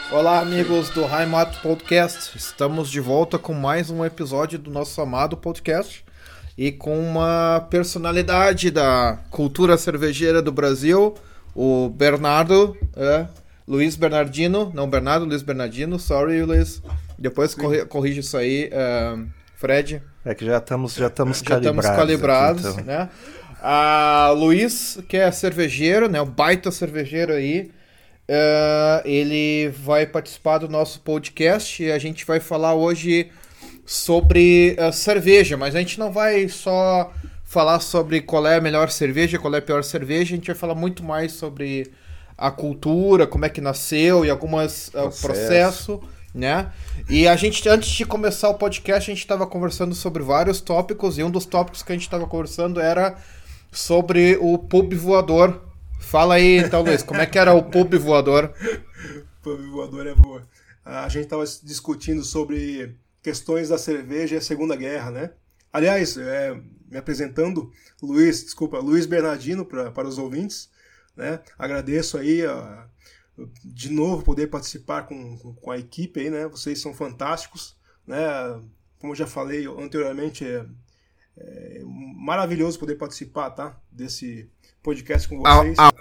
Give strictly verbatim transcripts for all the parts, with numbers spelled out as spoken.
Olá, amigos do Heimat Podcast. Estamos de volta com mais um episódio do nosso amado podcast e com uma personalidade da cultura cervejeira do Brasil, o Bernardo, é, Luiz Bernardino, não Bernardo, Luiz Bernardino, sorry Luiz, depois corri, corrige isso aí, é, Fred. É que já estamos já estamos já calibrados. estamos calibrados, aqui, então. né? A Luiz, que é cervejeiro, né, o baita cervejeiro aí, uh, ele vai participar do nosso podcast e a gente vai falar hoje sobre uh, cerveja, mas a gente não vai só falar sobre qual é a melhor cerveja, qual é a pior cerveja, a gente vai falar muito mais sobre a cultura, como é que nasceu e algumas uh, processo. processo, né? E a gente, antes de começar o podcast, a gente estava conversando sobre vários tópicos e um dos tópicos que a gente estava conversando era sobre o pub voador. Fala aí então, Luiz, como é que era o pub voador? Pub voador é boa. A gente estava discutindo sobre questões da cerveja e a Segunda Guerra, né? Aliás, é, me apresentando, Luiz, desculpa, Luiz Bernardino pra, para os ouvintes, né? Agradeço aí a, de novo poder participar com, com a equipe aí, né? Vocês são fantásticos, né? Como eu já falei anteriormente, é, é maravilhoso poder participar, tá? Desse podcast com vocês. A, a,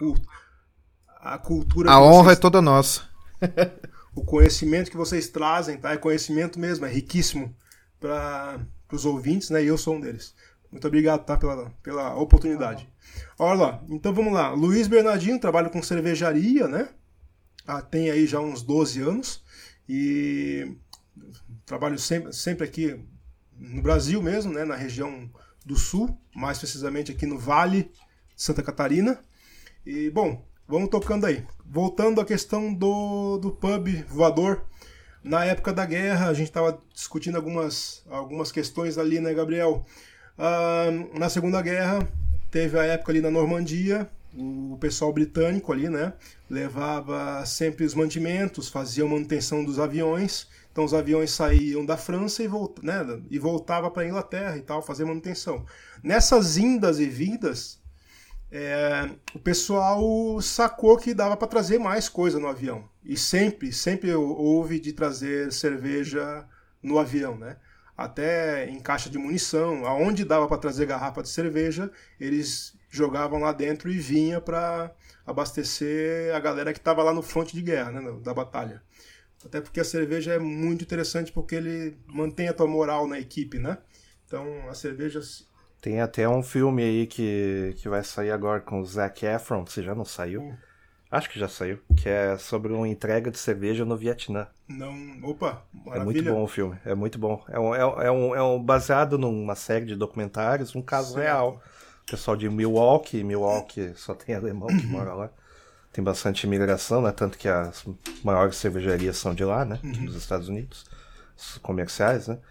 a cultura. A honra vocês, é toda nossa. O conhecimento que vocês trazem, tá? É conhecimento mesmo, é riquíssimo para os ouvintes, né? E eu sou um deles. Muito obrigado, tá? Pela, pela oportunidade. Olha lá, então vamos lá. Luiz Bernardino, trabalho com cervejaria, né? Ah, tem aí já uns doze anos e trabalho sempre, sempre aqui no Brasil mesmo, né? Na região do Sul, mais precisamente aqui no Vale de Santa Catarina. E, bom, vamos tocando aí. Voltando à questão do, do pub voador. Na época da guerra, a gente estava discutindo algumas, algumas questões ali, né, Gabriel? Ah, na Segunda Guerra, teve a época ali na Normandia, o pessoal britânico ali, né, levava sempre os mantimentos, fazia manutenção dos aviões. Então os aviões saíam da França e, volt, né, e voltava para a Inglaterra e tal, fazer manutenção. Nessas indas e vindas, é, o pessoal sacou que dava para trazer mais coisa no avião. E sempre, sempre houve de trazer cerveja no avião, né? Até em caixa de munição, aonde dava para trazer garrafa de cerveja, eles jogavam lá dentro e vinha para abastecer a galera que estava lá no fronte de guerra, né, da batalha. Até porque a cerveja é muito interessante porque ele mantém a tua moral na equipe, né? Então a cerveja... Tem até um filme aí que, que vai sair agora com o Zac Efron, se já não saiu. Hum. Acho que já saiu, que é sobre uma entrega de cerveja no Vietnã. Não, opa, maravilha. É muito bom o filme, é muito bom. É um, é um, é um baseado numa série de documentários, um caso certo. real. O pessoal de Milwaukee, Milwaukee só tem alemão que mora lá. Tem bastante imigração, né? Tanto que as maiores cervejarias são de lá, né? Uhum. Dos Estados Unidos, os comerciais, né?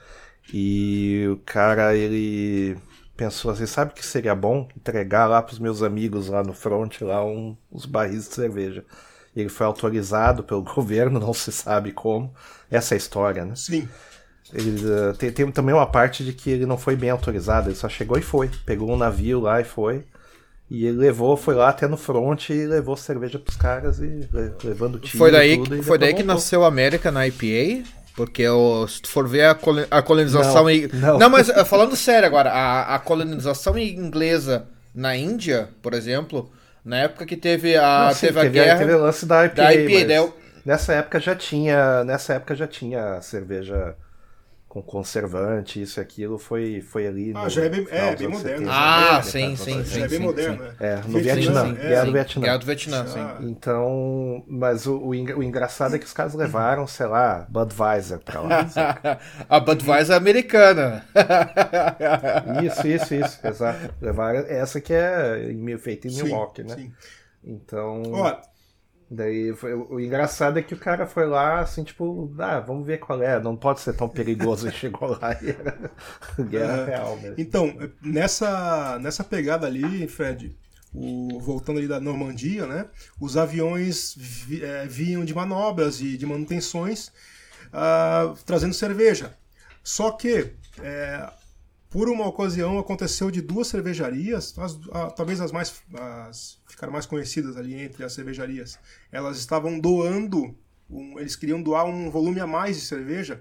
E o cara, ele pensou assim, sabe o que seria bom? Entregar lá pros meus amigos lá no front, lá um, uns barris de cerveja. E ele foi autorizado pelo governo, não se sabe como. Essa é a história, né? Sim. Ele, uh, tem, tem também uma parte de que ele não foi bem autorizado, ele só chegou e foi. Pegou um navio lá e foi. E ele levou, foi lá até no front e levou cerveja pros caras e levando tiro foi daí, e tudo. E foi daí que nasceu a American I P A? Porque o, se tu for ver a, col- a colonização... Não, e... não. não, mas falando sério agora, a, a colonização inglesa na Índia, por exemplo, na época que teve a, não, sim, teve a teve, guerra... Teve o lance da I P A, da I P A mas daí eu... nessa época já tinha, nessa época já tinha cerveja com conservante, isso e aquilo, foi, foi ali ah, no já é bem, é, bem moderno. setenta, ah, né, sim, sim, sim. Já é bem sim, moderno, sim. né? É, no Vietnã, Vietnã, é, guerra sim. do Vietnã. Guerra do Vietnã, Já. sim. Então, mas o, o, o engraçado é que os caras levaram, sei lá, Budweiser pra lá. A Budweiser americana. Isso, isso, isso, exato. Levaram essa que é feita em Sim, Milwaukee, né? Sim. Então... Ó, Daí foi, o engraçado é que o cara foi lá assim, tipo, ah, vamos ver qual é, não pode ser tão perigoso. E chegou lá e era guerra é, real mesmo. Então, nessa, nessa pegada ali, Fred, o, voltando ali da Normandia, né? Os aviões vi, é, vinham de manobras e de manutenções uh, trazendo cerveja. Só que é, por uma ocasião aconteceu de duas cervejarias, as, a, talvez as mais as, ficaram mais conhecidas ali entre as cervejarias. Elas estavam doando um, eles queriam doar um volume a mais de cerveja,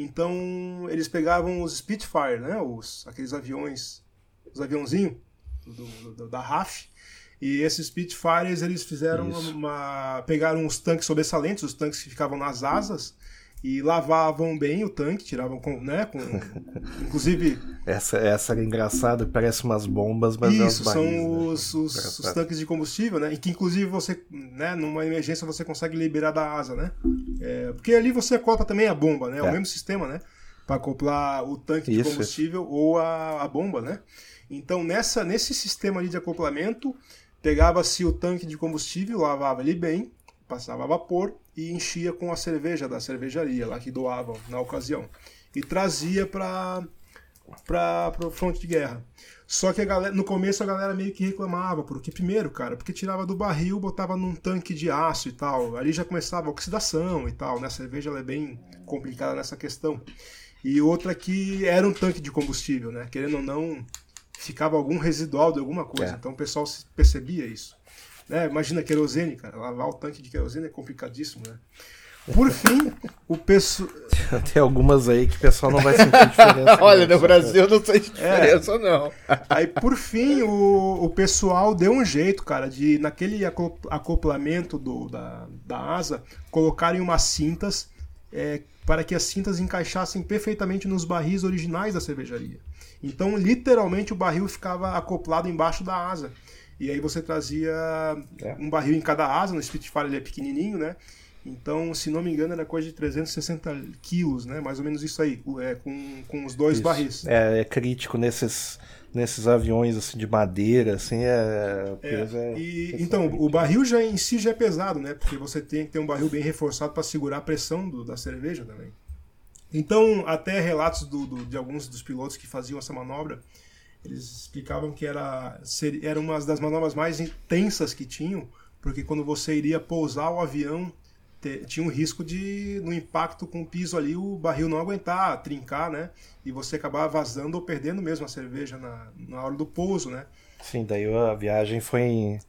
então eles pegavam os Spitfire, né, os, aqueles aviões, os aviãozinhos do, do, da R A F, e esses Spitfires eles fizeram uma, uma, pegaram os tanques sobressalentes, os tanques que ficavam nas asas, e lavavam bem o tanque, tiravam com, né, com, inclusive... Essa, essa era engraçada, parece umas bombas, mas isso, é os barris, são os, né? os, os tanques de combustível, né, e que inclusive você, né, numa emergência você consegue liberar da asa, né, é, porque ali você acopla também a bomba, né, é o mesmo sistema, né, para acoplar o tanque de isso, combustível isso. ou a, a bomba, né. Então nessa, nesse sistema ali de acoplamento, pegava-se o tanque de combustível, lavava ele bem, passava vapor e enchia com a cerveja da cervejaria lá que doavam na ocasião e trazia para para o fronte de guerra. Só que a galera, no começo a galera meio que reclamava, porque primeiro, cara, porque tirava do barril, botava num tanque de aço e tal, ali já começava a oxidação e tal, né? A cerveja ela é bem complicada nessa questão. E outra que era um tanque de combustível, né? Querendo ou não, ficava algum residual de alguma coisa, é. Então o pessoal percebia isso. Né? Imagina querosene, cara. Lavar o tanque de querosene é complicadíssimo, né? Por fim, o pessoal... Tem algumas aí que o pessoal não vai sentir diferença. Olha, no Brasil não tem diferença, é. não. Aí, por fim, o, o pessoal deu um jeito, cara, de, naquele acoplamento do, da, da asa, colocarem umas cintas é, para que as cintas encaixassem perfeitamente nos barris originais da cervejaria. Então, literalmente, o barril ficava acoplado embaixo da asa. E aí você trazia é. um barril em cada asa, no Spitfire ele é pequenininho, né? Então, se não me engano, era coisa de trezentos e sessenta quilos, né? Mais ou menos isso aí, é, com, com os dois isso. barris. É, é crítico nesses, nesses aviões assim, de madeira, assim, é... é, é e, então, o barril já em si já é pesado, né? Porque você tem que ter um barril bem reforçado para segurar a pressão do, da cerveja também. Então, até relatos do, do, de alguns dos pilotos que faziam essa manobra, eles explicavam que era, era uma das manobras mais intensas que tinham, porque quando você iria pousar o avião, te, tinha um risco de, no impacto com o piso ali, o barril não aguentar, trincar, né? E você acabar vazando ou perdendo mesmo a cerveja na, na hora do pouso, né? Sim, daí a viagem foi em...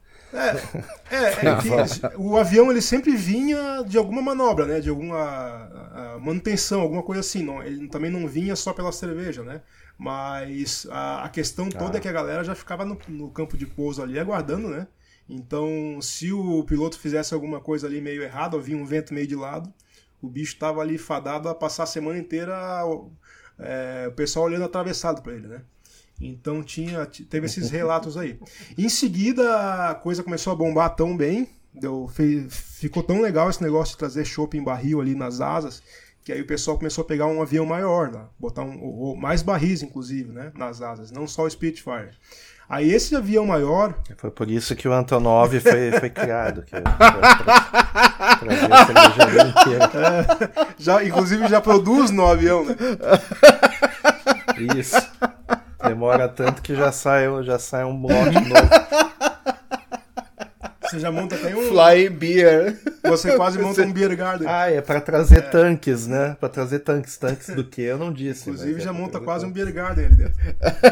É, é, é que o avião ele sempre vinha de alguma manobra, né? De alguma a, a manutenção, alguma coisa assim. Não, ele também não vinha só pela cerveja, né? Mas a, a questão toda ah. é que a galera já ficava no, no campo de pouso ali aguardando, né? Então, se o piloto fizesse alguma coisa ali meio errada, ou vinha um vento meio de lado, o bicho estava ali fadado a passar a semana inteira é, o pessoal olhando atravessado para ele, né? Então tinha, teve esses relatos aí. Em seguida, a coisa começou a bombar tão bem, deu, fez, ficou tão legal esse negócio de trazer chopp em barril ali nas asas, que aí o pessoal começou a pegar um avião maior, né? Botar um, ou, mais barris, inclusive, né? Nas asas, não só o Spitfire. Aí esse avião maior... Foi por isso que o Antonov foi, foi criado, que trazer a cervejaria inteira. É, já, inclusive já produz no avião, né? Isso. Demora tanto que já sai, já sai um bloco novo. Você já monta até um... Flying Beer. Você quase monta um Beer Garden. Ah, é pra trazer é. tanques, né? Pra trazer tanques. Tanques do que? Eu não disse. Inclusive já é monta quase tanques. um Beer Garden ali dentro.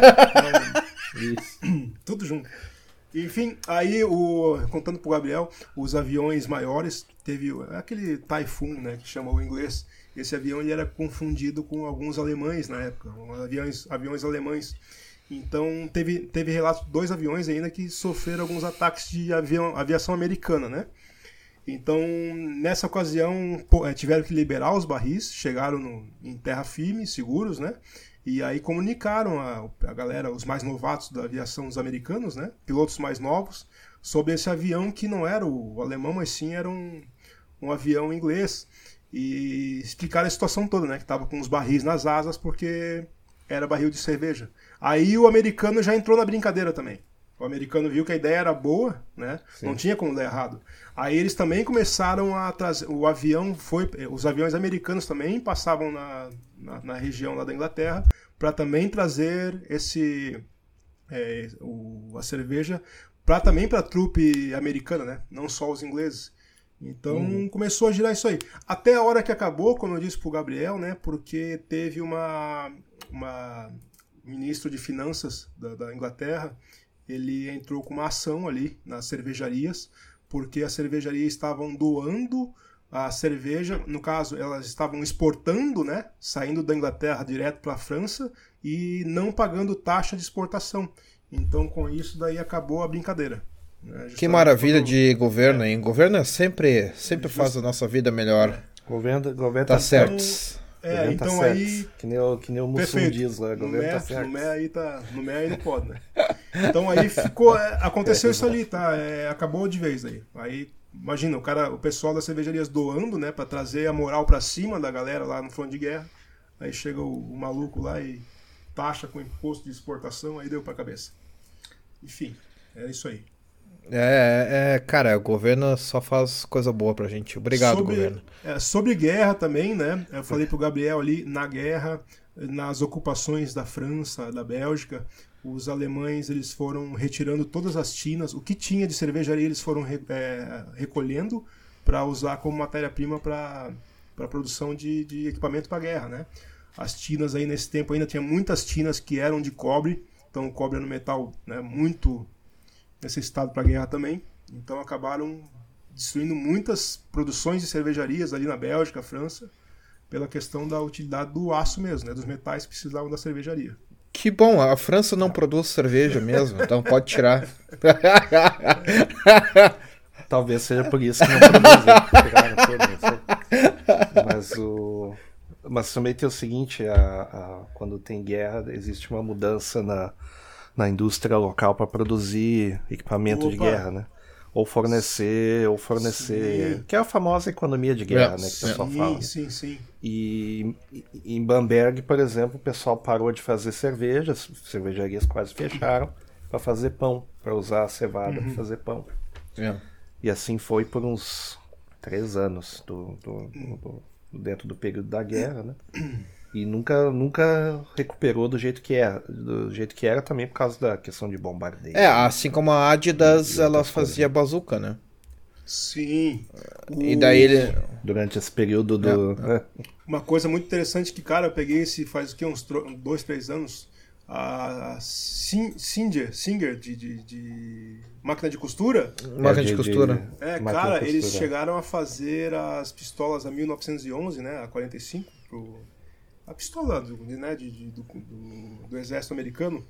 Isso. Tudo junto. Enfim, aí, o, contando pro Gabriel, os aviões maiores, teve aquele Typhoon, né, que chama o inglês. Esse avião ele era confundido com alguns alemães na época, aviões, aviões alemães. Então, teve, teve relatos de dois aviões ainda que sofreram alguns ataques de avião, aviação americana, né? Então, nessa ocasião, pô, tiveram que liberar os barris, chegaram no, em terra firme, seguros, né? E aí comunicaram a, a galera, os mais novatos da aviação, os americanos, né? Pilotos mais novos, sobre esse avião que não era o alemão, mas sim era um, um avião inglês. E explicaram a situação toda, né? Que tava com os barris nas asas porque era barril de cerveja. Aí o americano já entrou na brincadeira também. O americano viu que a ideia era boa, né? Sim. Não tinha como dar errado. Aí eles também começaram a trazer... O avião foi... Os aviões americanos também passavam na, na, na região lá da Inglaterra para também trazer esse... É, o, a cerveja para também para a trupe americana, né? Não só os ingleses. Então hum. começou a girar isso aí. Até a hora que acabou, como eu disse pro Gabriel, né? Porque teve uma... uma ministro de Finanças da, da Inglaterra, ele entrou com uma ação ali nas cervejarias, porque as cervejarias estavam doando a cerveja, no caso, elas estavam exportando, né, saindo da Inglaterra direto para a França e não pagando taxa de exportação. Então, com isso, daí acabou a brincadeira. Né? Que maravilha de governo, hein? O governo sempre, sempre faz a nossa vida melhor. O governo, governo tá tá certo. Então, é, então tá aí... Que nem o, que nem o Mussum diz lá, o governo Mé, tá certo. No Mé aí tá, no Mé aí não pode, né? Então aí ficou, é, aconteceu isso ali, tá? É, acabou de vez aí. Aí, imagina, o cara, o pessoal das cervejarias doando, né, pra trazer a moral pra cima da galera lá no front de guerra. Aí chega o, o maluco lá e taxa com imposto de exportação, aí deu pra cabeça. Enfim, é isso aí. É, é, cara, o governo só faz coisa boa pra gente. Obrigado, sobre, governo. É, sobre guerra também, né? Eu falei pro Gabriel ali, na guerra, nas ocupações da França, da Bélgica, os alemães eles foram retirando todas as tinas, o que tinha de cervejaria eles foram re, é, recolhendo para usar como matéria-prima para a produção de, de equipamento para guerra, né? As tinas aí nesse tempo ainda tinha muitas tinas que eram de cobre, então o cobre era um metal, né, muito necessitado para a guerra também, então acabaram destruindo muitas produções de cervejarias ali na Bélgica, França, pela questão da utilidade do aço mesmo, né, dos metais que precisavam da cervejaria. Que bom, a França não produz cerveja mesmo, então pode tirar. Talvez seja por isso que não produzem. Mas o... Mas também tem o seguinte, a, a, quando tem guerra, existe uma mudança na, na indústria local para produzir equipamento Opa. de guerra, né? Ou fornecer, ou fornecer... Sim. Que é a famosa economia de guerra, é, né? Que o pessoal sim, fala. Sim, sim, E, e em Bamberg, por exemplo, o pessoal parou de fazer cervejas, cervejarias quase fecharam, para fazer pão, para usar a cevada uhum. para fazer pão. É. E assim foi por uns três anos do, do, do, do, dentro do período da guerra, né? E nunca, nunca recuperou do jeito que era, do jeito que era também por causa da questão de bombardeio. É, assim como a Adidas, ela fazia coisas. bazuca, né? Sim. E daí ele... Durante esse período do... É, é. Uma coisa muito interessante que, cara, eu peguei esse faz o quê? Uns dois, três anos, a Singer, Singer de, de, de máquina de costura. Máquina de, de costura. De... É, cara, eles costura. chegaram a fazer as pistolas a mil novecentos e onze, né, a quarenta e cinco, pro... a pistola do, né, de, de, do, do, do exército americano.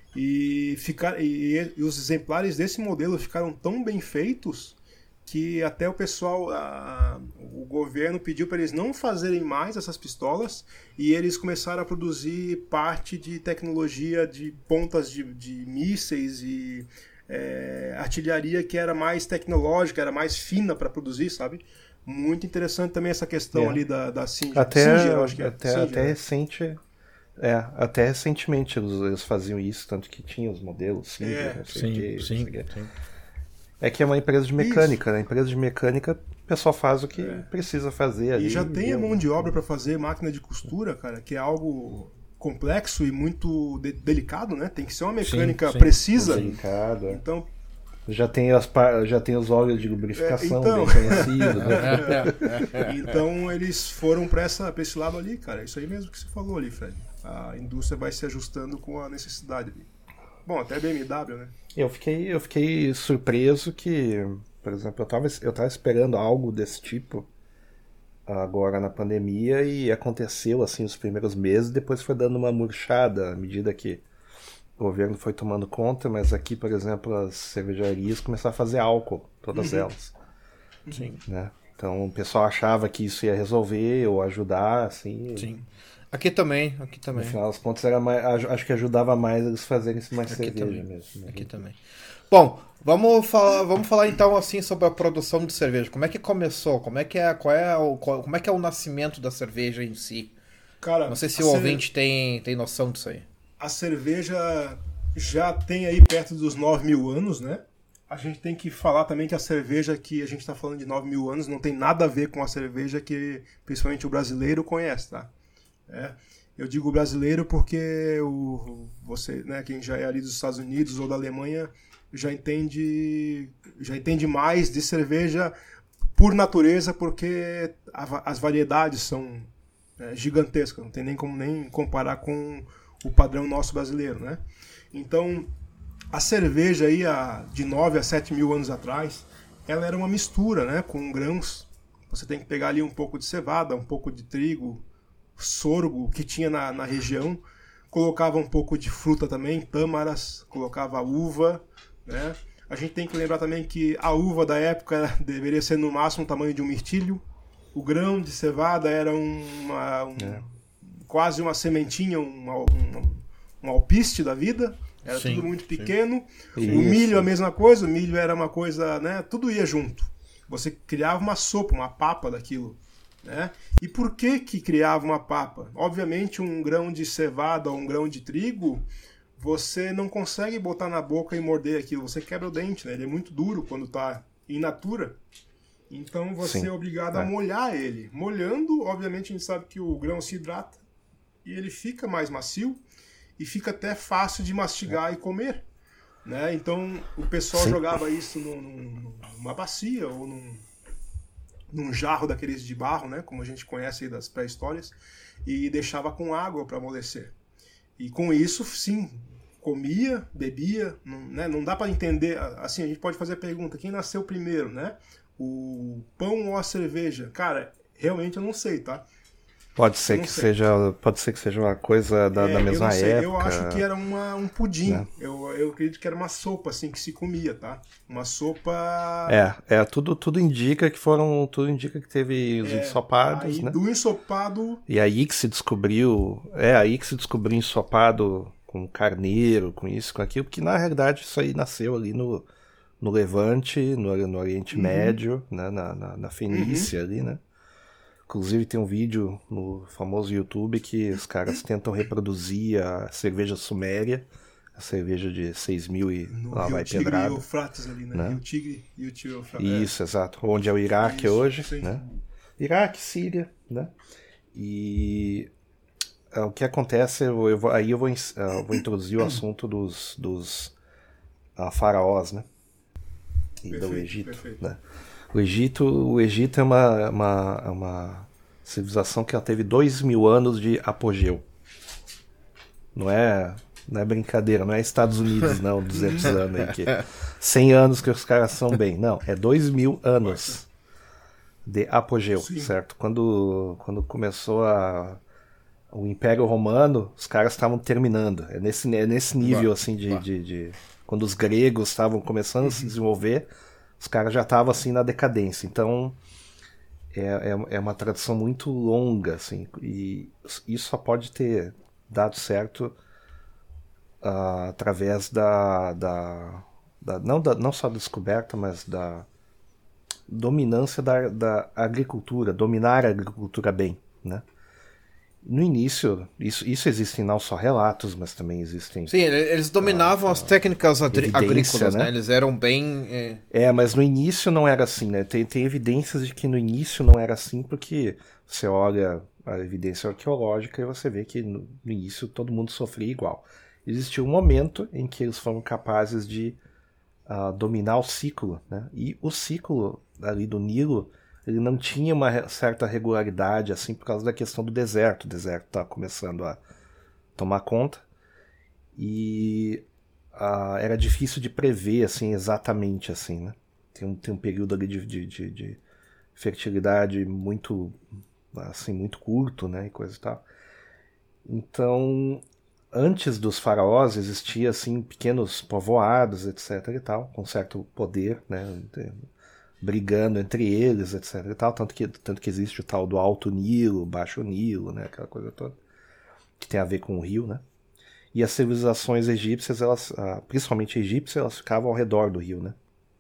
E, ficar, e, e os exemplares desse modelo ficaram tão bem feitos que até o pessoal, a, o governo pediu para eles não fazerem mais essas pistolas e eles começaram a produzir parte de tecnologia de pontas de, de mísseis e é, artilharia que era mais tecnológica, era mais fina para produzir, sabe? Muito interessante também essa questão é. ali da, da Singer. Até, Singer, eu acho que é. até, Singer, até né? recente... É, até recentemente eles, eles faziam isso, tanto que tinha os modelos, Singer, é. não sei sim, que, sim, que. sim. É que é uma empresa de mecânica, né? Empresa de mecânica, o pessoal faz o que é. precisa fazer ali. E já tem a mão de obra para fazer máquina de costura, cara, que é algo complexo e muito de- delicado, né? Tem que ser uma mecânica sim, sim. precisa. Delicado, é. Então, já tem, as, já tem os óleos de lubrificação é, então... bem conhecidos. Né? é. Então eles foram para esse lado ali, cara. Isso aí mesmo que você falou ali, Fred. A indústria vai se ajustando com a necessidade ali. Bom, até a B M W, né? Eu fiquei, eu fiquei surpreso que, por exemplo, eu tava, eu tava esperando algo desse tipo agora na pandemia e aconteceu assim os primeiros meses, depois foi dando uma murchada à medida que o governo foi tomando conta, mas aqui, por exemplo, as cervejarias começaram a fazer álcool, todas uhum. elas. Sim. Né? Então o pessoal achava que isso ia resolver ou ajudar, assim. Sim. Aqui também, aqui também. No final das contas, era mais, acho que ajudava mais eles fazerem mais aqui cerveja também. mesmo. Né? Aqui também. Bom, vamos falar, vamos falar então assim sobre a produção de cerveja. Como é que começou? Como é que é, qual é o, qual, como é que é o nascimento da cerveja em si? Cara, não sei se o cer... ouvinte tem, tem noção disso aí. A cerveja já tem aí perto dos nove mil anos, né? A gente tem que falar também que a cerveja que a gente está falando de nove mil anos não tem nada a ver com a cerveja que principalmente o brasileiro conhece, tá? É, eu digo brasileiro porque o, você, né, quem já é ali dos Estados Unidos ou da Alemanha já entende, já entende mais de cerveja por natureza, porque a, as variedades são é, gigantescas, não tem nem como nem comparar com o padrão nosso brasileiro, né? Então, a cerveja aí, a, de nove a sete mil anos atrás, ela era uma mistura, né, com grãos Você tem que pegar ali um pouco de cevada, um pouco de trigo, sorgo que tinha na, na região, colocava um pouco de fruta também, tâmaras, colocava uva, né? A gente tem que lembrar também que a uva da época deveria ser no máximo o tamanho de um mirtilho. O grão de cevada era uma, um, é. quase uma sementinha, um, um, um alpiste da vida. Era sim, tudo muito pequeno. Sim. O milho a mesma coisa, o milho era uma coisa, né? Tudo ia junto. Você criava uma sopa, uma papa daquilo, né? E por que que criava uma papa? Obviamente um grão de cevada ou um grão de trigo, você não consegue botar na boca e morder aquilo, você quebra o dente, né? Ele é muito duro quando está in natura. Então você sim, é obrigado é. a molhar ele. Molhando, obviamente a gente sabe que o grão se hidrata e ele fica mais macio e fica até fácil de mastigar é. e comer, né? Então o pessoal sim. jogava isso num, num, numa bacia ou num, num jarro daqueles de barro, né? Como a gente conhece aí das pré-histórias, e deixava com água para amolecer. E com isso, sim, comia, bebia, não, né? Não dá para entender, assim, a gente pode fazer a pergunta, quem nasceu primeiro, né? O pão ou a cerveja? Cara, realmente eu não sei, tá? Pode ser que seja, pode ser que seja uma coisa da, é, da mesma eu época. Eu acho que era uma, um pudim. Né? Eu, eu acredito que era uma sopa assim que se comia, tá? Uma sopa. É, é tudo, tudo indica que foram, tudo indica que teve os é, ensopados, aí, né? Do ensopado. E aí que se descobriu, é aí que se descobriu ensopado com carneiro, com isso, com aquilo, porque na realidade isso aí nasceu ali no, no Levante, no, no Oriente uhum. Médio, né? na, na, na Fenícia uhum. ali, né? Inclusive tem um vídeo no famoso YouTube que os caras tentam reproduzir a cerveja suméria, a cerveja de seis mil e no lá Rio vai Tigre pedrada. E Eufrates ali, né? né? Rio Tigre e o Tigre Eufrates. Isso, é. exato. Onde é o Iraque Isso, hoje, sim. né? Iraque, Síria, né? E uh, o que acontece, eu, eu vou, aí eu vou, uh, vou introduzir o assunto dos, dos uh, faraós, né? E perfeito, do Egito, perfeito. né? O Egito, o Egito é uma, uma, uma civilização que ela teve dois mil anos de apogeu. Não é, não é brincadeira, não é Estados Unidos, não, duzentos anos aí, que cem anos que os caras são bem. Não, é dois mil anos de apogeu, Sim. certo? Quando, quando começou a, o Império Romano, os caras estavam terminando. É nesse, é nesse nível, assim, de, de, de... Quando os gregos estavam começando uhum. a se desenvolver, os caras já estavam assim na decadência. Então é, é, é uma tradição muito longa, assim, e isso só pode ter dado certo uh, através da, da, da, não da não só da descoberta, mas da dominância da, da agricultura, dominar a agricultura bem, né? No início, isso, isso existem não só relatos, mas também existem... Sim, eles dominavam uh, as técnicas agrícolas, né? né? Eles eram bem... É... é, mas no início não era assim, né? Tem, tem evidências de que no início não era assim, porque você olha a evidência arqueológica e você vê que no, no início todo mundo sofria igual. Existiu um momento em que eles foram capazes de uh, dominar o ciclo, né? E o ciclo ali do Nilo... ele não tinha uma certa regularidade, assim, por causa da questão do deserto. O deserto está começando a tomar conta. E uh, era difícil de prever, assim, exatamente, assim, né? Tem um, tem um período ali de, de, de, de fertilidade muito, assim, muito curto, né? E coisa e tal. Então, antes dos faraós, existia, assim, pequenos povoados, etc e tal, com certo poder, né? Brigando entre eles, etc e tal, tanto que, tanto que existe o tal do Alto Nilo, Baixo Nilo, né, aquela coisa toda, que tem a ver com o rio, né, e as civilizações egípcias, elas, principalmente egípcias, elas ficavam ao redor do rio, né,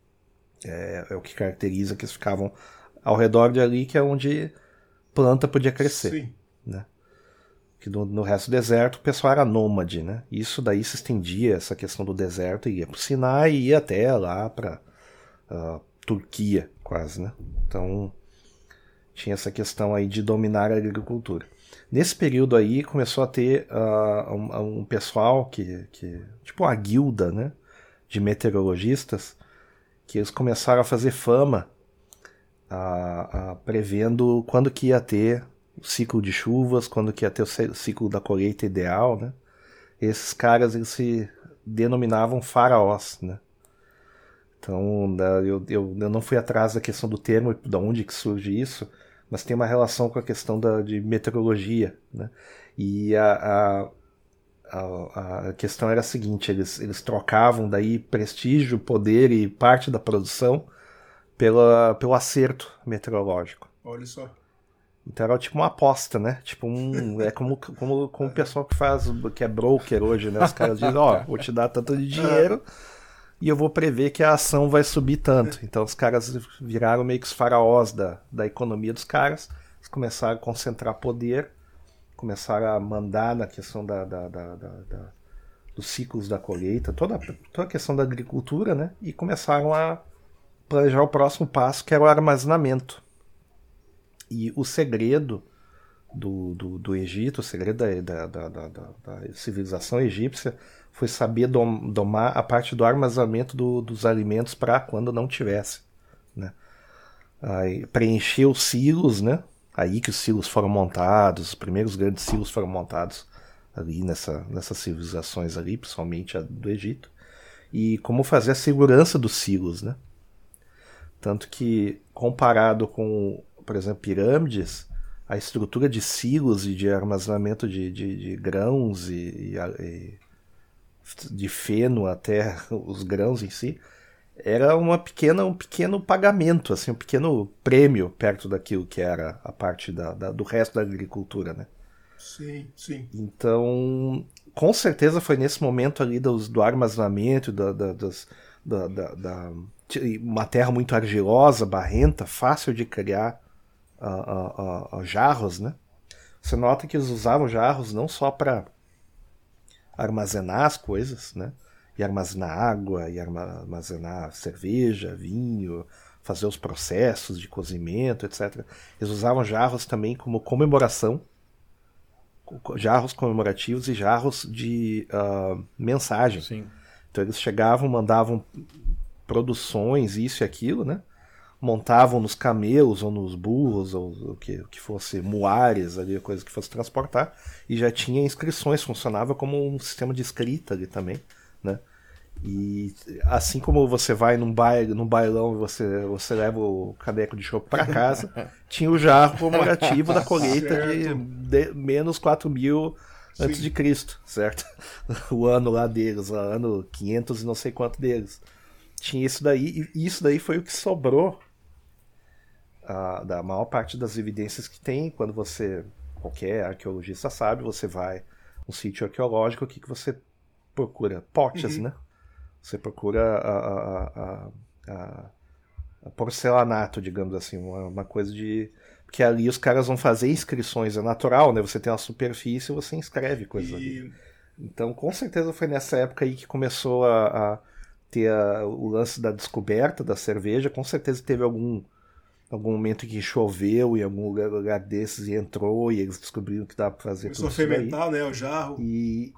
é, é o que caracteriza que eles ficavam ao redor de ali, que é onde planta podia crescer, Sim. né, que no, no resto do deserto o pessoal era nômade, né, e isso daí se estendia, essa questão do deserto, ia pro Sinai e ia até lá para uh, Turquia, quase, né? Então, tinha essa questão aí de dominar a agricultura. Nesse período aí, começou a ter uh, um, um pessoal que, que... tipo uma guilda, né? De meteorologistas, que eles começaram a fazer fama, uh, uh, prevendo quando que ia ter o ciclo de chuvas, quando que ia ter o ciclo da colheita ideal, né? Esses caras, eles se denominavam faraós, né? Então, eu, eu, eu não fui atrás da questão do termo, de onde que surge isso, mas tem uma relação com a questão da, de meteorologia, né? E a, a, a, a questão era a seguinte, eles, eles trocavam daí prestígio, poder e parte da produção pela, pelo acerto meteorológico. Olha só. Então era tipo uma aposta, né? Tipo um, é como, como, como o pessoal que faz, que é broker hoje, né? Os caras dizem, ó, oh, vou te dar tanto de dinheiro e eu vou prever que a ação vai subir tanto. Então os caras viraram meio que os faraós da, da economia dos caras, eles começaram a concentrar poder, começaram a mandar na questão da, da, da, da, da, dos ciclos da colheita, toda, toda a questão da agricultura, né? E começaram a planejar o próximo passo, que era o armazenamento. E o segredo do, do, do Egito, o segredo da, da, da, da, da civilização egípcia, foi saber dom, domar a parte do armazenamento do, dos alimentos para quando não tivesse, né? Aí, preencher os silos, né? Aí que os silos foram montados, os primeiros grandes silos foram montados ali nessa, nessas civilizações ali, principalmente a do Egito. E como fazer a segurança dos silos, né? Tanto que, comparado com, por exemplo, pirâmides, a estrutura de silos e de armazenamento de, de, de grãos e, e, e de feno até os grãos em si, era uma pequena, um pequeno pagamento, assim, um pequeno prêmio perto daquilo que era a parte da, da, do resto da agricultura, né? Sim, sim. Então, com certeza foi nesse momento ali do, do armazenamento, da, da, das, da, da, da uma terra muito argilosa, barrenta, fácil de criar uh, uh, uh, jarros, né? Você nota que eles usavam jarros não só para armazenar as coisas, né? E armazenar água, e armazenar cerveja, vinho, fazer os processos de cozimento, etcétera. Eles usavam jarros também como comemoração, jarros comemorativos e jarros de uh, mensagem. Sim. Então eles chegavam, mandavam produções, isso e aquilo, né? Montavam nos camelos ou nos burros, ou o que, o que fosse, muares, ali, coisa que fosse transportar, e já tinha inscrições, funcionava como um sistema de escrita ali também, né? E assim como você vai num, baile, num bailão e você, você leva o caneco de chopp para casa, tinha o jarro comemorativo da colheita de, de menos quatro mil antes Sim. de Cristo, certo? O ano lá deles, o ano quinhentos e não sei quanto deles. Tinha isso daí, e isso daí foi o que sobrou uh, da maior parte das evidências que tem quando você, qualquer arqueologista sabe, você vai num sítio arqueológico, o que, que você procura? Potes, uhum. né? Você procura a, a, a, a, a porcelanato, digamos assim, uma, uma coisa de... Porque ali os caras vão fazer inscrições, é natural, né? Você tem uma superfície e você inscreve coisas e... ali. Então, com certeza foi nessa época aí que começou a, a ter a, o lance da descoberta da cerveja. Com certeza teve algum, algum momento que choveu em algum lugar, lugar desses e entrou e eles descobriram que dava para fazer Começou tudo isso daí. Começou a fermentar, né? O jarro. E...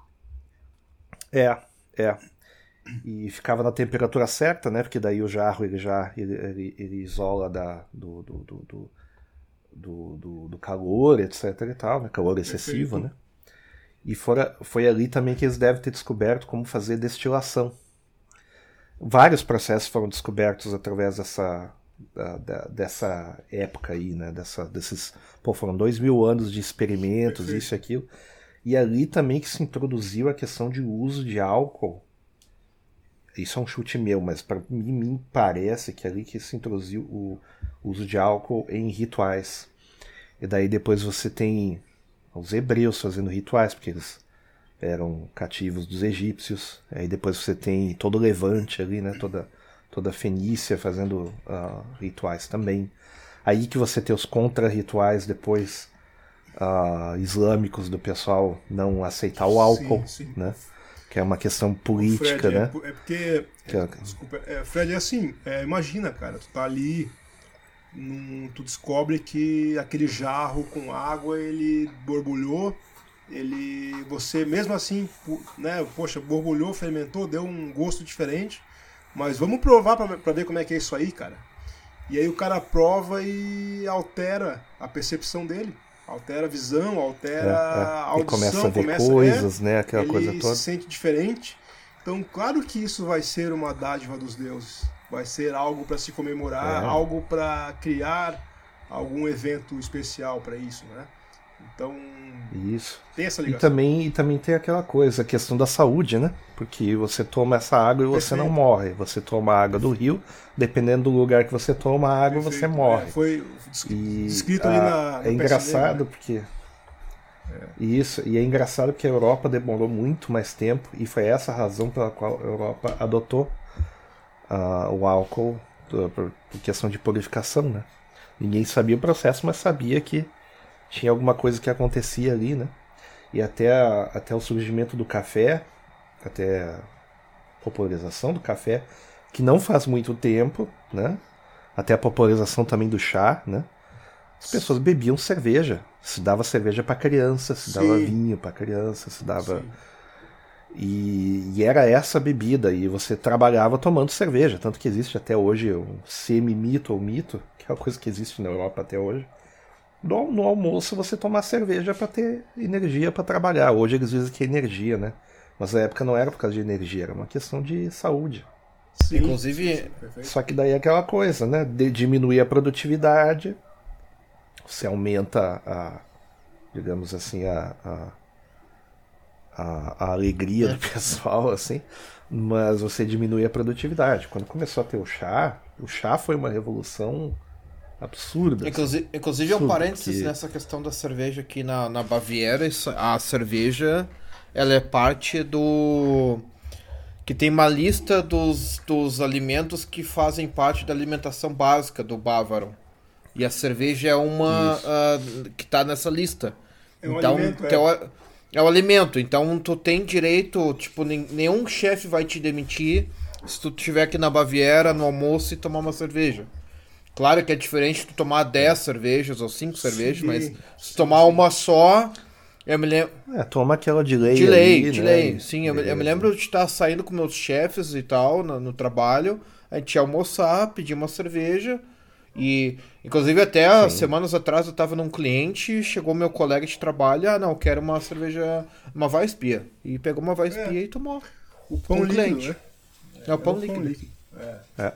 É, é. E ficava na temperatura certa, né? Porque daí o jarro ele já ele, ele, ele isola da, do, do, do, do, do, do calor, etc e tal, né? Calor excessivo, Perfeito. né? E fora, foi ali também que eles devem ter descoberto como fazer destilação. Vários processos foram descobertos através dessa, da, da, dessa época aí, né? Dessa, desses, pô, foram dois mil anos de experimentos, Perfeito. isso e aquilo. E ali também que se introduziu a questão de uso de álcool. Isso é um chute meu, mas para mim me parece que é ali que se introduziu o uso de álcool em rituais. E daí depois você tem os hebreus fazendo rituais, porque eles eram cativos dos egípcios. Aí depois você tem todo o Levante ali, né? Toda, toda a Fenícia fazendo uh, rituais também. Aí que você tem os contra-rituais depois uh, islâmicos do pessoal não aceitar o álcool, sim, sim. né? Que é uma questão política, Fred, né? É, é porque... É, desculpa, é, Fred, é assim, é, imagina, cara, tu tá ali, num, tu descobre que aquele jarro com água, ele borbulhou, ele, você mesmo assim, né, poxa, borbulhou, fermentou, deu um gosto diferente, mas vamos provar pra, pra ver como é que é isso aí, cara. E aí o cara prova e altera a percepção dele. Altera a visão, altera é, é. a audição. E começa a ver começa, coisas, é, né? Aquela coisa toda. Ele se sente diferente. Então, claro que isso vai ser uma dádiva dos deuses. vai ser algo para se comemorar, É. algo para criar algum evento especial para isso, né? Então, Isso. tem essa E ligação. também, e também tem aquela coisa, a questão da saúde, né? Porque você toma essa água e você Perfeito. não morre. Você toma a água do rio, dependendo do lugar que você toma a água, você Perfeito. morre. É, foi des- E descrito ali a- na no é engraçado P S D, né? porque isso, e é engraçado porque a Europa demorou muito mais tempo e foi essa a razão pela qual a Europa adotou ah, o álcool por, por questão de purificação, né? Ninguém sabia o processo, mas sabia que tinha alguma coisa que acontecia ali, né? E até, a- até o surgimento do café, até a popularização do café, que não faz muito tempo, né? Até a popularização também do chá, né? As pessoas bebiam cerveja. Se dava cerveja para criança, se dava Sim. vinho para criança, se dava. Sim. E, e era essa bebida, e você trabalhava tomando cerveja. Tanto que existe até hoje um semi-mito ou mito, que é uma coisa que existe na Europa até hoje. No, no almoço você tomar cerveja para ter energia para trabalhar. Hoje eles dizem que é energia, né? Mas na época não era por causa de energia, era uma questão de saúde. Sim, Inclusive- sim, sim, perfeito. Só que daí é aquela coisa, né? De diminuir a produtividade, você aumenta a, digamos assim, a, a, a, a alegria do pessoal, assim, mas você diminui a produtividade. Quando começou a ter o chá, o chá foi uma revolução absurda. assim. Inclusive, inclusive é um Absurdo, parênteses porque- nessa questão da cerveja aqui na, na Baviera. Isso- a cerveja, ela é parte do... que tem uma lista dos, dos alimentos que fazem parte da alimentação básica do bávaro. E a cerveja é uma ah, que tá nessa lista. É um então, alimento, é. então, é. é um alimento. Então tu tem direito, tipo, nen- nenhum chefe vai te demitir se tu estiver aqui na Baviera no almoço e tomar uma cerveja. Claro que é diferente tu tomar dez cervejas ou cinco cervejas, Sim, mas sim, se tomar uma só, eu me lembro. É, toma aquela de lei. De lei, ali, de né? lei. Sim, eu, me- eu me Beleza. lembro de estar saindo com meus chefes e tal no, no trabalho. A gente ia almoçar, pedir uma cerveja. E, inclusive, até há semanas atrás eu tava num cliente, chegou meu colega de trabalho, ah, não, quero uma cerveja, uma Weissbier. E pegou uma Weissbier É. e tomou. O pão um líquido, cliente. né? É o pão É o líquido. líquido. É. É.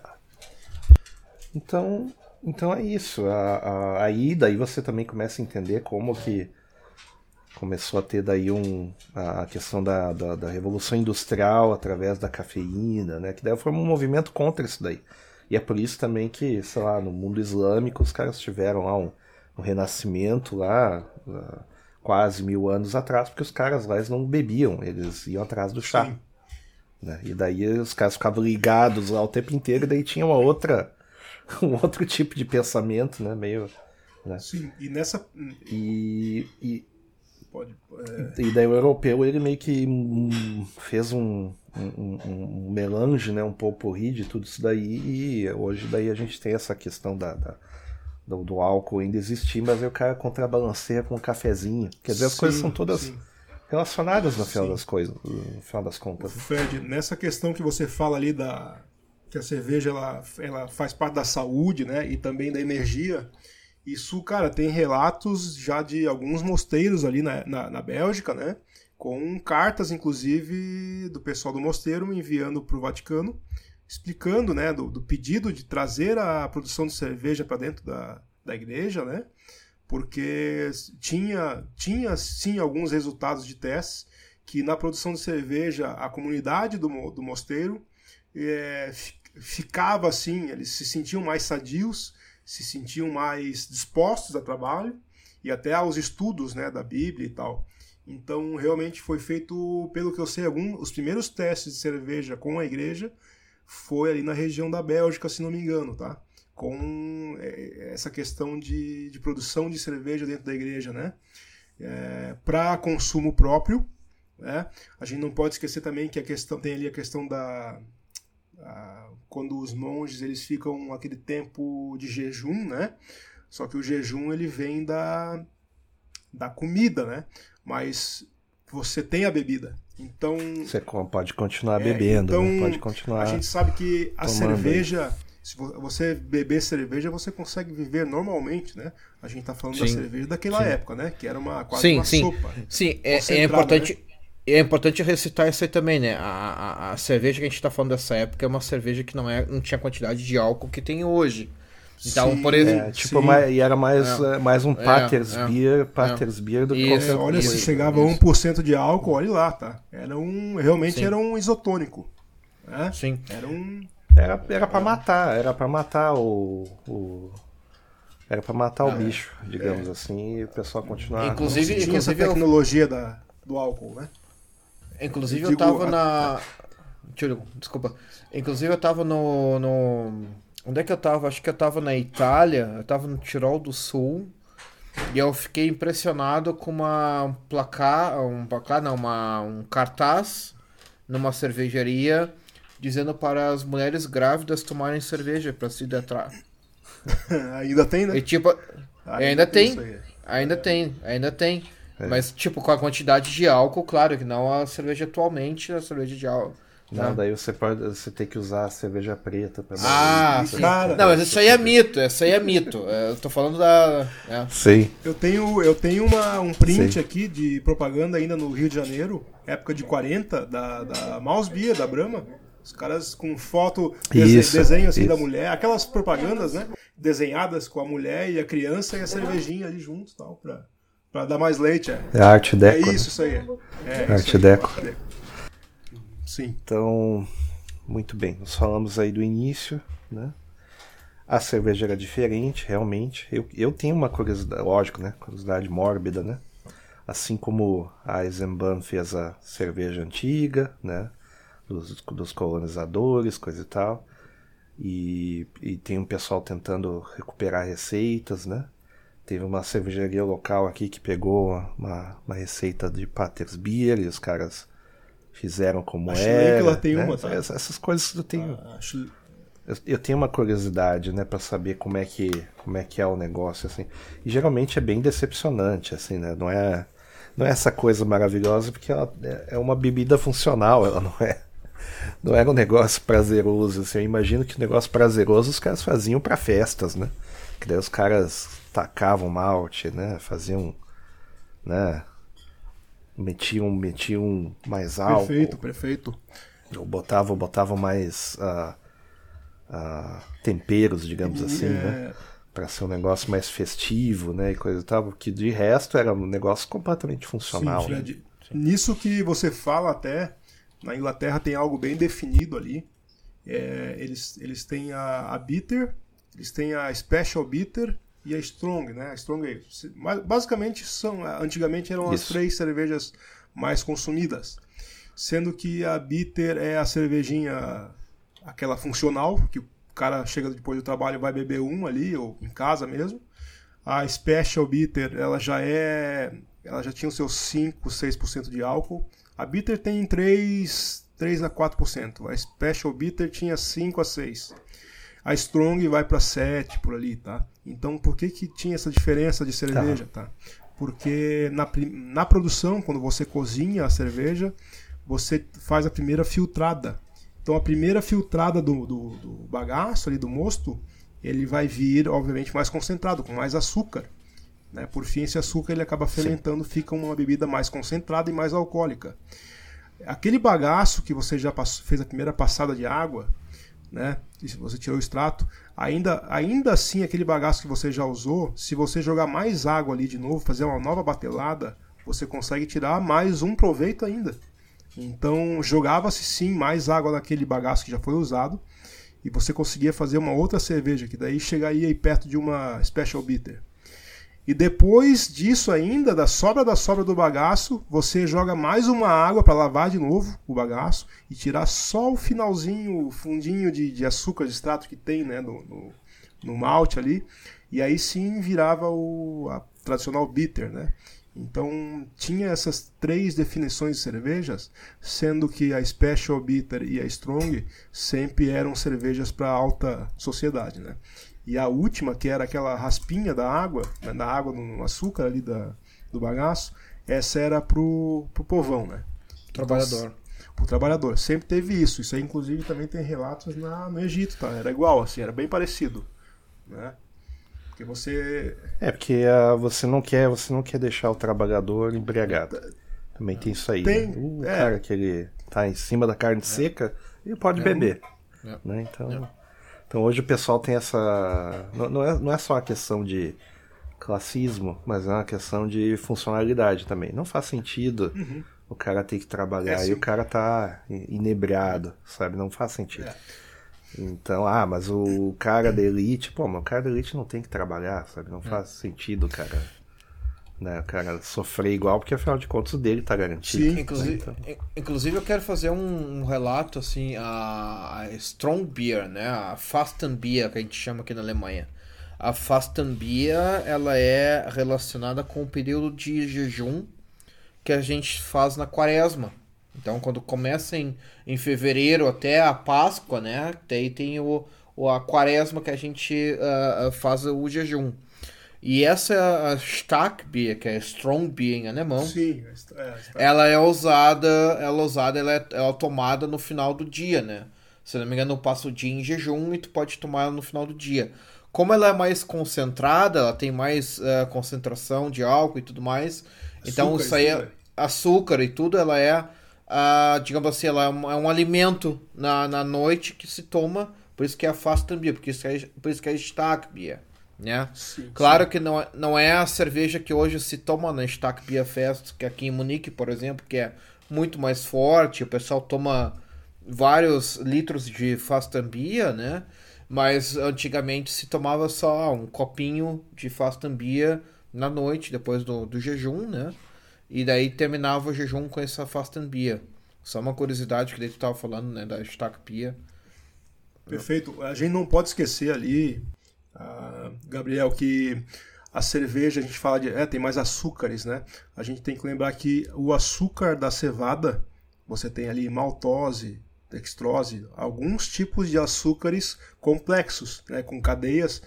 Então, então é isso. A, a, aí daí você também começa a entender como que começou a ter daí um, a a questão da, da, da revolução industrial através da cafeína, né? Que daí foi um movimento contra isso daí. E é por isso também que, sei lá, no mundo islâmico os caras tiveram lá um, um renascimento lá, ah, quase mil anos atrás, porque os caras lá eles não bebiam, eles iam atrás do chá. Sim. Né? E daí os caras ficavam ligados lá o tempo inteiro, e daí tinha uma outra, um outro tipo de pensamento, né? Meio. Né? Sim. E nessa. E, e, Pode. É, e daí o europeu ele meio que hum, fez um, um, um, um melange, né? Um potpourri de tudo isso daí, e hoje daí a gente tem essa questão da, da- do, do álcool ainda existir, mas aí o cara contrabalanceia com um cafezinho. Quer dizer, as Sim, coisas são todas sim. relacionadas no final Sim. das coisas, no final das contas. Fred, nessa questão que você fala ali da que a cerveja ela, ela faz parte da saúde, né, e também da energia, isso, cara, tem relatos já de alguns mosteiros ali na, na, na Bélgica, né, com cartas, inclusive, do pessoal do mosteiro enviando para o Vaticano, explicando, né, do, do pedido de trazer a produção de cerveja para dentro da, da igreja, né, porque tinha, tinha sim alguns resultados de testes que na produção de cerveja a comunidade do, mo- do mosteiro é, fi- ficava assim, eles se sentiam mais sadios, se sentiam mais dispostos a trabalho e até aos estudos, né, da Bíblia e tal. Então realmente foi feito, pelo que eu sei, algum, os primeiros testes de cerveja com a igreja foi ali na região da Bélgica, se não me engano, tá? Com é, essa questão de, de produção de cerveja dentro da igreja, né? É, para consumo próprio, né? A gente não pode esquecer também que a questão tem ali a questão da a, quando os monges eles ficam aquele tempo de jejum, né? Só que o jejum ele vem da da comida, né? Mas você tem a bebida, então Você co- pode continuar é, bebendo, então, né? Pode continuar. a gente sabe que a tomando cerveja, se vo- você beber cerveja, você consegue viver normalmente, né? A gente tá falando da Sim, cerveja daquela sim. época, né? Que era uma quase Sim, uma sim. sopa. Sim, é, é Concentrada, importante. é importante recitar isso aí também, né? A, a, a cerveja que a gente tá falando dessa época é uma cerveja que não, é, não tinha a quantidade de álcool que tem hoje. Então, Sim, por exemplo... É, tipo, mais, e era mais, é. mais um É, Patersbier, é. Patersbier do que Isso, qualquer É, olha, coisa. se chegava a um por cento de álcool, olha lá, tá? Era um, realmente Sim. era um isotônico. Né? Sim. Era um... Era, era pra matar, era pra matar o... o era pra matar o Ah, bicho, digamos é. assim, e o pessoal continuava... Inclusive, tinha essa inclusive eu, tecnologia da, do álcool, né? inclusive Eu eu digo, tava a- na... Tchuril, desculpa. Inclusive eu tava no, no... Onde é que eu tava? Acho que eu tava na Itália, eu tava no Tirol do Sul, e eu fiquei impressionado com uma um placar, um placar não, uma, um cartaz numa cervejaria dizendo para as mulheres grávidas tomarem cerveja para se hidratar. Ainda tem, né? E tipo, ainda tem, isso aí. ainda tem, ainda tem. Mas tipo, com a quantidade de álcool, claro, que não a cerveja atualmente, a cerveja de álcool. Não, né? daí você pode, você tem que usar a cerveja preta pra Ah, Isso, sim. cara. Não, mas isso aí é mito, isso aí é mito. É, Eu tô falando da... é. Sim. Eu tenho, eu tenho uma, um print Sim. aqui de propaganda ainda no Rio de Janeiro, época de quarenta, da, da Mouse Beer, da Brahma. Os caras com foto, dese- Isso, desenho assim isso. da mulher, aquelas propagandas, né? Desenhadas com a mulher e a criança e a cervejinha ali junto e tal, pra, pra dar mais leite. É, É arte é deco, isso, isso aí. É, é Arte isso aí, deco. arte deco. Sim. Então, muito bem. Nós falamos aí do início, né? A cerveja era diferente, realmente. Eu, eu tenho uma curiosidade, lógico, né? Curiosidade mórbida, né? Assim como a Eisenbahn fez a cerveja antiga, né? Dos, dos colonizadores, coisa e tal. E, e tem um pessoal tentando recuperar receitas, né? Teve uma cervejaria local aqui que pegou uma, uma receita de Patersbier e os caras fizeram como Acho era. que ela tem né? uma, tá? Essas, essas coisas eu tenho, Ah, acho... eu, eu tenho uma curiosidade, né, para saber como é que como é que é o negócio assim. E geralmente é bem decepcionante, assim, né? Não é não é essa coisa maravilhosa porque ela é uma bebida funcional, ela não é não era um negócio prazeroso, assim. Eu imagino que o negócio prazeroso os caras faziam para festas, né? Que daí os caras tacavam malte, né? Faziam, né? Metiam, metiam mais álcool. Perfeito, perfeito. Ou botavam, botavam mais ah, ah, temperos, digamos E, assim, é, né? Pra ser um negócio mais festivo, né? E coisa e tal. Porque de resto era um negócio completamente funcional. Sim, né? Fred. Nisso que você fala até, na Inglaterra tem algo bem definido ali. É, eles, eles têm a, a Bitter, eles têm a Special Bitter e a Strong, né? A Strong, basicamente, são, antigamente eram as Isso. três cervejas mais consumidas. Sendo que a Bitter é a cervejinha, aquela funcional, que o cara chega depois do trabalho e vai beber um ali, ou em casa mesmo. A Special Bitter, ela já é... Ela já tinha os seus cinco, seis por cento de álcool. A Bitter tem três, três a quatro por cento. A Special Bitter tinha cinco a seis por cento. A Strong vai para sete por ali, tá? Então, por que que tinha essa diferença de cerveja, tá? Porque na, na produção, quando você cozinha a cerveja, você faz a primeira filtrada. Então, a primeira filtrada do, do, do bagaço ali, do mosto, ele vai vir, obviamente, mais concentrado, com mais açúcar. Né? Por fim, esse açúcar ele acaba fermentando, Sim. fica uma bebida mais concentrada e mais alcoólica. Aquele bagaço que você já passou, fez a primeira passada de água, né? E se você tirou o extrato, ainda, ainda assim aquele bagaço que você já usou, se você jogar mais água ali de novo, fazer uma nova batelada, você consegue tirar mais um proveito ainda. Então jogava-se sim mais água daquele bagaço que já foi usado e você conseguia fazer uma outra cerveja, que daí chegaria aí perto de uma Special Bitter. E depois disso ainda, da sobra da sobra do bagaço, você joga mais uma água para lavar de novo o bagaço e tirar só o finalzinho, o fundinho de, de açúcar de extrato que tem, né, no, no, no malte ali. E aí sim virava o a tradicional bitter, né? Então tinha essas três definições de cervejas, sendo que a Special Bitter e a Strong sempre eram cervejas para alta sociedade, né? E a última, que era aquela raspinha da água, né, da água no açúcar ali da, do bagaço, essa era pro, pro povão, né? Trabalhador. Então, pro trabalhador. Sempre teve isso. Isso aí, inclusive, também tem relatos na, no Egito, tá? Era igual, assim, era bem parecido, né? Porque você... É, porque uh, você não quer, você não quer deixar o trabalhador embriagado. Também tem isso aí. Tem, né? O é. cara que ele tá em cima da carne seca, ele pode É. beber. É. Né? Então, É. então hoje o pessoal tem essa... Não, não, é, não é só uma questão de classismo, mas é uma questão de funcionalidade também. Não faz sentido Uhum. o cara ter que trabalhar É, e sim. o cara tá inebriado, sabe? Não faz sentido. É. Então, ah, mas o cara da elite, pô, mas o cara da elite não tem que trabalhar, sabe? Não faz sentido o cara, né, o cara sofrer igual, porque afinal de contas o dele tá garantido. Sim. né? Inclusive, Então, in- inclusive eu quero fazer um, um relato assim, a, a Strong Beer, né, a Fasten Beer que a gente chama aqui na Alemanha. A Fasten Beer, ela é relacionada com o período de jejum que a gente faz na Quaresma. Então, quando começa em, em fevereiro até a Páscoa, né, daí tem o, o a Quaresma que a gente ah, ah, faz o jejum. E essa a Stark Beer, que é Strong Beer em alemão, Sim, é, é, ela é usada, ela é usada, ela é, ela é tomada no final do dia, né? Se não me engano, passa o dia em jejum e tu pode tomar ela no final do dia. Como ela é mais concentrada, ela tem mais eh, concentração de álcool e tudo mais, então Açúcar, isso aí isso, é né? açúcar e tudo, ela é, ah, digamos assim, ela é um, é um alimento na, na noite que se toma, por isso que é a Fasten Beer, porque isso que é, por isso que é Stark Beer, né? Sim, Claro sim. que não é, não é a cerveja que hoje se toma na Stark Beer Fest, que aqui em Munique, por exemplo, que é muito mais forte, o pessoal toma vários litros de Fasten Beer, né? Mas antigamente se tomava só um copinho de Fasten Beer na noite, depois do, do jejum, né? E daí terminava o jejum com essa Fasten Beer. Só uma curiosidade que daí tu tava falando, né, da Stark Beer. Perfeito. A gente não pode esquecer ali, ah, Gabriel, que a cerveja, a gente fala de. É, tem mais açúcares, né? A gente tem que lembrar que o açúcar da cevada, você tem ali maltose, dextrose, alguns tipos de açúcares complexos, né? Com cadeias.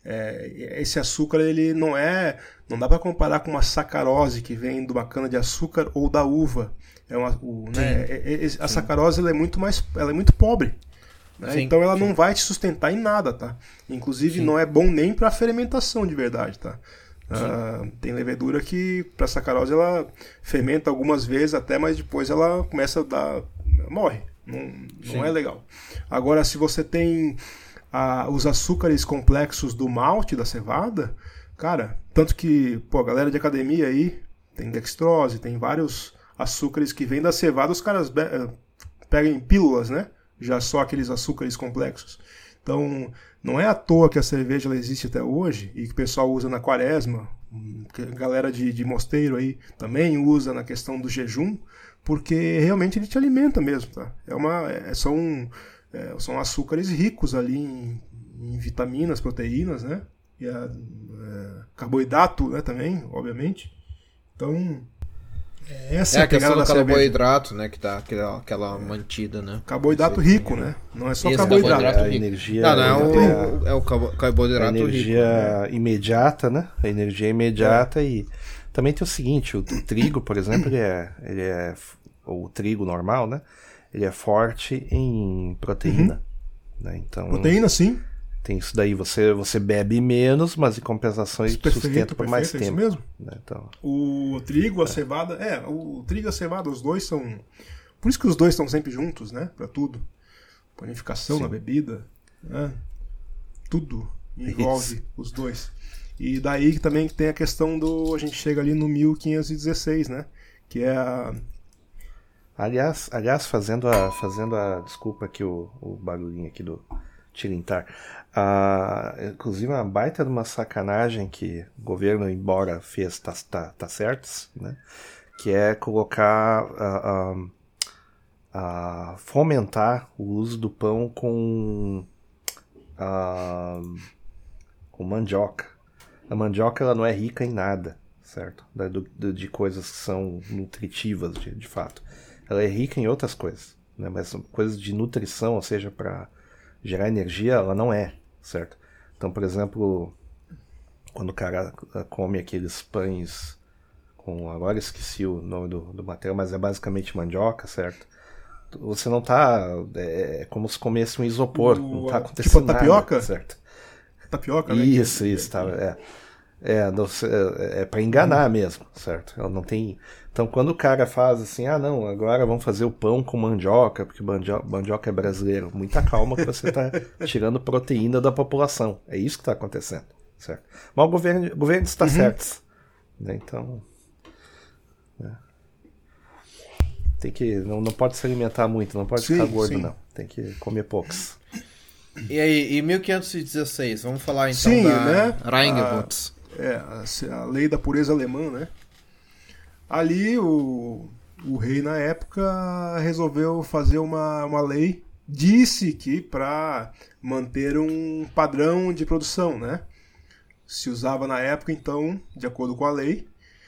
É, esse açúcar, ele não é. Não dá para comparar com uma sacarose que vem de uma cana de açúcar ou da uva. É uma, o, né? é, é, a sacarose ela é muito mais. Ela é muito pobre. Né? Sim, Então ela sim. não vai te sustentar em nada, tá? Inclusive Sim. não é bom nem para fermentação de verdade, tá? Ah, tem levedura que para sacarose ela fermenta algumas vezes até, mas depois ela começa a dar, morre. Não, Sim. não é legal. Agora, se você tem ah, os açúcares complexos do malte da cevada, cara, tanto que pô, a galera de academia aí tem dextrose, tem vários açúcares que vêm da cevada, os caras be- eh, pegam em pílulas, né? Já só aqueles açúcares complexos. Então, não é à toa que a cerveja ela existe até hoje e que o pessoal usa na quaresma, que a galera de, de mosteiro aí também usa na questão do jejum, porque realmente ele te alimenta mesmo, tá? É uma, é, são, é, são açúcares ricos ali em, em vitaminas, proteínas, né? E a, é, carboidrato, né, também, obviamente. Então, essa É é a questão do da cerveja. carboidrato, né, que dá aquela, aquela mantida, né? Carboidrato rico, né? Não é só Isso, carboidrato. carboidrato a rico. energia, Não, não é a, o, é o carbo- a carboidrato energia rico. imediata, né? A energia imediata e também tem o seguinte, o, o trigo, por exemplo, ele é, ele é o trigo normal, né? Ele é forte em proteína, né? Então Proteína, sim. tem isso daí, você você bebe menos, mas em compensação ele te Perfeito, sustenta por mais perfeito, é tempo. isso mesmo. Né? Então, O trigo, a cevada. É, o trigo e a cevada, os dois são. Por isso que os dois estão sempre juntos, né? Pra tudo. Panificação Sim. na bebida. Né? Tudo envolve Isso. os dois. E daí que também tem a questão do. A gente chega ali no mil quinhentos e dezesseis, né? Que é a. aliás, aliás fazendo a fazendo a desculpa aqui o, o barulhinho aqui do tilintar. Ah, inclusive uma baita de uma sacanagem que o governo, embora fez, tá, tá, tá certos, né? Que é colocar, ah, ah, ah, fomentar o uso do pão com, ah, com mandioca. A mandioca ela não é rica em nada, certo? Da- do- do- de coisas que são nutritivas, de, de fato. Ela é rica em outras coisas, né? Mas são coisas de nutrição, ou seja, para gerar energia, ela não é, certo? Então, por exemplo, quando o cara ah, come aqueles pães com... Agora eu esqueci o nome do, do material, mas é basicamente mandioca, certo? Você não tá... É, é como se comesse um isopor, O- não tá tipo acontecendo a tapioca? nada, certo? Tapioca, né? Isso, Que- isso, tá, é. É, não, é, é para enganar hum. mesmo, certo? Ela não tem. Então, quando o cara faz assim, ah, não, agora vamos fazer o pão com mandioca, porque mandioca, mandioca é brasileiro. Muita calma que você está tirando proteína da população. É isso que está acontecendo, certo? Mas o governo, o governo está uhum. certo, né? Então, né? Tem que, não, não pode se alimentar muito, não pode sim, ficar gordo, sim. não. Tem que comer poucos. E aí, em mil quinhentos e dezesseis, vamos falar então sim, da né? Reingebot. É, a, a lei da pureza alemã, né? Ali o, o rei na época resolveu fazer uma, uma lei, disse que para manter um padrão de produção, né? Se usava na época, então, de acordo com a lei,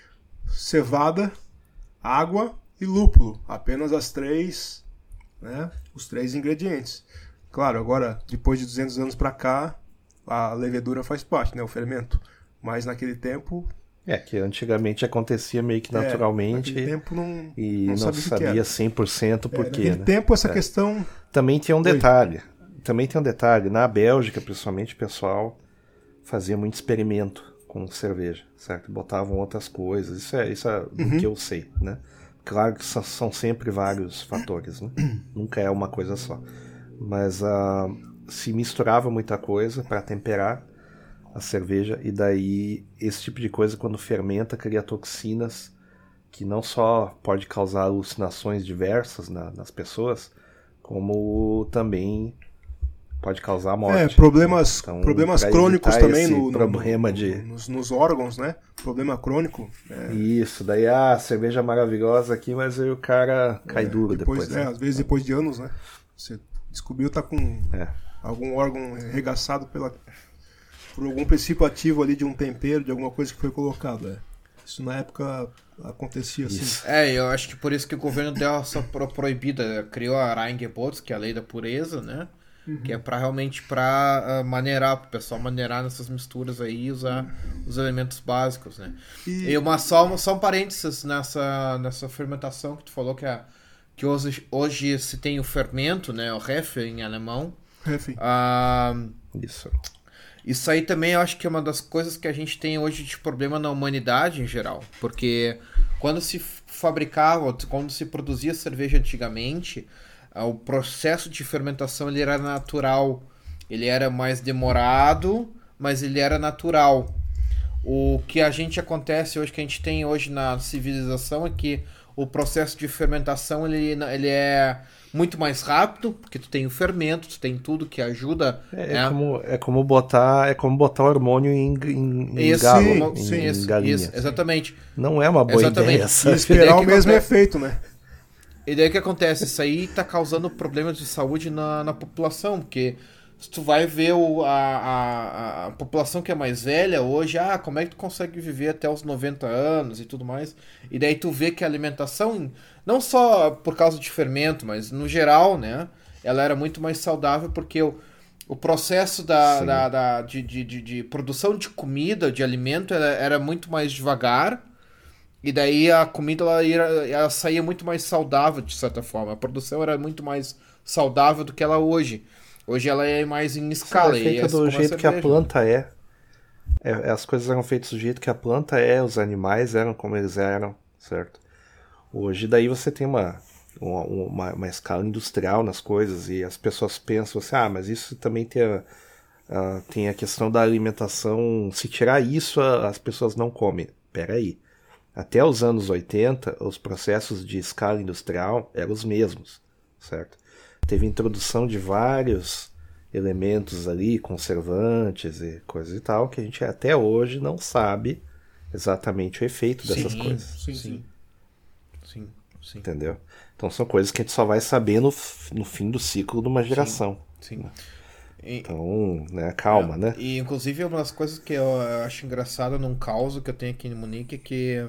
cevada, água e lúpulo, apenas as três, né? Os três ingredientes. Claro, agora, depois de duzentos anos para cá, a levedura faz parte, né? O fermento. Mas naquele tempo... É, que antigamente acontecia meio que naturalmente. É, naquele tempo não, e não, não sabia cem por cento por quê. É, naquele né? tempo essa é. questão... Também tem um detalhe. Oi. Também tem um detalhe. Na Bélgica, principalmente, o pessoal fazia muito experimento com cerveja, certo? Botavam outras coisas. Isso é, isso é do uhum. que eu sei, né? Claro que são sempre vários fatores, né? Nunca é uma coisa só. Mas uh, se misturava muita coisa para temperar a cerveja, e daí esse tipo de coisa, quando fermenta, cria toxinas que não só pode causar alucinações diversas na, nas pessoas, como também pode causar morte. É, problemas, então, problemas crônicos também no, no, problema no, de... nos, nos órgãos, né? Problema crônico. É... Isso, daí a ah, cerveja maravilhosa aqui, mas aí o cara cai é, duro depois. depois. É, né? Às vezes depois de anos, né? Você descobriu tá com é. algum órgão arregaçado pela... por algum princípio ativo ali de um tempero, de alguma coisa que foi colocado. É. Isso na época acontecia assim. Isso. É, eu acho que por isso que o governo deu essa pro- proibida, criou a Reingebot, que é a lei da pureza, né? Uhum. Que é para realmente para uh, maneirar, para o pessoal maneirar nessas misturas aí e usar uhum. os elementos básicos, né? E, e uma, só, só um parênteses nessa, nessa fermentação que tu falou que, é, que hoje, hoje se tem o fermento, né? O Hefe em alemão. Hefe. Uh, isso. Isso aí também eu acho que é uma das coisas que a gente tem hoje de problema na humanidade em geral. Porque quando se fabricava, quando se produzia cerveja antigamente, o processo de fermentação ele era natural. Ele era mais demorado, mas ele era natural. O que a gente acontece hoje, que a gente tem hoje na civilização, é que o processo de fermentação ele, ele é muito mais rápido, porque tu tem o fermento, tu tem tudo que ajuda. É, né? é, como, é como botar é como botar hormônio em, em, em isso, galo, como, em, sim, em isso, galinha. Isso, exatamente. Não é uma boa exatamente. ideia. E esperar o mesmo acontece... efeito, né? E daí o que acontece? Isso aí tá causando problemas de saúde na, na população, porque se tu vai ver o, a, a, a população que é mais velha hoje, ah, como é que tu consegue viver até os noventa anos e tudo mais? E daí tu vê que a alimentação, não só por causa de fermento, mas no geral, né? Ela era muito mais saudável porque o, o processo da, da, da, de, de, de, de produção de comida, de alimento, era, era muito mais devagar. E daí a comida ela, ia, ela saía muito mais saudável, de certa forma. A produção era muito mais saudável do que ela hoje. Hoje ela é mais em escala. Sim, é feita do jeito que a planta é. é. As coisas eram feitas do jeito que a planta é, os animais eram como eles eram, certo? Hoje daí você tem uma, uma, uma escala industrial nas coisas e as pessoas pensam assim, ah, mas isso também tem a, a, tem a questão da alimentação, se tirar isso as pessoas não comem. Peraí. Até os anos oitenta, os processos de escala industrial eram os mesmos, certo? Teve introdução de vários elementos ali, conservantes e coisas e tal, que a gente até hoje não sabe exatamente o efeito dessas sim, coisas. Sim, sim. Sim, sim. Entendeu? Então são coisas que a gente só vai saber no, no fim do ciclo de uma geração. Sim. sim. Né? E, então, né, calma, é, né? E inclusive uma das coisas que eu acho engraçada num caos que eu tenho aqui em Munique é que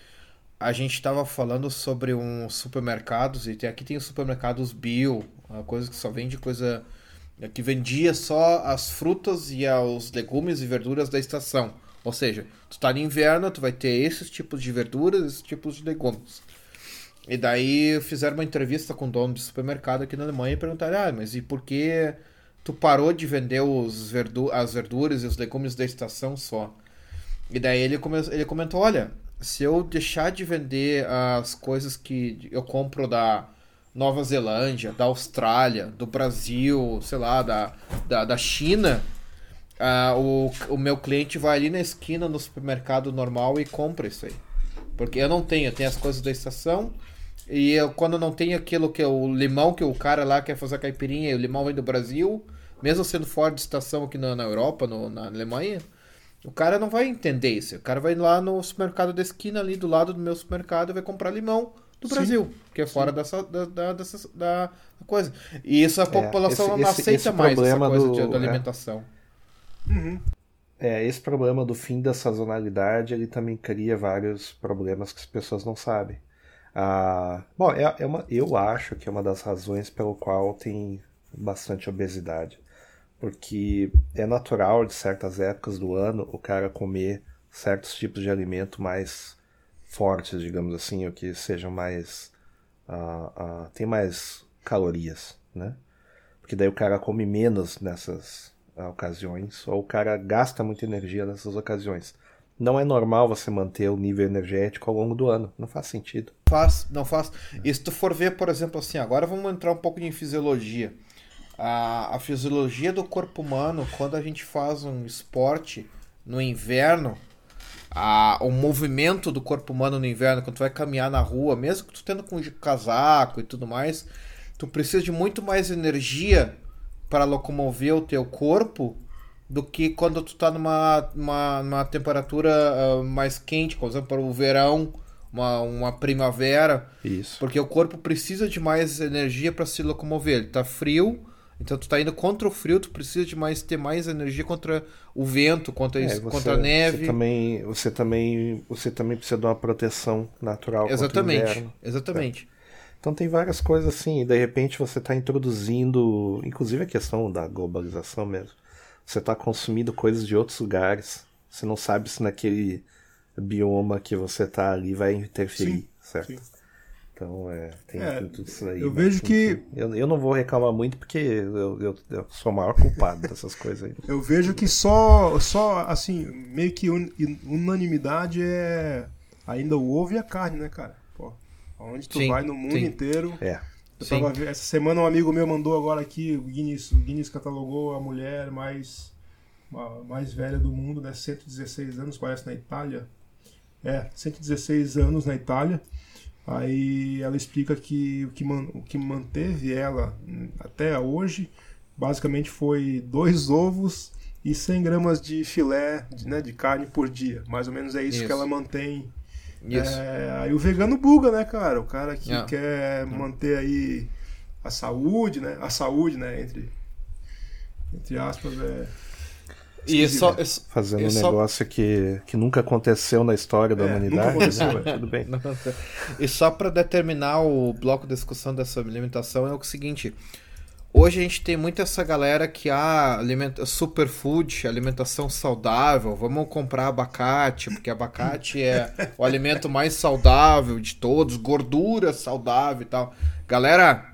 a gente estava falando sobre uns supermercados, e tem, aqui tem os supermercados bio, uma coisa que só vende coisa que vendia só as frutas e os legumes e verduras da estação. Ou seja, tu tá no inverno, tu vai ter esses tipos de verduras, esses tipos de legumes. E daí fizeram uma entrevista com o dono de supermercado aqui na Alemanha e perguntaram, ah, mas e por que tu parou de vender os verdu- as verduras e os legumes da estação só? E daí ele, come, ele comentou, olha, se eu deixar de vender as coisas que eu compro da Nova Zelândia, da Austrália, do Brasil, sei lá, da, da, da China, uh, o, o meu cliente vai ali na esquina no supermercado normal e compra isso aí. Porque eu não tenho, eu tenho as coisas da estação, e eu, quando não tenho aquilo que é o limão que o cara lá quer fazer a caipirinha, e o limão vem do Brasil, mesmo sendo fora de estação aqui na, na Europa, no, na Alemanha, o cara não vai entender isso. O cara vai lá no supermercado da esquina, ali do lado do meu supermercado, e vai comprar limão do Sim. Brasil, que é fora dessa, da, da, dessa, da coisa. E isso a população é, esse, não aceita esse, esse mais essa coisa do, de, da alimentação. É. Uhum. É, esse problema do fim da sazonalidade, ele também cria vários problemas que as pessoas não sabem. Ah, bom, é, é uma, eu acho que é uma das razões pelo qual tem bastante obesidade. Porque é natural, de certas épocas do ano, o cara comer certos tipos de alimento mais fortes, digamos assim, ou que sejam mais... Uh, uh, tem mais calorias, né? Porque daí o cara come menos nessas uh, ocasiões, ou o cara gasta muita energia nessas ocasiões. Não é normal você manter o nível energético ao longo do ano, não faz sentido. Faz, não faz. E se tu for ver, por exemplo, assim, agora vamos entrar um pouco em fisiologia. A, a fisiologia do corpo humano, quando a gente faz um esporte no inverno, a, o movimento do corpo humano no inverno, quando tu vai caminhar na rua, mesmo que tu tendo com casaco e tudo mais, tu precisa de muito mais energia para locomover o teu corpo do que quando tu tá numa, uma, uma temperatura uh, mais quente, por exemplo, para o verão, uma, uma primavera. Isso. Porque o corpo precisa de mais energia para se locomover. Ele tá frio, então tu tá indo contra o frio, tu precisa de mais, ter mais energia contra o vento, contra, é, isso, você, contra a neve. Você também, você, também, você também precisa de uma proteção natural exatamente, contra o inverno. Exatamente. É. Então tem várias coisas assim, e de repente você está introduzindo, inclusive a questão da globalização mesmo. Você está consumindo coisas de outros lugares. Você não sabe se naquele bioma que você está ali vai interferir, sim, certo? Sim. Então, é, tem é, tudo isso aí. Eu vejo que... Eu, eu não vou reclamar muito porque eu, eu, eu sou o maior culpado dessas coisas aí. Eu vejo que só, só assim, meio que un, unanimidade é ainda o ovo e a carne, né, cara? Pô, onde tu sim, vai no mundo sim. inteiro... É. Eu tava, essa semana um amigo meu mandou agora aqui, o Guinness, o Guinness catalogou a mulher mais, mais velha do mundo, né? cento e dezesseis anos, parece, na Itália. É, cento e dezesseis anos na Itália. Aí ela explica que o que, man, o que manteve ela até hoje, basicamente foi dois ovos e cem gramas de filé, de, né, de carne por dia. Mais ou menos é isso, isso. que ela mantém. É, aí o vegano buga, né, cara? O cara que yeah. quer yeah. manter aí a saúde, né? A saúde, né? Entre, entre aspas, é... E só, né? Fazendo um só... negócio que, que nunca aconteceu na história da é, humanidade. Nunca aconteceu, né? Tudo bem. E só para determinar o bloco de discussão dessa alimentação é o seguinte... Hoje a gente tem muito essa galera que ah, alimenta, superfood, alimentação saudável, vamos comprar abacate, porque abacate é o alimento mais saudável de todos, gordura saudável e tal. Galera,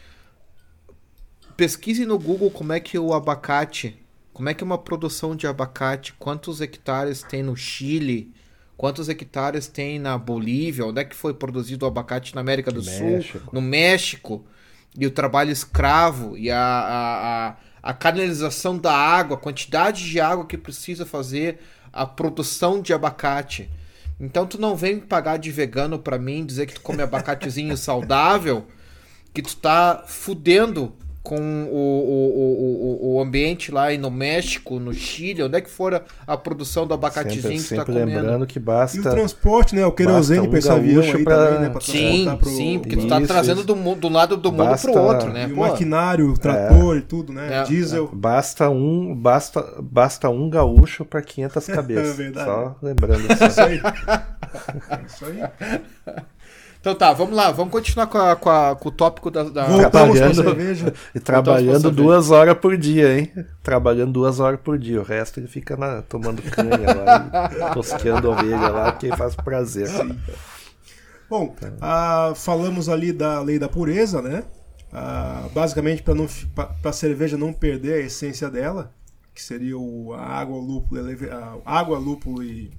pesquise no Google como é que o abacate, como é que é uma produção de abacate, quantos hectares tem no Chile, quantos hectares tem na Bolívia, onde é que foi produzido o abacate na América do Sul, no México. E o trabalho escravo e a, a, a, a canalização da água, a quantidade de água que precisa fazer a produção de abacate. Então tu não vem pagar de vegano pra mim, dizer que tu come abacatezinho saudável, que tu tá fudendo com o, o, o, o ambiente lá no México, no Chile, onde é que for a, a produção do abacatezinho sempre, que tu sempre tá comendo. Lembrando que basta... E o transporte, né? O querosene um pra esse avião aí pra... também, né? Pra sim, pro... sim, porque tu tá isso, trazendo do, do lado do mundo basta... pro outro, né? E o maquinário, o trator é. e tudo, né? É. Diesel. É. Basta um, basta, basta um gaúcho pra quinhentas cabeças. É verdade. Só lembrando isso. Isso aí. Isso aí. Então tá, vamos lá, vamos continuar com, a, com, a, com o tópico da... da... Trabalhando, e trabalhando duas horas por dia, hein? Trabalhando duas horas por dia, o resto ele fica na, tomando canha lá e tosqueando ovelha lá, porque faz prazer. Sim. Bom, ah, falamos ali da lei da pureza, né? Ah, basicamente para a cerveja não perder a essência dela, que seria o, a água, lúpulo, a água, lúpulo e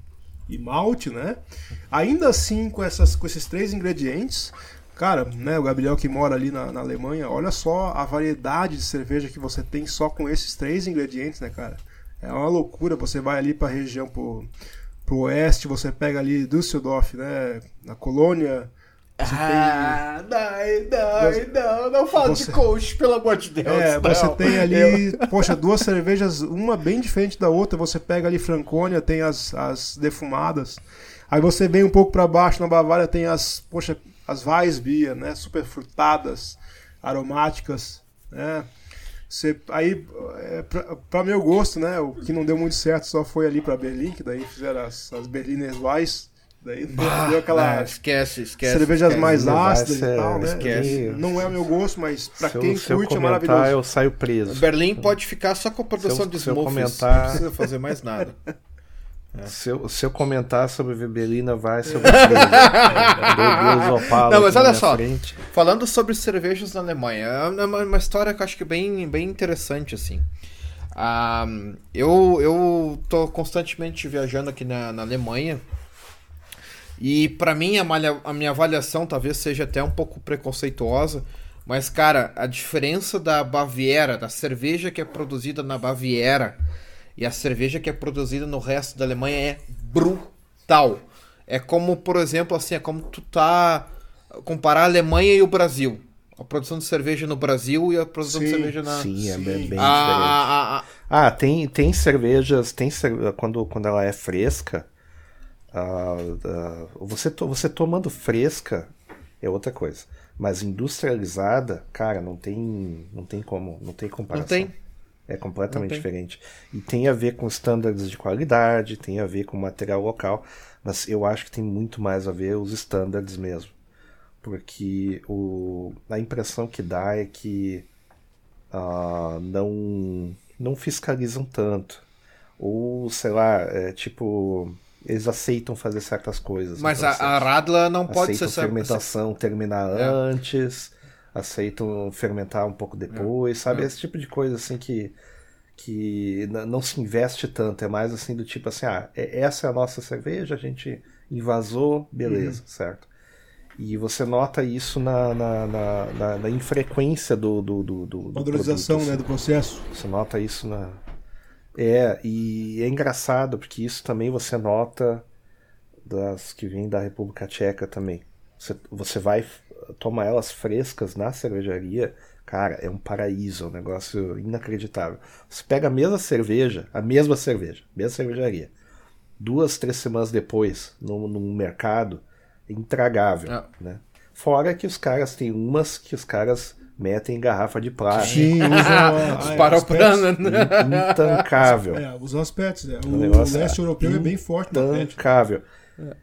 e malte, né? Ainda assim, com, essas, com esses três ingredientes, cara, né, o Gabriel que mora ali na, na Alemanha, olha só a variedade de cerveja que você tem só com esses três ingredientes, né, cara? É uma loucura. Você vai ali para a região, pro, pro oeste, você pega ali Düsseldorf, né, na Colônia. Você ah, tem... não, você... não, não, não fala você... de coach, pelo amor de Deus. É, não. você tem ali, Eu... poxa, duas cervejas, uma bem diferente da outra. Você pega ali Franconia, tem as, as defumadas. Aí você vem um pouco para baixo, na Bavária tem as, poxa, as Weissbier, né, super frutadas, aromáticas, né. Você, aí, é, para meu gosto, né, o que não deu muito certo só foi ali para Berlim, que daí fizeram as, as Berliner Weiss. Daí bah, deu aquela. Não, esquece, esquece. Cervejas esquece, mais ácidas ser, e tal, né? Esquece. Não é o meu gosto, mas pra se quem eu, se curte eu é comentar, maravilhoso. eu saio preso. Berlim pode ficar só com a produção eu, de se eu Smurfs, comentar... não precisa fazer mais nada. É. Se, eu, se eu comentar sobre Berlina, vai sobre preso. Não, mas olha só, frente. falando sobre cervejas na Alemanha, é uma, uma história que eu acho que é bem, bem interessante, assim. Um, eu, eu tô constantemente viajando aqui na, na Alemanha. E pra mim a, malha, a minha avaliação talvez seja até um pouco preconceituosa, mas cara, a diferença da Baviera, da cerveja que é produzida na Baviera e a cerveja que é produzida no resto da Alemanha é brutal. É como, por exemplo, assim, é como tu tá comparar a Alemanha e o Brasil. A produção de cerveja no Brasil e a produção sim, de cerveja na... Sim, é bem, bem a, diferente. A, a, a... Ah, tem, tem cervejas, tem cerve... quando, quando ela é fresca, Uh, uh, você, to, você tomando fresca é outra coisa, mas industrializada, cara, não tem, não tem como, não tem comparação. Não tem. É completamente diferente. E tem a ver com estándares de qualidade, tem a ver com material local, mas eu acho que tem muito mais a ver os estándares mesmo. Porque o, a impressão que dá é que uh, não, não fiscalizam tanto. Ou, sei lá, é tipo... Eles aceitam fazer certas coisas. Mas a, a Radler não pode aceitam ser... Aceitam fermentação terminar é. antes, aceitam fermentar um pouco depois, é. sabe? É. Esse tipo de coisa assim que, que não se investe tanto. É mais assim do tipo assim, ah, essa é a nossa cerveja, a gente invasou, beleza, uhum. certo? E você nota isso na, na, na, na, na infrequência do, do, do, do padronização, produto, né, assim. do processo. Você nota isso na... É, e é engraçado, porque isso também você nota das que vêm da República Tcheca também. Você, você vai, toma elas frescas na cervejaria, cara, é um paraíso, um negócio inacreditável. Você pega a mesma cerveja, a mesma cerveja, mesma cervejaria, duas, três semanas depois, num, num mercado, intragável, ah. né? Fora que os caras têm umas que os caras... metem em garrafa de plástico. Sim, usam os paroprana, né? Intancável. É, usam as pets. É. O, o, o leste europeu é bem forte na pet. Intancável. É.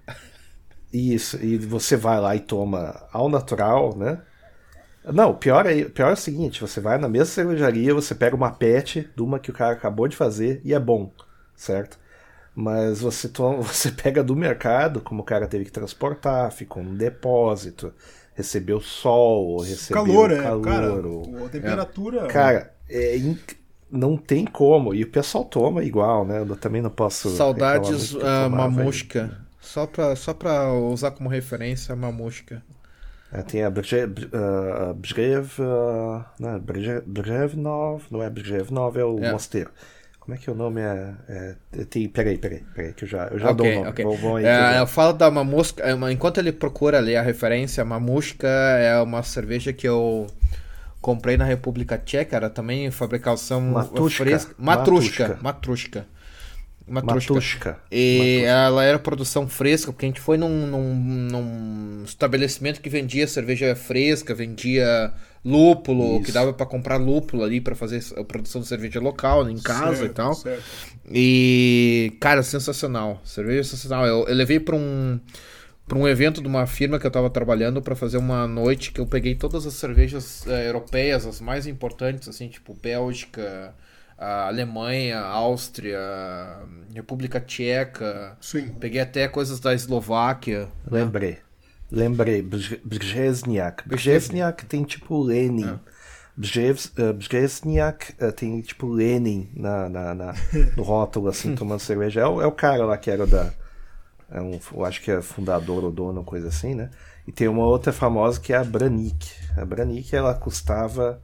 Isso, e você vai lá e toma ao natural, né? Não, o pior é, pior é o seguinte, você vai na mesma cervejaria, você pega uma pet de uma que o cara acabou de fazer e é bom, certo? Mas você, toma, você pega do mercado, como o cara teve que transportar, ficou num depósito, recebeu sol, recebeu calor, calor. É, cara, ou, a temperatura... É. Cara, é, não tem como. E o pessoal toma igual, né? Eu também não posso... Saudades uh, Mamushka. Só pra, só pra usar como referência a Mamushka. É, tem a Brev... Uh, Brev uh, não, Brezhnov, não é Brezhnov, é o é. mosteiro. Como é que é o nome? É, é, tem, peraí, peraí, peraí, que eu já, eu já okay, dou o nome. Okay. Vou, vou aí, é, eu falo da Mamushka, enquanto ele procura ali a referência, a Mamushka é uma cerveja que eu comprei na República Tcheca, era também fabricação Matushka. fresca. Matrushka. Matrushka. Matrushka. Matrushka. E Matrushka. ela era produção fresca, porque a gente foi num, num, num estabelecimento que vendia cerveja fresca, vendia lúpulo, Isso. que dava para comprar lúpulo ali para fazer a produção de cerveja local, em casa certo, e tal. Certo. E, cara, sensacional. Cerveja sensacional. Eu, eu levei para um para um evento de uma firma que eu estava trabalhando para fazer uma noite que eu peguei todas as cervejas eh, europeias, as mais importantes, assim, tipo Bélgica, a Alemanha, Áustria, República Tcheca. Sim. Peguei até coisas da Eslováquia. Lembrei. Né? Lembrei. Brezhniak. Brezhniak tem tipo Lenin. É. Brezhniak uh, tem tipo Lenin na, na, na, no rótulo, assim, tomando cerveja. É o, é o cara lá que era da, é um, eu acho que é fundador ou dono, coisa assim, né? E tem uma outra famosa que é a Branick. A Branick, ela custava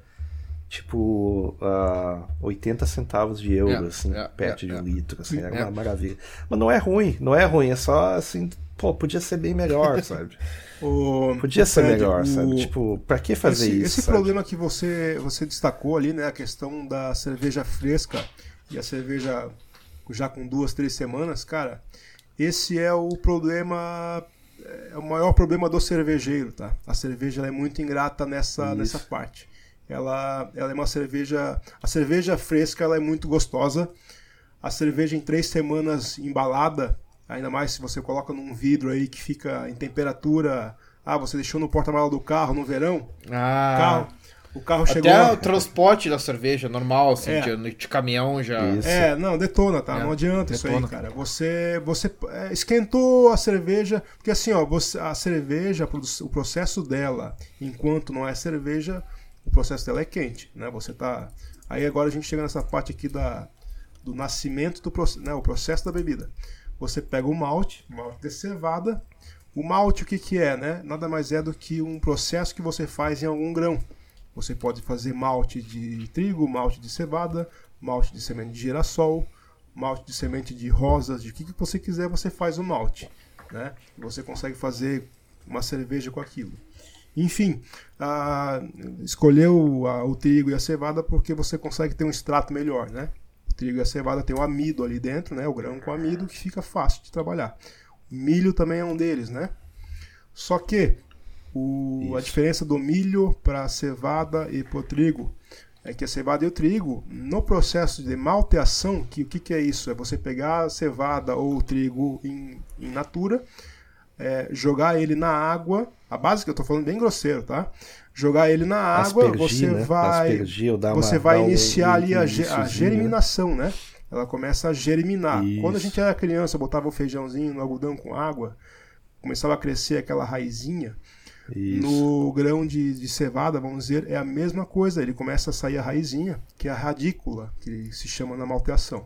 tipo uh, oitenta centavos de euro, yeah, assim, yeah, perto yeah, de um yeah. litro, assim, era Yeah. uma maravilha. Mas não é ruim, não é ruim, é só assim, pô, podia ser bem melhor, sabe? O, Podia o ser Fred, melhor, o, sabe? Tipo, pra que fazer esse, isso? Esse sabe? problema que você, você destacou ali, né? A questão da cerveja fresca e a cerveja já com duas, três semanas, cara, esse é o problema, é o maior problema do cervejeiro, tá? A cerveja ela é muito ingrata nessa, nessa parte. Ela, ela é uma cerveja, a cerveja fresca ela é muito gostosa. A cerveja em três semanas embalada, ainda mais se você coloca num vidro aí que fica em temperatura. Ah, você deixou no porta-malas do carro no verão. Ah. Carro, o carro Até chegou. Até o transporte da cerveja normal, assim, É. de, de caminhão já. Isso. É, não, detona, tá? É, Não adianta detona. isso aí, cara. Você, você é, esquentou a cerveja, porque assim, ó, você, a cerveja, o processo dela, enquanto não é cerveja, o processo dela é quente, né? Você tá. Aí agora a gente chega nessa parte aqui da, do nascimento do processo, né? O processo da bebida. Você pega o malte, malte de cevada. O malte, o que que é, né? Nada mais é do que um processo que você faz em algum grão. Você pode fazer malte de trigo, malte de cevada, malte de semente de girassol, malte de semente de rosas, de o que, que você quiser, você faz o malte, né? Você consegue fazer uma cerveja com aquilo. Enfim, ah, escolheu a, o trigo e a cevada porque você consegue ter um extrato melhor, né? O trigo e a cevada tem o amido ali dentro, né? O grão com amido que fica fácil de trabalhar. O milho também é um deles, né? Só que o, a diferença do milho para a cevada e para o trigo é que a cevada e o trigo, no processo de malteação, que o que, que é isso? É você pegar a cevada ou o trigo em, em natura, é, jogar ele na água, a base que eu estou falando bem grosseiro, tá? Jogar ele na água, Aspergir, você né? vai, Aspergir, dá você uma, vai dá um- iniciar um ali a, ge- a iniciozinho, germinação, né? Ela começa a germinar. Isso. Quando a gente era criança, botava o feijãozinho no algodão com água, começava a crescer aquela raizinha. Isso. No grão de, de cevada, vamos dizer, é a mesma coisa. Ele começa a sair a raizinha, que é a radícula, que se chama na malteação.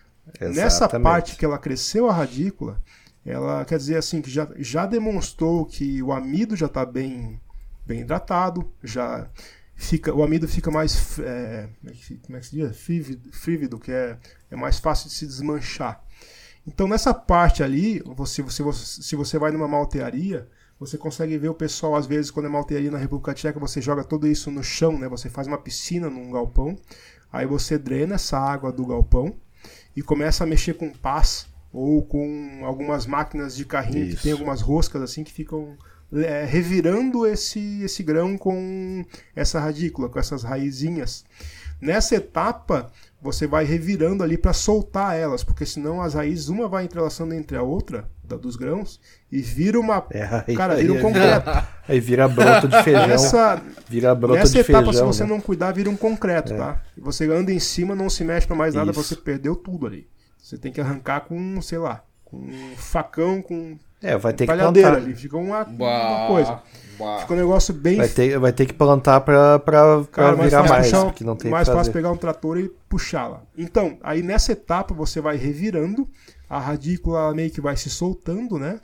Nessa Exatamente. parte que ela cresceu a radícula, ela quer dizer assim que já, já demonstrou que o amido já está bem, bem hidratado, já fica, o amido fica mais é, como é que se diz? Frívido, frívido, que é, é mais fácil de se desmanchar. Então nessa parte ali, você, você, você, se você vai numa maltearia, você consegue ver o pessoal, às vezes, quando é maltearia na República Tcheca, você joga tudo isso no chão, né? Você faz uma piscina num galpão, aí você drena essa água do galpão e começa a mexer com pás ou com algumas máquinas de carrinho Isso. que tem algumas roscas assim que ficam é, revirando esse, esse grão com essa radícula, com essas raizinhas. Nessa etapa, você vai revirando ali para soltar elas, porque senão as raízes, uma vai entrelaçando entre a outra, da, dos grãos, e vira uma... É, aí, cara, aí, vira um aí, concreto. Aí vira broto de feijão. Nessa, vira broto nessa de etapa, feijão. se você né? não cuidar, vira um concreto, É. tá? E você anda em cima, não se mexe para mais nada, Isso. você perdeu tudo ali. Você tem que arrancar com, sei lá, com um facão, com É, vai ter que palhadeira plantar. ali. Fica uma, Bah, uma coisa. bah. Fica um negócio bem... Vai ter, vai ter que plantar pra, pra, pra Cara, mais virar fácil, mais, puxar, porque não tem mais o que fácil fazer. pegar um trator e puxar lá. Então, aí nessa etapa você vai revirando, a radícula meio que vai se soltando, né?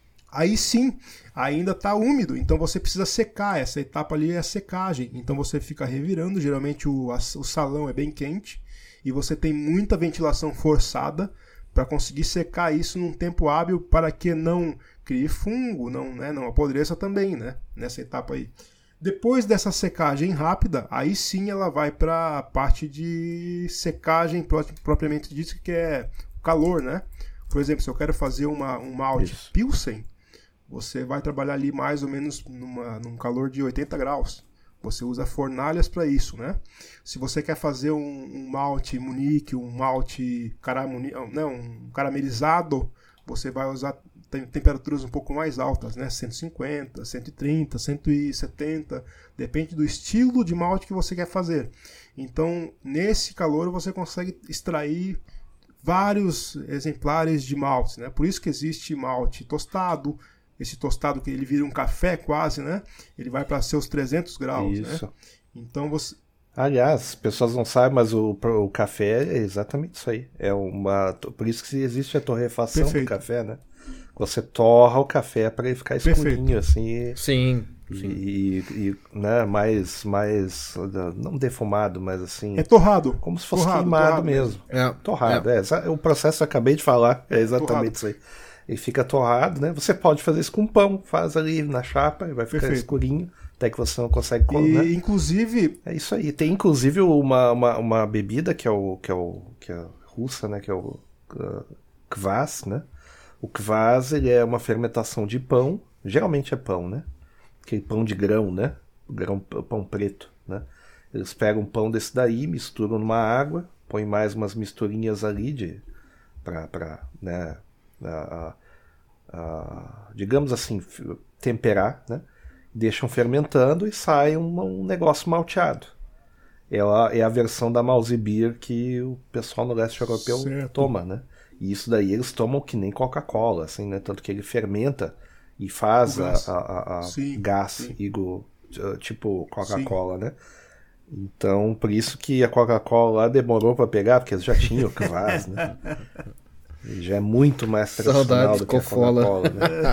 Aí sim, ainda está úmido, então você precisa secar. Essa etapa ali é a secagem. Então você fica revirando, geralmente o, a, o salão é bem quente e você tem muita ventilação forçada para conseguir secar isso num tempo hábil para que não crie fungo, não, né, não apodreça também, né, nessa etapa aí. Depois dessa secagem rápida, aí sim ela vai para a parte de secagem propriamente dito, que é o calor, né? Por exemplo, se eu quero fazer uma, um malte Isso. Pilsen, você vai trabalhar ali mais ou menos numa, num calor de oitenta graus. Você usa fornalhas para isso, né? Se você quer fazer um, um malte Munique, um malte caramuni, não, um caramelizado, você vai usar tem, temperaturas um pouco mais altas, né? cento e cinquenta, cento e trinta, cento e setenta, depende do estilo de malte que você quer fazer. Então, nesse calor você consegue extrair vários exemplares de malte, né? Por isso que existe malte tostado. Esse tostado que ele vira um café quase, né? Ele vai para seus trezentos graus, Isso. né? Então você... Aliás, as pessoas não sabem, mas o, o café é exatamente isso aí. É uma, por isso que existe a torrefação Perfeito. do café, né? você torra o café para ele ficar escurinho, Perfeito. assim. Sim. E, sim. e, e, né, mais, mais, não defumado, mas assim... É torrado. Como se fosse torrado, queimado torrado mesmo. É. Torrado, é. é. O processo que eu acabei de falar é exatamente Torrado. isso aí. Ele fica torrado, né? Você pode fazer isso com pão, faz ali na chapa, e vai ficar Perfeito. escurinho, até que você não consegue comer, E, né? inclusive, É isso aí. Tem inclusive uma, uma, uma bebida que é o que é o que é russa, né? Que é o uh, kvass, né? O kvass, ele é uma fermentação de pão. Geralmente é pão, né? Aquele pão de grão, né? Grão, pão preto, né? Eles pegam um pão desse daí, misturam numa água, põem mais umas misturinhas ali de para para, né? Uh, uh, digamos assim, temperar, né? Deixam fermentando e sai um, um negócio malteado. É a, é a versão da Malzbier que o pessoal no leste europeu Certo. toma, né? E isso daí eles tomam que nem Coca-Cola, assim, né? Tanto que ele fermenta e faz O a, gás. a, a, a Sim, gás sim. igual, tipo Coca-Cola, né? Então, por isso que a Coca-Cola lá demorou para pegar, porque eles já tinham o Kvass, né? E já é muito mais tradicional Saudades do que a Coca-Cola. Coca-Cola,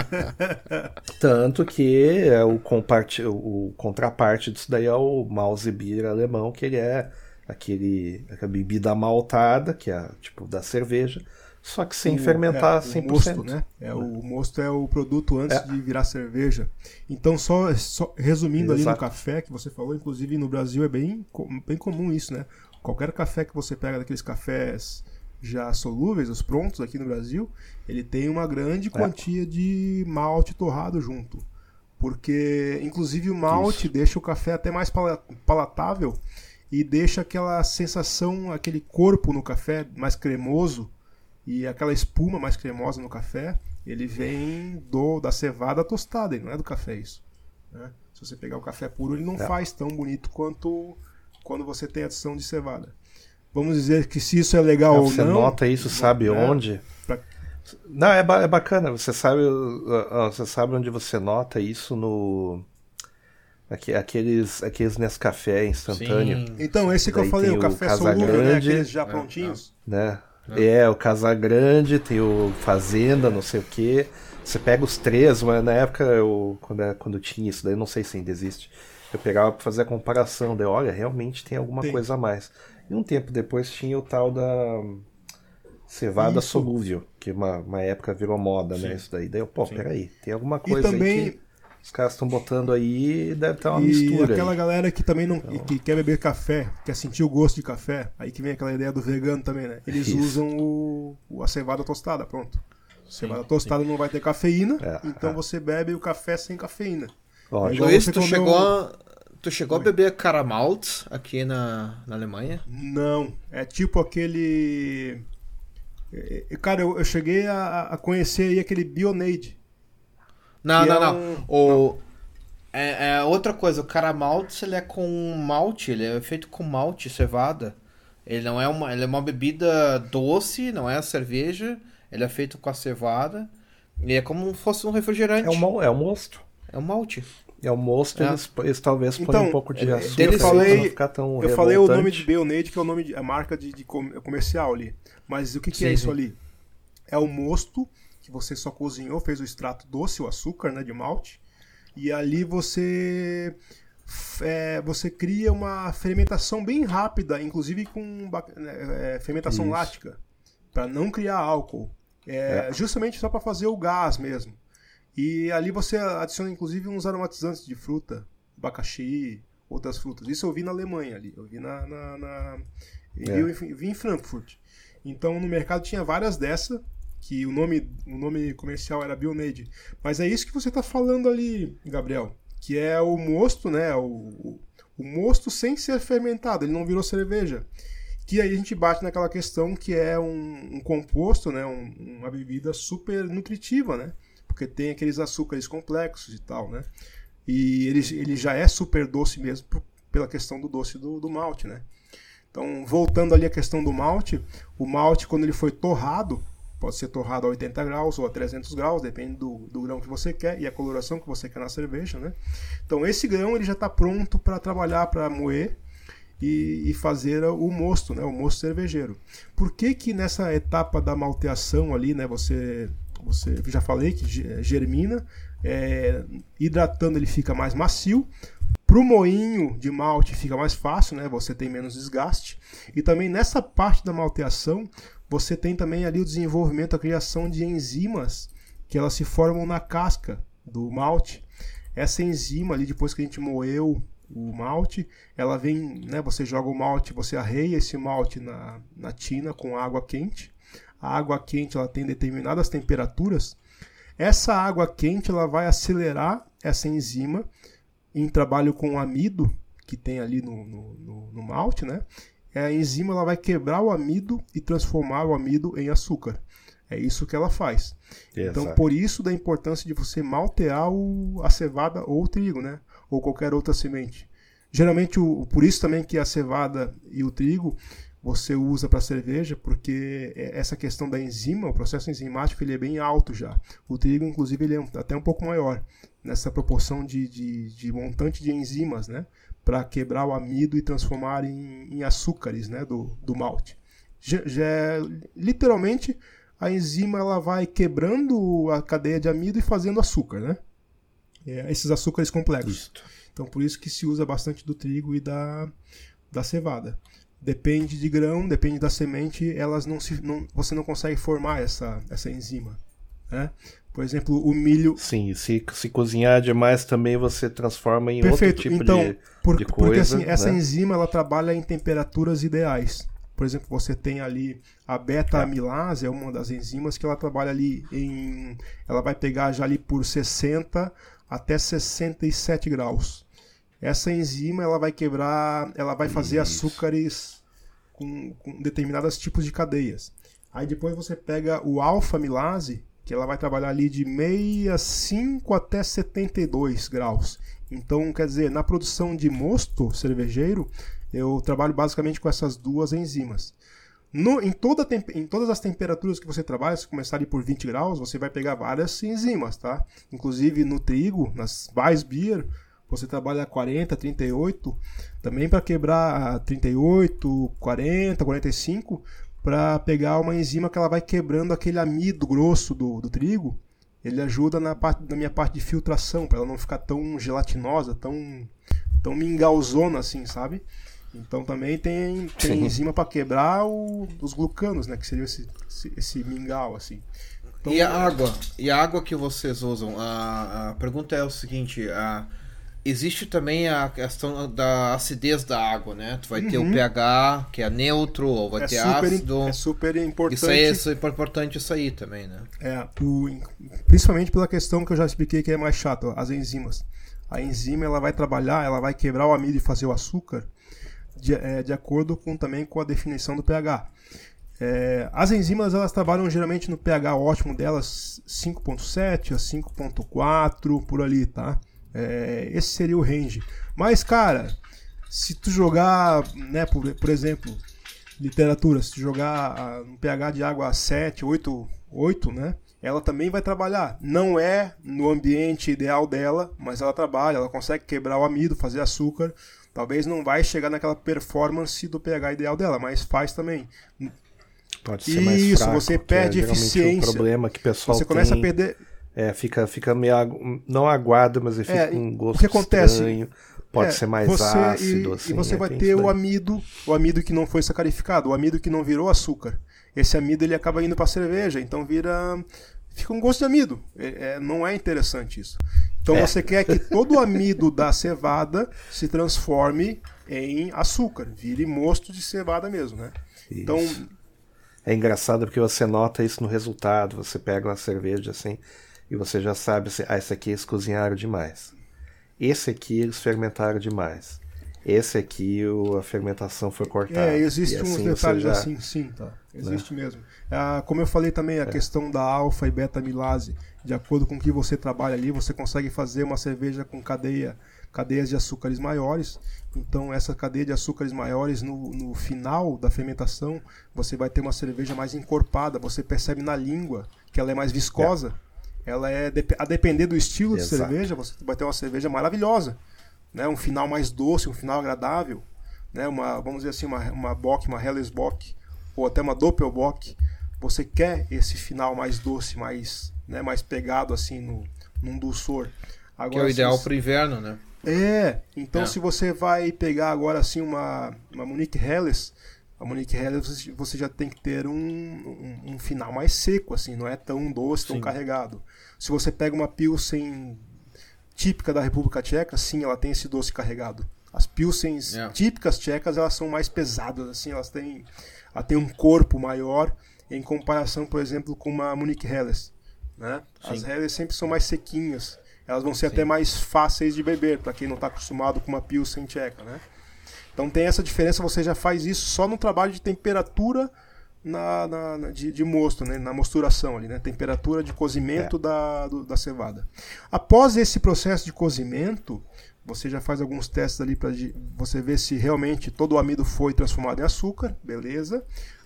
né? Tanto que é o, compart... o contraparte disso daí é o Malzbier alemão, que ele é aquele, aquela bebida maltada, que é tipo da cerveja, só que sem o- fermentar é, cem o por cento. mosto, né? É, o mosto é o produto antes É. de virar cerveja. Então, só, só resumindo ali no Exato. café que você falou, inclusive no Brasil é bem, co- bem comum isso, né? Qualquer café que você pega daqueles cafés já solúveis, os prontos aqui no Brasil, ele tem uma grande quantia de malte torrado junto. Porque, inclusive, o malte Isso. deixa o café até mais pala- palatável e deixa aquela sensação, aquele corpo no café mais cremoso e aquela espuma mais cremosa no café, ele vem do da cevada tostada, ele não é do café isso, né? Se você pegar o café puro, ele não É. faz tão bonito quanto quando você tem adição de cevada. Vamos dizer que se isso é legal ou Você não... nota isso, sabe né? onde? Pra- Não, é, ba- é bacana. Você sabe, uh, uh, você sabe onde você nota isso no aque- aqueles aqueles Nescafé instantâneo, Sim. Então, esse que eu Daí falei, tem o o café Casagrande. solúvel, né? Aqueles já prontinhos. né? É, o Casagrande, tem o Fazenda, não sei o quê. Você pega os três, mas na época eu quando é- quando tinha isso daí, não sei se ainda existe. Eu pegava pra fazer a comparação, daí, olha, realmente tem alguma Tem. coisa a mais. E um tempo depois tinha o tal da cevada Isso. solúvel, que uma, uma época virou moda, né? Sim. Isso daí. Daí eu, pô, Sim. peraí, tem alguma E coisa também... aí que os caras estão botando aí e deve ter uma E mistura. aquela aí. galera que também não que quer beber café, quer sentir o gosto de café, aí que vem aquela ideia do vegano também, né? Eles Isso. usam o, o- a cevada tostada, pronto. Cevada Sim, tostada não vai ter cafeína, É, então é. você bebe o café sem cafeína. Lógico. Igual Luiz, você tu comeu- chegou, a, tu chegou a beber Caramalt aqui na, na Alemanha? Não, é tipo aquele... é, é, Cara, eu, eu cheguei a, a conhecer aí aquele Bionade. Não, Que não, é não. um- O, é, é outra coisa, o Caramalt ele é com malte, ele é feito com malte, cevada. Ele não é uma, ele é uma bebida doce, não é a cerveja, ele é feito com a cevada. E é como se fosse um refrigerante. É um, mo- é um mosto. É um malte. É um mosto, É. eles, eles talvez ponham Então, um pouco de é- açúcar eu pra falei- não ficar tão Eu falei o nome revoltante. de Bionade, que é o nome de, a marca de, de com- comercial ali. Mas o que, que Sim, é isso sim. ali? É o mosto que você só cozinhou, fez o extrato doce, o açúcar, né, de malte. E ali você f- é, você cria uma fermentação bem rápida, inclusive com ba- é, é, fermentação Isso. lática, para não criar álcool. É, É. Justamente só para fazer o gás mesmo. E ali você adiciona inclusive uns aromatizantes de fruta, abacaxi, outras frutas. Isso eu vi na Alemanha ali, eu vi na, na, na É. eu vi, vi em Frankfurt. Então no mercado tinha várias dessas, que o nome, o nome comercial era Bionade. Mas é isso que você está falando ali, Gabriel, que é o mosto, né? O, o, o mosto sem ser fermentado, ele não virou cerveja. Que aí a gente bate naquela questão que é um, um composto, né? Um, uma bebida super nutritiva, né? Porque tem aqueles açúcares complexos e tal, né? E ele, ele já é super doce mesmo p- pela questão do doce do, do malte, né? Então, voltando ali à questão do malte, o malte, quando ele foi torrado, pode ser torrado a oitenta graus ou a trezentos graus, depende do, do grão que você quer e a coloração que você quer na cerveja, né? Então, esse grão ele já está pronto para trabalhar, para moer e, e fazer o mosto, né? O mosto cervejeiro. Por que que nessa etapa da malteação ali, né? Você você já falei que germina, é, hidratando ele fica mais macio. Pro moinho de malte fica mais fácil, né? Você tem menos desgaste. E também nessa parte da malteação, você tem também ali o desenvolvimento, a criação de enzimas que elas se formam na casca do malte. Essa enzima ali, depois que a gente moeu o malte, ela vem, né? Você joga o malte, você arreia esse malte na, na tina com água quente. A água quente ela tem determinadas temperaturas. Essa água quente ela vai acelerar essa enzima em trabalho com o amido que tem ali no, no, no, no malte, né? A enzima ela vai quebrar o amido e transformar o amido em açúcar. É isso que ela faz. Exato. Então, por isso da importância de você maltear o, a cevada ou o trigo, né? Ou qualquer outra semente. Geralmente, o, por isso também que a cevada e o trigo você usa para cerveja, porque essa questão da enzima, o processo enzimático, ele é bem alto já. O trigo, inclusive, ele é até um pouco maior, nessa proporção de, de, de montante de enzimas, né? Para quebrar o amido e transformar em, em açúcares, né? do, do malte. Já, já, literalmente, a enzima ela vai quebrando a cadeia de amido e fazendo açúcar, né? É, esses açúcares complexos. Isso. Então, por isso que se usa bastante do trigo e da, da cevada. Depende de grão, depende da semente, elas não se, não, você não consegue formar essa, essa enzima, né? Por exemplo, o milho... Sim, se, se cozinhar demais também você transforma em Perfeito. outro tipo então, de, por, de coisa. Porque assim, né? essa enzima ela trabalha em temperaturas ideais. Por exemplo, você tem ali a beta-amilase, é uma das enzimas que ela trabalha ali em... Ela vai pegar já ali por sessenta até sessenta e sete graus. Essa enzima ela vai quebrar, ela vai fazer Isso. açúcares com, com determinados tipos de cadeias. Aí depois você pega o alfa-amilase, que ela vai trabalhar ali de sessenta e cinco até setenta e dois graus. Então, quer dizer, na produção de mosto cervejeiro, eu trabalho basicamente com essas duas enzimas. No, em, toda, em todas as temperaturas que você trabalha, se começar ali por vinte graus, você vai pegar várias enzimas, tá? Inclusive no trigo, nas Weissbier, você trabalha quarenta, trinta e oito, também para quebrar trinta e oito, quarenta, quarenta e cinco, para pegar uma enzima que ela vai quebrando aquele amido grosso do, do trigo. Ele ajuda na, parte, na minha parte de filtração, para ela não ficar tão gelatinosa, tão, tão mingauzona assim, sabe? Então também tem, tem enzima para quebrar o, os glucanos, né? Que seria esse, esse, esse mingau, assim. Então, e a água? E a água que vocês usam? A, a pergunta é o seguinte... A... Existe também a questão da acidez da água, né? Tu vai uhum. ter o pH, que é neutro, ou vai é ter super, ácido. É super importante. Isso aí é super importante isso aí também, né? É, o, principalmente pela questão que eu já expliquei que é mais chato, as enzimas. A enzima ela vai trabalhar, ela vai quebrar o amido e fazer o açúcar de, é, de acordo com, também com a definição do pH. É, as enzimas elas trabalham geralmente no pH ótimo delas cinco ponto sete a cinco ponto quatro, por ali, tá? É, esse seria o range. Mas, cara, se tu jogar, né, por, por exemplo, literatura, se tu jogar um pH de água sete, oito, oito, né, ela também vai trabalhar. Não é no ambiente ideal dela, mas ela trabalha, ela consegue quebrar o amido, fazer açúcar. Talvez não vai chegar naquela performance do pH ideal dela, mas faz também. Pode ser mais Isso, fraco, você perde é eficiência. O problema que o pessoal você começa tem... a perder... É, fica, fica meio, agu... não aguado, mas ele fica é, com um gosto o que acontece, estranho, pode é, ser mais você, ácido, e, assim. E você é, vai ter o amido, o amido que não foi sacarificado, o amido que não virou açúcar. Esse amido ele acaba indo para a cerveja, então vira... Fica um gosto de amido. É, é, não é interessante isso. Então é. Você quer que todo o amido da cevada se transforme em açúcar, vire mosto de cevada mesmo, né? Isso. Então... É engraçado porque você nota isso no resultado, você pega uma cerveja assim... E você já sabe, assim, ah, esse aqui eles cozinharam demais. Esse aqui eles fermentaram demais. Esse aqui o, a fermentação foi cortada. É, existe uns assim detalhes já... assim, sim, tá. Existe né? mesmo. Ah, como eu falei também, a é. questão da alfa e beta amilase, de acordo com o que você trabalha ali, você consegue fazer uma cerveja com cadeia, cadeias de açúcares maiores. Então essa cadeia de açúcares maiores, no, no final da fermentação, você vai ter uma cerveja mais encorpada. Você percebe na língua que ela é mais viscosa. É. Ela é, a depender do estilo Exato. de cerveja, você vai ter uma cerveja maravilhosa, né? Um final mais doce, um final agradável, né? Uma, vamos dizer assim, uma, uma Bock, uma Helles Bock, ou até uma Doppelbock, você quer esse final mais doce, mais, né, mais pegado assim no, num dulçor. Agora, que é o ideal se... para o inverno, né? É, então é. se você vai pegar agora assim uma, uma Munich Helles, a Munich Helles você já tem que ter um, um, um final mais seco, assim, não é tão doce, tão Sim. carregado. Se você pega uma Pilsen típica da República Tcheca, sim, ela tem esse doce carregado. As Pilsens é. típicas tchecas, elas são mais pesadas, assim, elas têm, ela tem um corpo maior em comparação, por exemplo, com uma Munich Helles, né? As Helles sempre são mais sequinhas, elas vão ser Sim. até mais fáceis de beber, para quem não está acostumado com uma Pilsen tcheca, né? Então tem essa diferença, você já faz isso só no trabalho de temperatura na, na, na, de, de mosto, né? Na mosturação ali, né? Temperatura de cozimento é. da, do, da cevada. Após esse processo de cozimento, você já faz alguns testes ali para você ver se realmente todo o amido foi transformado em açúcar, beleza?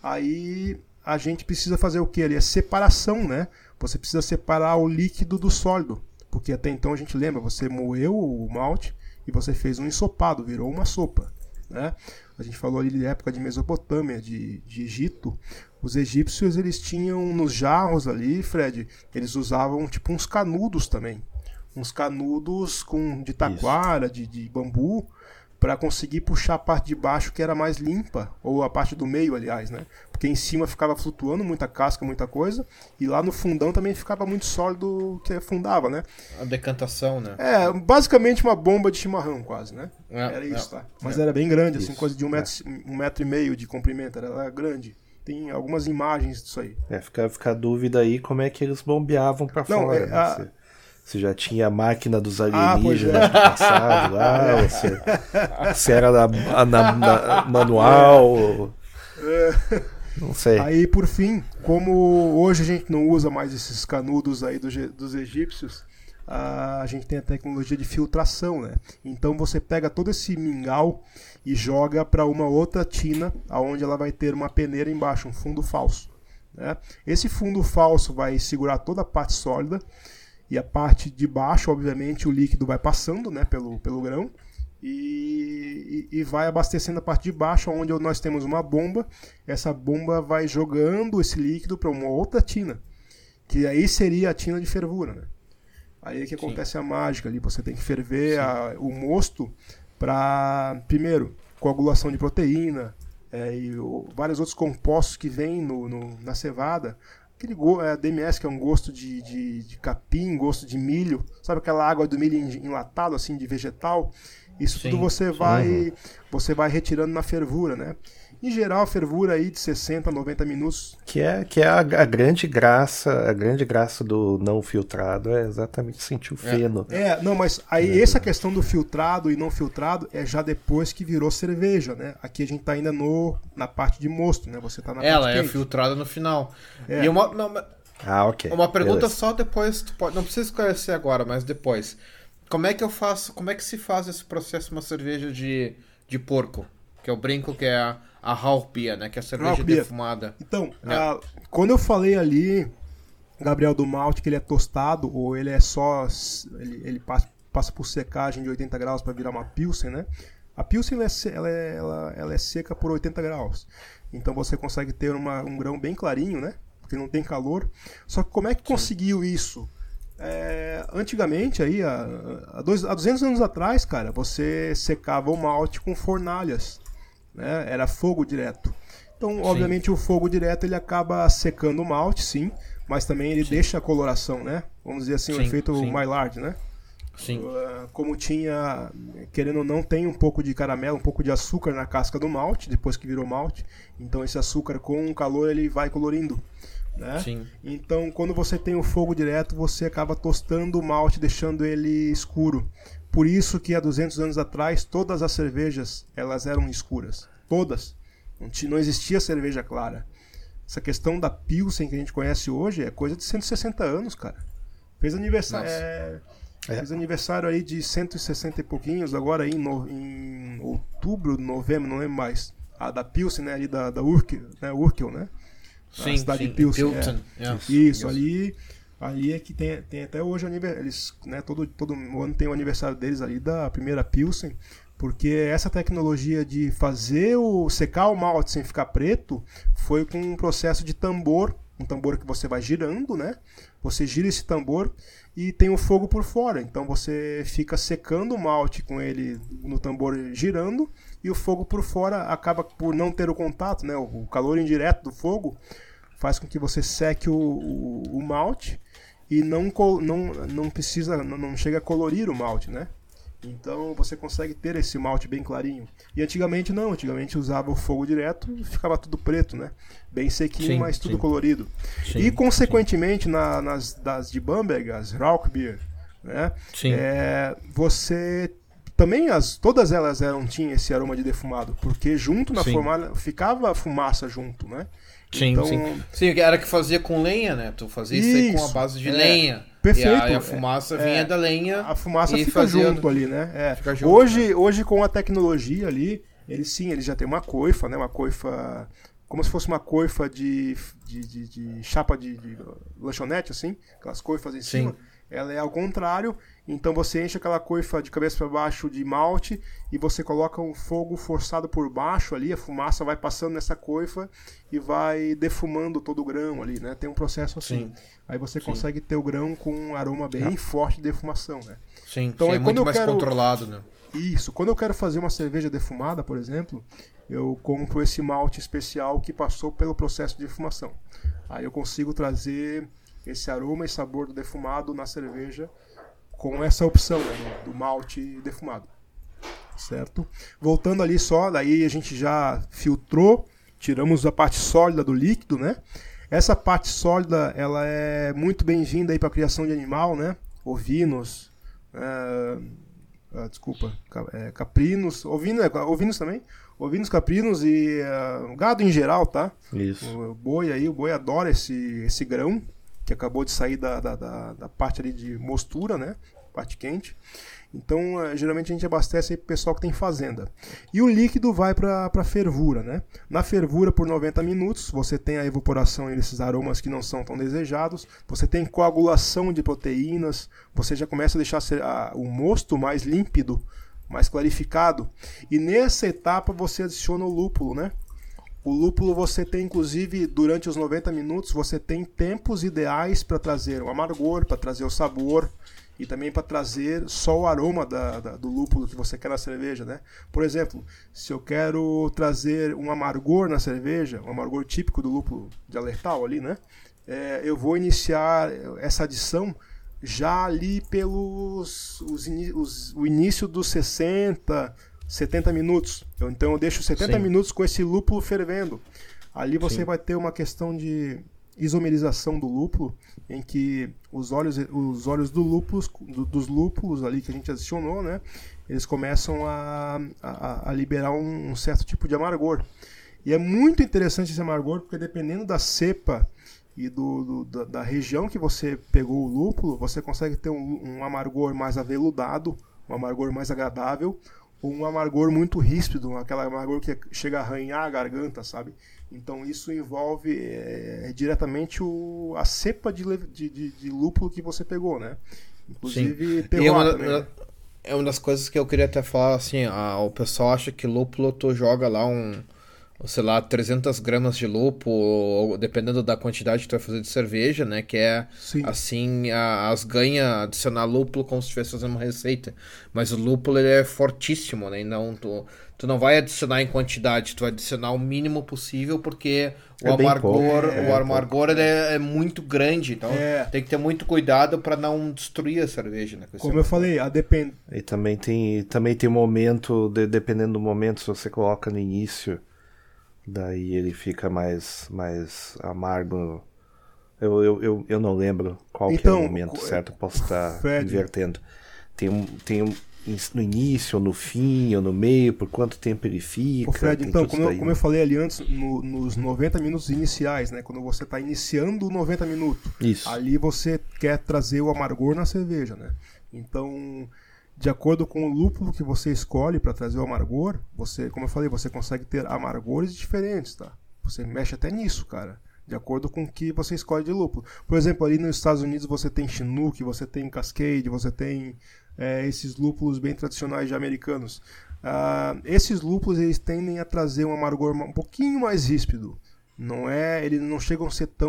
Aí a gente precisa fazer o que ali? É separação, né? Você precisa separar o líquido do sólido, porque até então a gente lembra, você moeu o malte e você fez um ensopado, virou uma sopa, né? A gente falou ali de época de Mesopotâmia, de, de Egito. Os egípcios, eles tinham nos jarros ali, Fred, eles usavam tipo uns canudos também. Uns canudos com, de taquara, de, de bambu, para conseguir puxar a parte de baixo que era mais limpa, ou a parte do meio, aliás, né? Porque em cima ficava flutuando muita casca, muita coisa, e lá no fundão também ficava muito sólido, que afundava, né? A decantação, né? É, basicamente uma bomba de chimarrão quase, né? É, era isso, é, tá? Mas é, era bem grande, assim, isso, coisa de um metro, é. um metro e meio de comprimento, era, era grande. Tem algumas imagens disso aí. É, fica, fica a dúvida aí como é que eles bombeavam para fora. É, a... né? Se já tinha a máquina dos alienígenas ah, é. passado lá, é. ou se, se era na, na, na manual, é. não sei. Aí, por fim, como hoje a gente não usa mais esses canudos aí dos, dos egípcios, a gente tem a tecnologia de filtração, né? Então você pega todo esse mingau e joga para uma outra tina, onde ela vai ter uma peneira embaixo, um fundo falso, né? Esse fundo falso vai segurar toda a parte sólida, e a parte de baixo, obviamente, o líquido vai passando, né, pelo, pelo grão e, e, e vai abastecendo a parte de baixo, onde nós temos uma bomba. Essa bomba vai jogando esse líquido para uma outra tina, que aí seria a tina de fervura, né? Aí é que acontece Sim. a mágica ali. Você tem que ferver a, o mosto para, primeiro, coagulação de proteína é, e o, vários outros compostos que vêm no, no, na cevada. Aquele go, é, D M S, que é um gosto de, de, de capim, gosto de milho, sabe aquela água do milho enlatado, assim, de vegetal? Isso sim, tudo você vai, uhum. você vai retirando na fervura, né? Em geral, a fervura aí de sessenta a noventa minutos. Que é, que é a, a grande graça, a grande graça do não filtrado é exatamente sentir o feno. É, é não, mas aí é. essa questão do filtrado e não filtrado é já depois que virou cerveja, né? Aqui a gente tá ainda no, na parte de mosto, né? Você tá na Ela parte é quente. filtrada no final. É. E uma, uma, ah, ok. Uma pergunta Beleza. só depois, tu pode, não precisa esclarecer agora, mas depois. Como é que eu faço, como é que se faz esse processo uma cerveja de, de porco? Que eu brinco que é a, a Rauchbier, né? Que é a cerveja defumada. Então, né? a, quando eu falei ali, Gabriel, do malte, que ele é tostado, ou ele é só, ele, ele passa, passa por secagem de oitenta graus para virar uma Pilsen, né? A Pilsen ela é, ela, é, ela, ela é seca por oitenta graus. Então você consegue ter uma, um grão bem clarinho, né? Porque não tem calor. Só que como é que Sim. conseguiu isso? É, antigamente, aí, há, há, dois, há duzentos anos atrás, cara, você secava o malte com fornalhas, né? Era fogo direto. Então, sim. obviamente, o fogo direto ele acaba secando o malte, sim, mas também ele sim. deixa a coloração, né? Vamos dizer assim, sim, o efeito sim. Maillard, né? Sim. Uh, como tinha, querendo ou não, tem um pouco de caramelo, um pouco de açúcar na casca do malte, depois que virou malte. Então, esse açúcar com o calor ele vai colorindo. Né? Sim. Então, quando você tem o fogo direto, você acaba tostando o malte, deixando ele escuro. Por isso que há duzentos anos atrás, todas as cervejas elas eram escuras. Todas. Não, não existia cerveja clara. Essa questão da Pilsen que a gente conhece hoje é coisa de cento e sessenta anos, cara. Fez aniversário, é, é. Fez aniversário aí de cento e sessenta e pouquinhos, agora aí em, no, em outubro, novembro, não lembro mais. A da Pilsen, né, ali da, da Urkel, né, Urkel, né? Sim, a cidade sim, de Pilsen. É. Yeah. Isso, Isso, ali, ali é que tem, tem até hoje eles, né, todo, todo ano tem o aniversário deles ali da primeira Pilsen, porque essa tecnologia de fazer o secar o malte sem ficar preto foi com um processo de tambor um tambor que você vai girando, né? Você gira esse tambor e tem o fogo por fora. Então você fica secando o malte com ele no tambor girando e o fogo por fora acaba por não ter o contato, né? O calor indireto do fogo faz com que você seque o, o, o malte e não, não, não precisa, não, não chega a colorir o malte, né? Então você consegue ter esse malte bem clarinho. E antigamente não, antigamente usava o fogo direto e ficava tudo preto, né? Bem sequinho, sim, mas tudo sim. colorido. Sim, e consequentemente na, nas das de Bamberg, as Rauchbier, né? É, você também as todas elas eram tinham esse aroma de defumado, porque junto na fornalha ficava a fumaça junto, né? Sim, então, sim. Sim, era que fazia com lenha, né? Tu fazia isso, isso aí com a base de é, lenha. Perfeito. E a, e a fumaça é, vinha é, da lenha. A fumaça fica fazia... junto ali, né? É. Junto, hoje, né? Hoje, com a tecnologia ali, eles sim, eles já tem uma coifa, né? Uma coifa, como se fosse uma coifa de, de, de, de chapa de, de lanchonete, assim, aquelas coifas em cima. Sim. Ela é ao contrário, então você enche aquela coifa de cabeça para baixo de malte e você coloca um fogo forçado por baixo ali, a fumaça vai passando nessa coifa e vai defumando todo o grão ali, né? Tem um processo assim. Sim. Aí você Sim. consegue ter o grão com um aroma bem é. forte de defumação, né? Sim, então, Sim aí, é muito mais quero... controlado, né? Isso. Quando eu quero fazer uma cerveja defumada, por exemplo, eu compro esse malte especial que passou pelo processo de defumação. Aí eu consigo trazer esse aroma e sabor do defumado na cerveja com essa opção, né, do malte defumado, certo? Voltando ali só, daí a gente já filtrou, tiramos a parte sólida do líquido, né? Essa parte sólida, ela é muito bem-vinda aí para a criação de animal, né? Ovinos, é, ah, desculpa, é, caprinos, ovino, é, ovinos também, ovinos, caprinos e uh, gado em geral, tá? Isso. O boi aí, o boi adora esse, esse grão que acabou de sair da, da, da, da parte ali de mostura, né? Parte quente. Então, uh, geralmente a gente abastece aí pro pessoal que tem fazenda. E o líquido vai para a fervura, né? Na fervura por noventa minutos, você tem a evaporação desses aromas que não são tão desejados, você tem coagulação de proteínas, você já começa a deixar a, o mosto mais límpido, mais clarificado. E nessa etapa você adiciona o lúpulo, né? O lúpulo você tem, inclusive, durante os noventa minutos, você tem tempos ideais para trazer o amargor, para trazer o sabor e também para trazer só o aroma da, da, do lúpulo que você quer na cerveja, né? Por exemplo, se eu quero trazer um amargor na cerveja, um amargor típico do lúpulo de Hallertau ali, né? É, eu vou iniciar essa adição já ali pelos os, os, o início dos sessenta, setenta minutos. Eu, então eu deixo setenta Sim. minutos com esse lúpulo fervendo. Ali você Sim. vai ter uma questão de isomerização do lúpulo, em que os óleos, os óleos do lúpulos, do, dos lúpulos ali que a gente adicionou, né, eles começam a, a, a liberar um, um certo tipo de amargor. E é muito interessante esse amargor, porque dependendo da cepa e do, do, da, da região que você pegou o lúpulo, você consegue ter um, um amargor mais aveludado, um amargor mais agradável, ou um amargor muito ríspido, aquele amargor que chega a arranhar a garganta, sabe? Então isso envolve é, diretamente o, a cepa de, de, de, de lúpulo que você pegou, né? Inclusive terroir é uma, também, né? É uma das coisas que eu queria até falar, assim, a, o pessoal acha que lúpulo tu joga lá um, sei lá, trezentas gramas de lúpulo, ou, dependendo da quantidade que tu vai fazer de cerveja, né? Que é, Sim. assim, a, as ganha adicionar lúpulo como se estivesse fazendo uma receita. Mas o lúpulo, ele é fortíssimo, né? Então, tu, tu não vai adicionar em quantidade, tu vai adicionar o mínimo possível, porque o é amargor, é, o amargor ele é, é muito grande. Então, é. tem que ter muito cuidado para não destruir a cerveja, né? Como eu falei, a depend... E também tem, também tem momento, de, dependendo do momento, se você coloca no início... Daí ele fica mais, mais amargo. Eu, eu, eu, eu não lembro qual então, que é o momento certo. Posso estar Fred. invertendo. Tem um, tem um no início, ou no fim, ou no meio, por quanto tempo ele fica. Ô Fred, então, como eu, como eu falei ali antes, no, nos noventa minutos iniciais, né? Quando você está iniciando noventa minutos, Isso. ali você quer trazer o amargor na cerveja, né? Então... De acordo com o lúpulo que você escolhe para trazer o amargor, você, como eu falei, você consegue ter amargores diferentes, tá? Você mexe até nisso, cara. De acordo com o que você escolhe de lúpulo. Por exemplo, ali nos Estados Unidos você tem Chinook, você tem Cascade, você tem é, esses lúpulos bem tradicionais de americanos. Ah, esses lúpulos eles tendem a trazer um amargor um pouquinho mais ríspido. Não é, eles não chegam a ser tão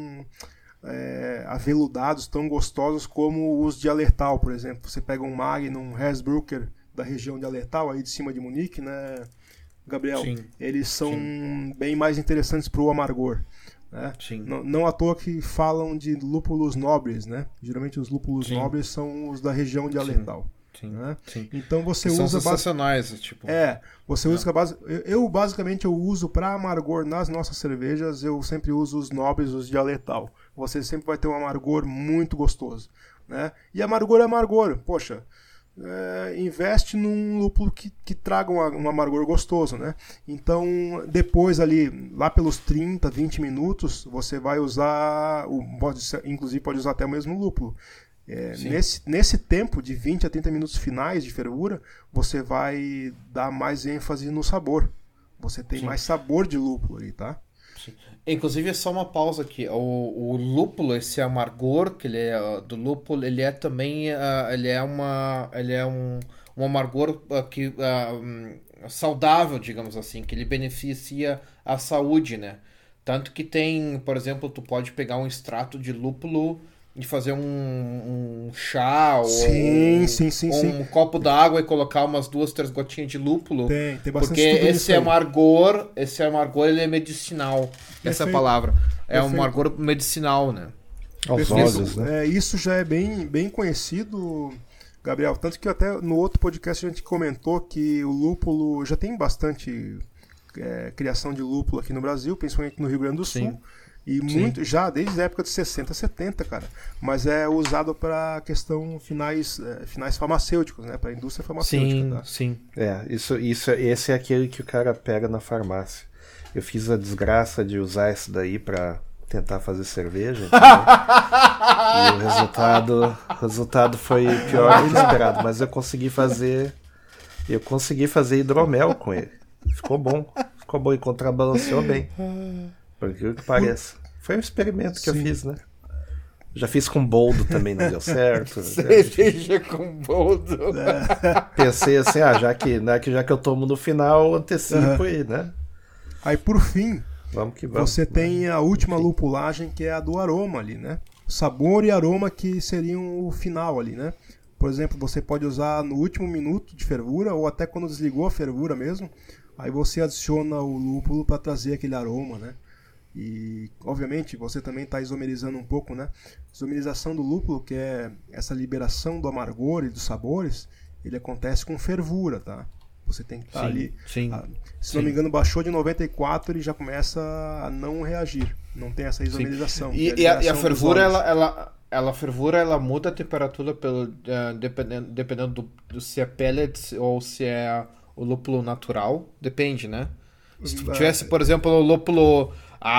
é, aveludados, tão gostosos como os de Hallertau, por exemplo. Você pega um Magnum, um Hersbrucker da região de Hallertau, aí de cima de Munique, né, Gabriel? Sim. Eles são Sim. bem mais interessantes para o amargor. Né? Sim. Não, não à toa que falam de lúpulos nobres, né? Geralmente os lúpulos Sim. nobres são os da região de Hallertau. Sim. Né? Sim. Então você são usa sensacionais, base... tipo. É, você usa base... eu, eu basicamente eu uso para amargor nas nossas cervejas, eu sempre uso os nobres, os de Hallertau. Você sempre vai ter um amargor muito gostoso, né? E amargor é amargor, poxa. É, investe num lúpulo que, que traga um, um amargor gostoso, né? Então, depois ali, lá pelos trinta, vinte minutos, você vai usar, o, pode ser, inclusive pode usar até o mesmo lúpulo. É, nesse, nesse tempo de vinte a trinta minutos finais de fervura, você vai dar mais ênfase no sabor. Você tem Sim. mais sabor de lúpulo aí, tá? Sim. Inclusive, só uma pausa aqui. O, o lúpulo, esse amargor que ele é do lúpulo, ele é também uh, ele é uma ele é um, um amargor uh, que uh, um, saudável, digamos assim, que ele beneficia a saúde, né? Tanto que tem, por exemplo, tu pode pegar um extrato de lúpulo e fazer um, um chá sim, ou, sim, sim, ou sim. um copo d'água e colocar umas duas, três gotinhas de lúpulo. Tem, tem bastante porque esse amargor, esse amargor ele é medicinal. Perfeito. Essa é a palavra. É Perfeito. um amargor medicinal, né? Aos olhos, né? É, isso já é bem, bem conhecido, Gabriel. Tanto que até no outro podcast a gente comentou que o lúpulo já tem bastante é, criação de lúpulo aqui no Brasil, principalmente no Rio Grande do Sul. Sim. E muito, já desde a época de sessenta, setenta, cara. Mas é usado para questão finais, é, finais farmacêuticos, né? Para a indústria farmacêutica. Sim, tá? sim. É, isso, isso, esse é aquele que o cara pega na farmácia. Eu fiz a desgraça de usar esse daí para tentar fazer cerveja. E o resultado, o resultado foi pior do que esperado. Mas eu consegui fazer, eu consegui fazer hidromel com ele. Ficou bom, ficou bom e contrabalanceou bem. Por que que pareça. Foi um experimento que Sim. eu fiz, né? Já fiz com boldo também, não deu certo. Cerveja com boldo. É. Pensei assim, ah, já que, né, que já que eu tomo no final, antecipo aí, uhum. né? Aí por fim, vamos que vamos. Você tem a última Enfim. lupulagem, que é a do aroma ali, né? Sabor e aroma que seriam o final ali, né? Por exemplo, você pode usar no último minuto de fervura, ou até quando desligou a fervura mesmo. Aí você adiciona o lúpulo para trazer aquele aroma, né? E, obviamente, você também está isomerizando um pouco, né? Isomerização do lúpulo, que é essa liberação do amargor e dos sabores, ele acontece com fervura, tá? Você tem que estar tá ali... Sim, a, se sim. não me engano, baixou de noventa e quatro, ele já começa a não reagir. Não tem essa isomerização. E, é e, a, e a fervura, ela, ela, ela, a fervura, ela muda a temperatura pelo, uh, dependendo, dependendo do, do se é pellets ou se é o lúpulo natural. Depende, né? Se tu tivesse, por exemplo, o lúpulo...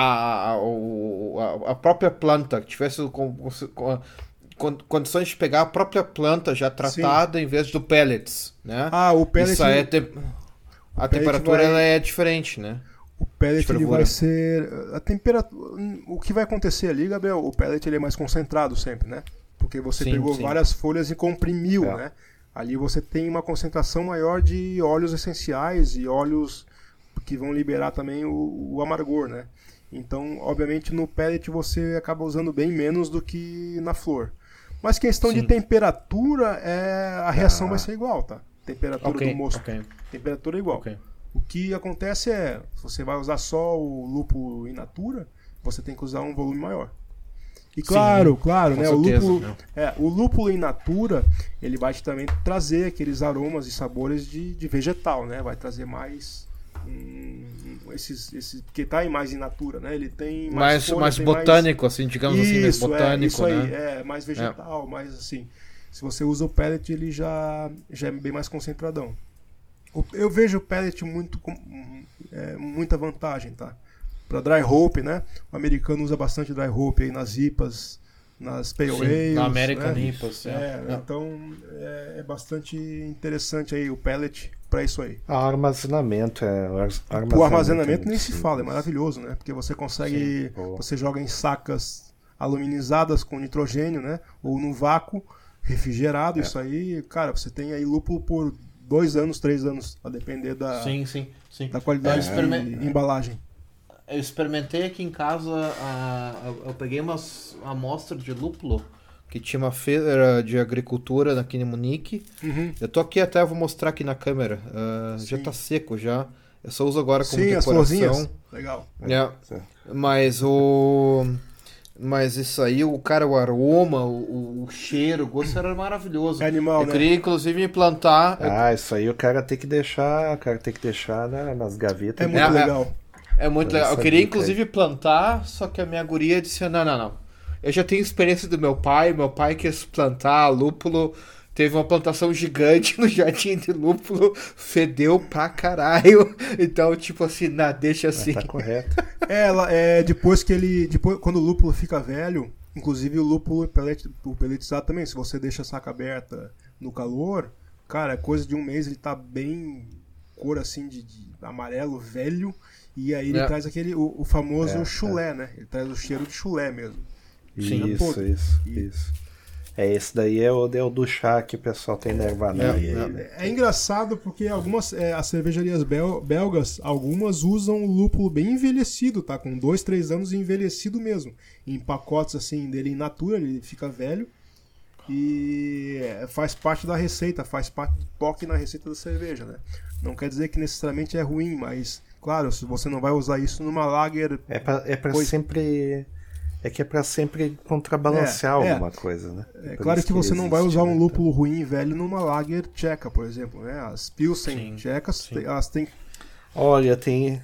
A, a, a própria planta, que tivesse com, com, com condições de pegar a própria planta já tratada Sim. em vez do pellets, né? Ah, o pellet... Isso é te... A temperatura vai... ela é diferente, né? O pellet ele vai ser... A temperatura... O que vai acontecer ali, Gabriel, o pellet ele é mais concentrado sempre, né? Porque você sim, pegou sim. várias folhas e comprimiu, é. né? Ali você tem uma concentração maior de óleos essenciais e óleos que vão liberar também o, o amargor, né? Então, obviamente, no pellet você acaba usando bem menos do que na flor. Mas questão Sim. de temperatura, é... a reação ah. vai ser igual, tá? Temperatura okay, do mosto. Okay. Temperatura é igual. Okay. O que acontece é, se você vai usar só o lúpulo in natura, você tem que usar um volume maior. E claro, Sim, claro, né? Certeza, o, lúpulo, né? é, o lúpulo in natura, ele vai também trazer aqueles aromas e sabores de, de vegetal, né? Vai trazer mais... Hum, esses, esses, porque tá mais in natura, né? Ele tem mais, mais, folha, mais tem botânico, mais... assim, digamos isso, assim, mais botânico, é, isso aí, né? é, mais vegetal, é. mais assim. Se você usa o pellet, ele já, já é bem mais concentradão. Eu vejo o pellet muito com é, muita vantagem, tá? Para dry hope, né? O americano usa bastante dry hope aí nas I P As, nas Pale Ales. Na American né? I P As, é. é, é. Então é, é bastante interessante aí o pellet para isso aí. O armazenamento é armazenamento o armazenamento é nem se fala, é maravilhoso, né? Porque você consegue, Sim, você joga em sacas aluminizadas com nitrogênio, né? Ou no vácuo refrigerado, é. Isso aí, cara, você tem aí lúpulo por dois anos, três anos, a depender da, sim, sim, sim. da qualidade é, de embalagem. eu experimentei aqui em casa, a, a- eu peguei umas amostras de lúpulo, que tinha uma feira de agricultura aqui em Munique. Uhum. Eu tô aqui até, eu vou mostrar aqui na câmera. ah, já Sim. tá seco já. Eu só uso agora como Sim, as decoração. florzinhas. Legal. É, Certo. mas o... Mas isso aí, o cara, o aroma, o, o cheiro, o gosto era maravilhoso. É animal, eu né? queria, inclusive, implantar... Ah, isso aí o cara tem que deixar, o cara tem que deixar na- nas gavetas. É muito É, é. legal. É muito Eu legal. Eu sabia queria, que inclusive, plantar, só que a minha guria disse, não, não, não. Eu já tenho experiência do meu pai, meu pai quis plantar lúpulo, teve uma plantação gigante no jardim de lúpulo, fedeu pra caralho. Então, tipo assim, não, deixa assim. Tá correto. É, ela, é, depois que ele. Depois, quando o lúpulo fica velho, inclusive o lúpulo pellet, o pelletizado também, se você deixa a saca aberta no calor, cara, coisa de um mês ele tá bem cor assim de, de amarelo, velho, e aí ele É. traz aquele, o, o famoso É, chulé, né? Ele traz o cheiro de chulé mesmo. Sim. Isso, Pô, isso, e- isso. É, esse daí é o, é o do chá que o pessoal tem na ervanária. É, aí, né? É engraçado porque algumas é, as cervejarias bel- belgas, algumas usam o lúpulo bem envelhecido, tá? Com dois, três anos envelhecido mesmo. Em pacotes assim dele in natura, ele fica velho. E é, faz parte da receita, faz parte do toque na receita da cerveja, né? Não quer dizer que necessariamente é ruim, mas, claro, se você não vai usar isso numa lager... É pra, é pra Pois- sempre. É que é pra sempre contrabalancear É, é. alguma coisa, né? É por claro isso que você não vai existe, usar né? um lúpulo ruim e velho numa lager tcheca, por exemplo, né? As Pilsen Sim, tchecas, sim. elas têm... Olha, tem.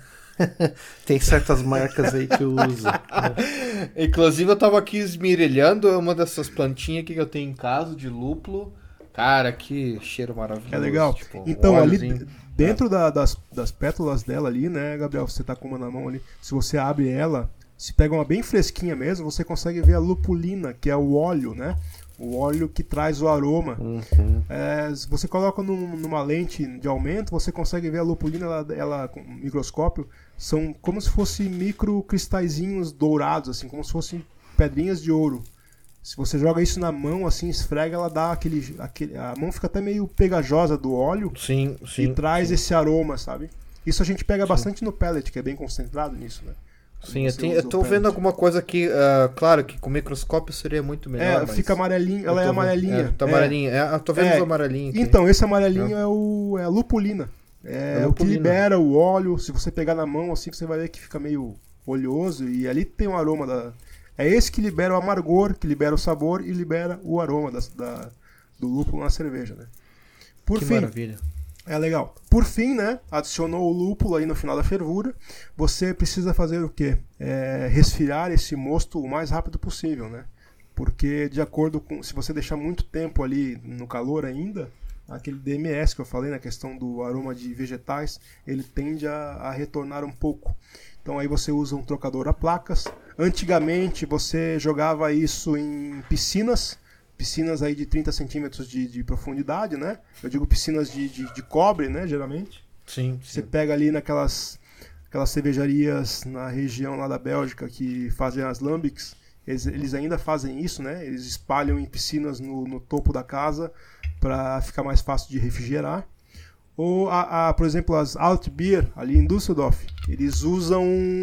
Tem certas marcas aí que usa. Inclusive, eu tava aqui esmirilhando uma dessas plantinhas aqui que eu tenho em casa, de lúpulo. Cara, que cheiro maravilhoso. É legal. Tipo, um Então, ali óleozinho. d- dentro da- das, das pétalas dela ali, né, Gabriel? Você tá com uma na mão ali. Se você abre ela, se pega uma bem fresquinha mesmo, você consegue ver a lupulina, que é o óleo, né? O óleo que traz o aroma. Uhum. É, se você coloca num- numa lente de aumento, você consegue ver a lupulina, ela, ela com microscópio, são como se fossem micro cristalzinhos dourados, assim, como se fossem pedrinhas de ouro. Se você joga isso na mão, assim, esfrega, ela dá aquele, aquele. A mão fica até meio pegajosa do óleo Sim, sim. e traz sim. esse aroma, sabe? Isso a gente pega bastante no pellet, que é bem concentrado nisso, né? Sim, eu, Você tenho- usa eu o tô pellet. vendo alguma coisa aqui, ah, claro que com microscópio seria muito melhor. É, mas fica amarelinho, eu ela é tô vendo- amarelinha. É, tá É. amarelinha. É, eu tô vendo É, os amarelinhos aqui. Então, esse amarelinho é, o, é a lupulina. É, É o que lupulina. libera o óleo. Se você pegar na mão, assim, você vai ver que fica meio oleoso. E ali tem um aroma da. É esse que libera o amargor, que libera o sabor e libera o aroma da, da- do lúpulo na cerveja, né? Por Que fim, maravilha. é legal. Por fim, né? Adicionou o lúpulo aí no final da fervura. Você precisa fazer o quê? É, resfriar esse mosto o mais rápido possível, né? Porque de acordo com... Se você deixar muito tempo ali no calor ainda, aquele D M S que eu falei na questão do aroma de vegetais, ele tende a, a retornar um pouco. Então aí você usa um trocador a placas. Antigamente você jogava isso em piscinas, piscinas aí de trinta centímetros de, de profundidade, né? Eu digo piscinas de, de, de cobre, né, geralmente. Sim, Você sim. pega ali naquelas aquelas cervejarias na região lá da Bélgica que fazem as lambics, eles, eles ainda fazem isso, né? Eles espalham em piscinas no, no topo da casa para ficar mais fácil de refrigerar. Ou, a, a, por exemplo, as Alt Beer ali em Düsseldorf, eles usam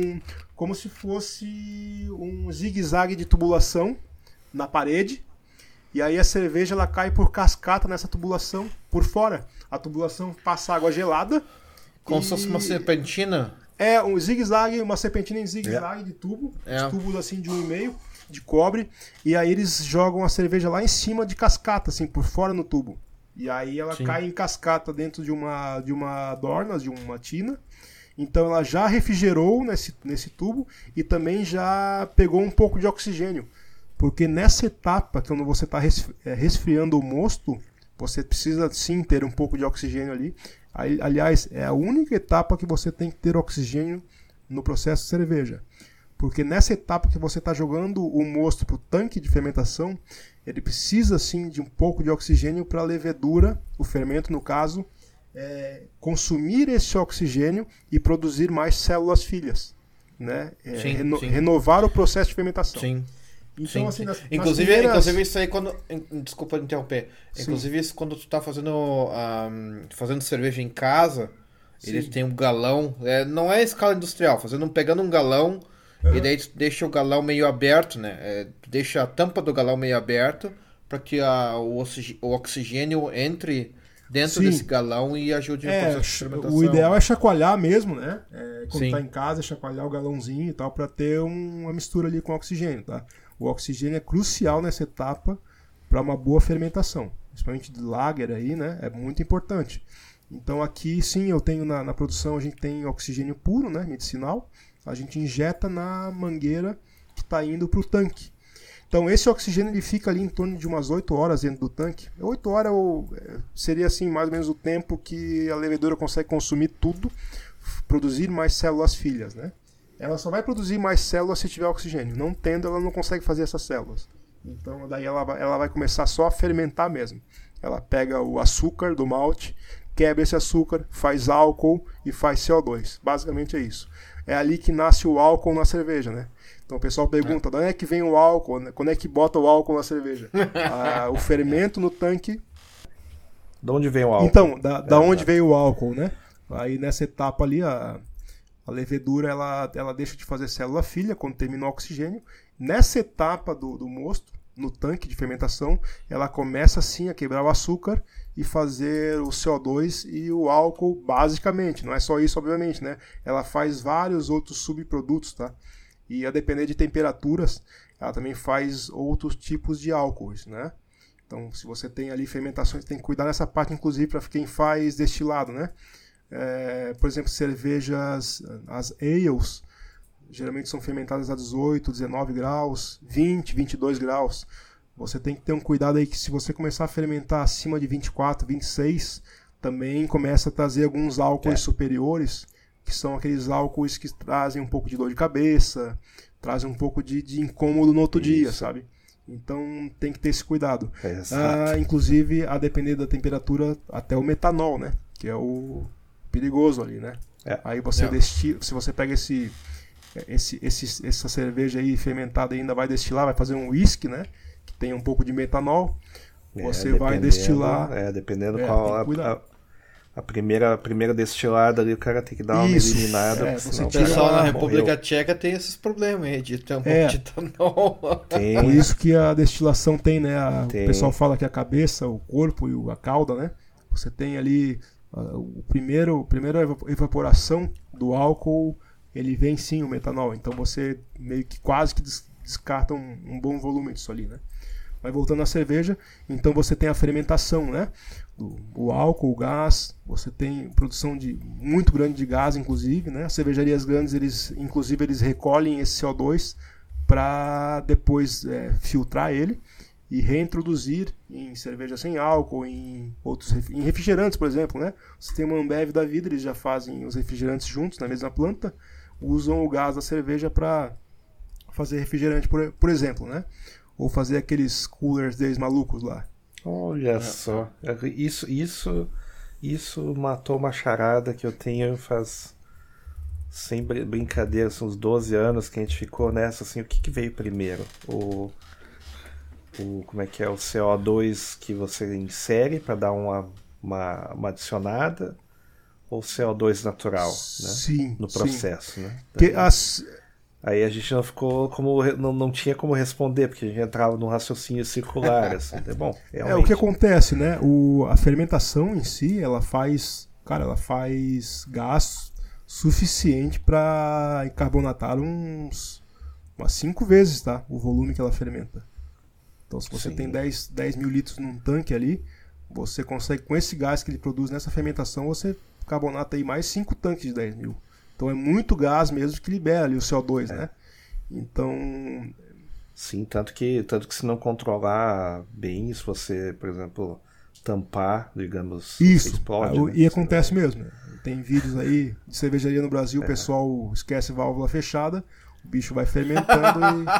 como se fosse um zigue-zague de tubulação na parede. E aí a cerveja ela cai por cascata nessa tubulação por fora. A tubulação passa água gelada. Como e- se fosse uma serpentina. É um zigue-zague, uma serpentina em zigue-zague de tubo. É. De tubos assim de um e meio de cobre. E aí eles jogam a cerveja lá em cima de cascata, assim, por fora no tubo. E aí ela Sim. cai em cascata dentro de uma, de uma dorna, de uma tina. Então ela já refrigerou nesse, nesse tubo e também já pegou um pouco de oxigênio. Porque nessa etapa, quando você está resfriando o mosto, você precisa sim ter um pouco de oxigênio ali. Aí, aliás, é a única etapa que você tem que ter oxigênio no processo de cerveja. Porque nessa etapa que você está jogando o mosto para o tanque de fermentação, ele precisa sim de um pouco de oxigênio para a levedura, o fermento no caso, é, consumir esse oxigênio e produzir mais células filhas. Né? É, Sim, reno- sim. Renovar o processo de fermentação. Sim. Então, Sim, assim, sim. nas, nas inclusive, primeiras- inclusive isso aí quando. in- Desculpa interromper. Sim. Inclusive isso quando tu tá fazendo, ahm, fazendo cerveja em casa, Eles têm um galão, é, não é escala industrial, fazendo, pegando um galão uhum. e daí tu deixa o galão meio aberto, né? É, tu deixa a tampa do galão meio aberto para que a, o, oxig, o oxigênio entre dentro Sim. desse galão e ajude é, no processo de fermentação. O ideal é chacoalhar mesmo, né? É, quando Sim. tá em casa, é chacoalhar o galãozinho e tal para ter um, uma mistura ali com o oxigênio, tá? O oxigênio é crucial nessa etapa para uma boa fermentação, principalmente de lager aí, né? É muito importante. Então aqui sim eu tenho na, na produção, a gente tem oxigênio puro, né, medicinal, a gente injeta na mangueira que está indo para o tanque. Então esse oxigênio ele fica ali em torno de umas oito horas dentro do tanque. oito horas seria assim mais ou menos o tempo que a levedura consegue consumir tudo, produzir mais células filhas, né? Ela só vai produzir mais células se tiver oxigênio, não tendo ela não consegue fazer essas células. Então daí ela, ela vai começar só a fermentar mesmo. Ela pega o açúcar do malte, quebra esse açúcar, faz álcool e faz C O dois. Basicamente é isso. É ali que nasce o álcool na cerveja, né? Então o pessoal pergunta, de onde é que vem o álcool? Quando é que bota o álcool na cerveja? Ah, o fermento no tanque. De onde vem o álcool? Então, da, da é, onde é. veio o álcool, né? Aí nessa etapa ali, a, a levedura ela, ela deixa de fazer célula filha quando termina o oxigênio. Nessa etapa do, do mosto, no tanque de fermentação, ela começa sim a quebrar o açúcar e fazer o C O dois e o álcool basicamente. Não é só isso, obviamente, né? Ela faz vários outros subprodutos, tá? E a depender de temperaturas, ela também faz outros tipos de álcoois, né? Então, se você tem ali fermentações, tem que cuidar nessa parte, inclusive, para quem faz destilado, né? É, por exemplo, cervejas, as ales, geralmente são fermentadas a dezoito, dezenove graus, vinte, vinte e dois graus. Você tem que ter um cuidado aí que se você começar a fermentar acima de vinte e quatro, vinte e seis, também começa a trazer alguns álcoois é. superiores, que são aqueles álcoois que trazem um pouco de dor de cabeça, trazem um pouco de, de incômodo no outro Isso. dia, sabe? Então tem que ter esse cuidado. É, ah, inclusive, a depender da temperatura, até o metanol, né? Que é o perigoso ali, né? É. Aí você é. destila, se você pega esse, esse, esse, essa cerveja aí fermentada e ainda vai destilar, vai fazer um whisky, né? Que tem um pouco de metanol, você é, vai destilar. É, dependendo é, qual a, a, a, primeira, a primeira destilada ali, o cara tem que dar uma Isso, eliminada. É, você o pessoal na República morreu. Tcheca tem esses problemas aí de tampão é, de etanol. Tem. Por isso que a destilação tem, né? A, tem. O pessoal fala que a cabeça, o corpo e a cauda, né? Você tem ali uh, o primeiro, a primeira evaporação do álcool, ele vem sim o metanol. Então você meio que quase que descarta um, um bom volume disso ali, né? Mas voltando à cerveja, então você tem a fermentação, né? Do, o álcool, o gás, você tem produção de muito grande de gás, inclusive, né? As cervejarias grandes, eles, inclusive, eles recolhem esse C O dois para depois é, filtrar ele e reintroduzir em cerveja sem álcool, em outros em refrigerantes, por exemplo, né? Você tem uma Ambev da vida, eles já fazem os refrigerantes juntos na mesma planta, usam o gás da cerveja para fazer refrigerante, por, por exemplo, né? Ou fazer aqueles coolers deles malucos lá. Olha é. só. Isso, isso, isso matou uma charada que eu tenho faz, sem brincadeira, são uns doze anos que a gente ficou nessa, assim, o que, que veio primeiro? O, o, como é que é? O C O dois que você insere para dar uma, uma, uma adicionada, ou C O dois natural, né? Sim, no processo, sim. né? Que as... Aí a gente não ficou como não, não tinha como responder, porque a gente entrava num raciocínio circular, assim. É bom. Realmente. É o que acontece, né? O, a fermentação em si, ela faz, cara, ela faz gás suficiente para carbonatar uns umas cinco vezes, tá? O volume que ela fermenta. Então, se você Sim. tem dez, dez mil litros num tanque ali, você consegue, com esse gás que ele produz nessa fermentação, você carbonata aí mais cinco tanques de dez mil. Então é muito gás mesmo que libera ali o C O dois, é. né? Então... Sim, tanto que, tanto que se não controlar bem, se você, por exemplo, tampar, digamos, Isso, explode. Ah, né? E acontece mesmo. Tem vídeos aí de cervejaria no Brasil, é. o pessoal esquece válvula fechada, o bicho vai fermentando